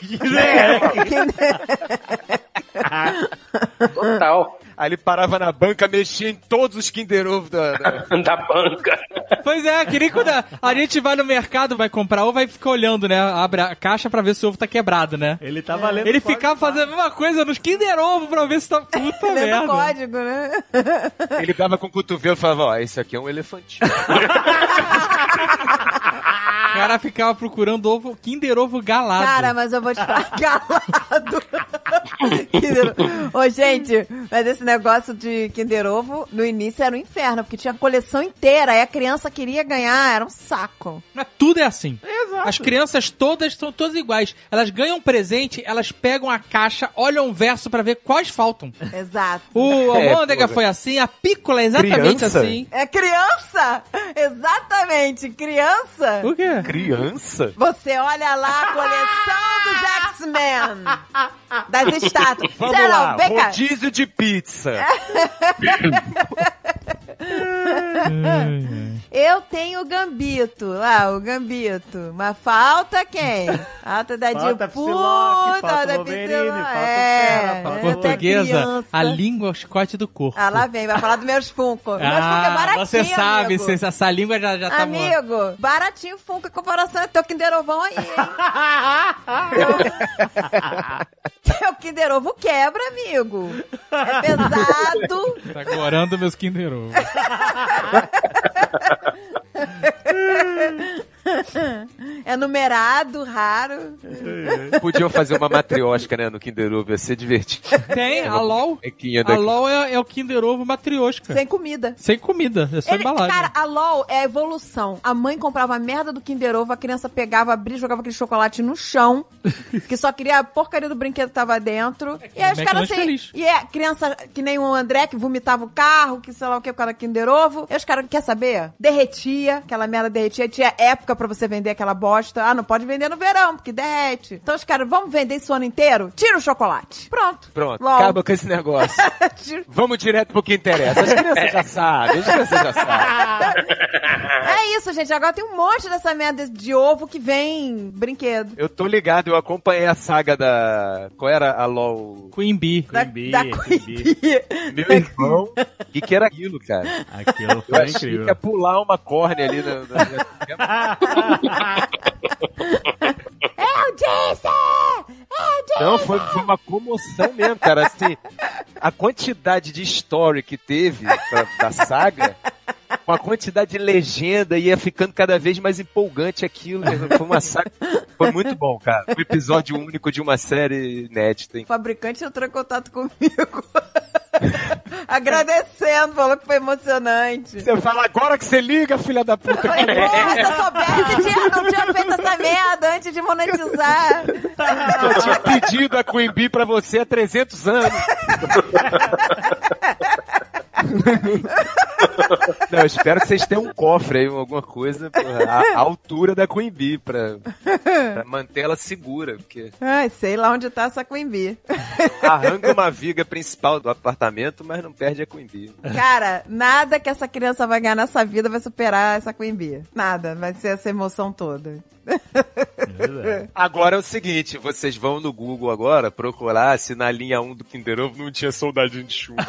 Total. Aí ele parava na banca, mexia em todos os Kinder Ovo da banca. Pois é, que nem quando a gente vai no mercado, vai comprar ovo, vai ficar olhando, né? Abre a caixa pra ver se o ovo tá quebrado, né? Ele tá valendo. Ele ficava fazendo a mesma coisa nos Kinder Ovo pra ver se tá puta Lendo merda. código, né? Ele dava com o cotovelo e falava, ó, esse aqui é um elefantinho. O cara ficava procurando ovo, Kinder Ovo galado. Cara, mas eu vou te falar, galado. Ô, gente, mas esse negócio de Kinder Ovo, no início era um inferno, porque tinha coleção inteira, aí a criança queria ganhar, era um saco. Mas tudo é assim. Exato. As crianças todas são todas iguais. Elas ganham um presente, elas pegam a caixa, olham o verso pra ver quais faltam. Exato. O Almôndega foi assim, a Pícola é exatamente Criança? assim. É criança! Exatamente, criança! O quê? Criança? Você olha lá a coleção dos X-Men, das estátuas. Vamos Sei lá, não, vem cá. rodízio de pizza. Eu tenho o Gambito, o Gambito. Mas falta quem? Falta da Falta Deadpool, Psylocke, falta da Wolverine, Psylocke. falta Fera, falta Portuguesa, a língua é o chicote do corpo. Ah, lá vem, vai falar dos meus Funko. Meus Funko é baratinho, você sabe, amigo. essa língua já tá morta. Amigo, baratinho Funko em comparação ao teu Kinder Ovão aí, hein? Teu Kinder Ovo quebra, amigo. É pesado. Tá gorando meus Kinder Ovo. É numerado, raro. Podiam fazer uma matriosca, né, no Kinder Ovo, ia ser divertido. Tem, a LOL. Bonequinha A daqui. LOL é o Kinder Ovo matriosca. Sem comida. Sem comida, é só embalagem. Cara, a LOL é a evolução. A mãe comprava a merda do Kinder Ovo, a criança pegava, abria e jogava aquele chocolate no chão, que só queria a porcaria do brinquedo que tava dentro. E aí os caras assim... feliz. E é criança que nem o André, que vomitava o carro, que sei lá o que, por causa do Kinder Ovo. E os caras, quer saber? Derretia, aquela merda derretia. Tinha época pra você vender aquela bosta. Ah, não pode vender no verão, porque derrete. Então os caras, vamos vender isso o ano inteiro? Tira o chocolate. Pronto. Pronto, LOL. acaba com esse negócio. Vamos direto pro que interessa. As crianças já sabem, É isso, gente. Agora tem um monte dessa merda de ovo que vem brinquedo. Eu tô ligado, eu acompanhei a saga da... Qual era a LOL? Queen Bee. Da Queen Queen Bee. Bee. Meu irmão, o que era aquilo, cara? Aquilo Eu foi achei que incrível. ia pular uma córnea ali Eu disse! Não, foi uma comoção mesmo, cara. Assim, a quantidade de story que teve da saga, com a quantidade de legenda, ia ficando cada vez mais empolgante aquilo. Foi uma saga. Foi muito bom, cara. Um episódio único de uma série inédita, hein? O fabricante entrou em contato comigo. Agradecendo, falou que foi emocionante. Você fala agora que você liga, filha da puta. Falei, porra, se eu soubesse, não tinha feito essa merda antes de monetizar. Eu tinha pedido a Queen Bee pra você há 300 anos. Não, eu espero que vocês tenham um cofre aí, alguma coisa, a altura da Queen Bee, pra manter ela segura, porque... Ai, sei lá onde tá essa Queen Bee. Arranca uma viga principal do apartamento, mas não perde a Queen Bee. Cara, nada que essa criança vai ganhar nessa vida vai superar essa Queen Bee. Nada, vai ser essa emoção toda. Agora é o seguinte, vocês vão no Google agora procurar se na linha 1 do Kinder Ovo não tinha soldadinho de chumbo.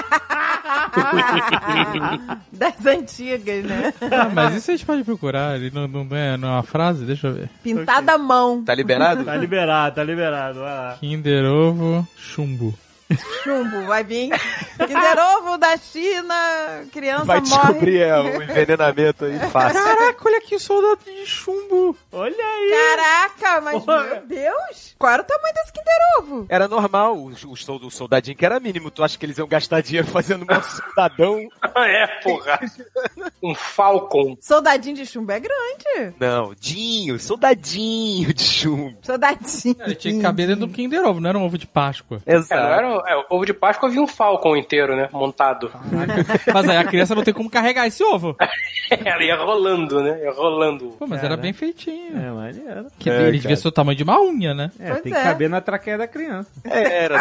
Das antigas, né? Ah, mas isso a gente pode procurar, ele não é uma frase? Deixa eu ver. Pintada à mão. Tá liberado? Tá liberado, vai lá. Kinder Ovo chumbo. Chumbo, vai vir. Kinder Ovo da China, criança Vai morre. descobrir um envenenamento aí fácil. Caraca, olha aqui o soldado de chumbo. Olha aí. Caraca, mas meu Deus. Qual era o tamanho desse Kinder Ovo? Era normal, o soldadinho que era mínimo. Tu acha que eles iam gastar dinheiro fazendo um soldadão? Porra. Um Falcon. Soldadinho de chumbo é grande. Não, soldadinho de chumbo. Soldadinho. Ele tinha que caber dentro do Kinder Ovo, não era um ovo de Páscoa. Exato. Ovo de Páscoa havia um Falcon inteiro, né? Montado. Mas aí a criança não tem como carregar esse ovo. Ela ia rolando, né? Ia rolando. Pô, mas era bem feitinho. É, maneiro. Que ele devia ser o tamanho de uma unha, né? Pois Tem que caber na traqueia da criança. Era.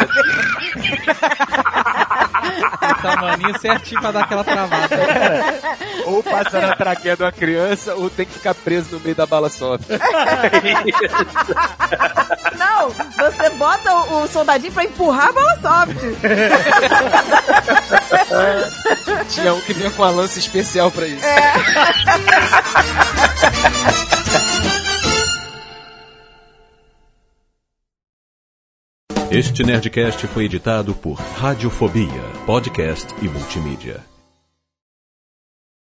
O tamaninho certinho pra dar aquela travada. Ou passa na traqueia de uma criança, ou tem que ficar preso no meio da bala soft. Não, você bota o soldadinho pra empurrar a bola soft. Tinha um que vinha com uma lança especial pra isso. Este Nerdcast foi editado por Radiofobia, podcast e multimídia.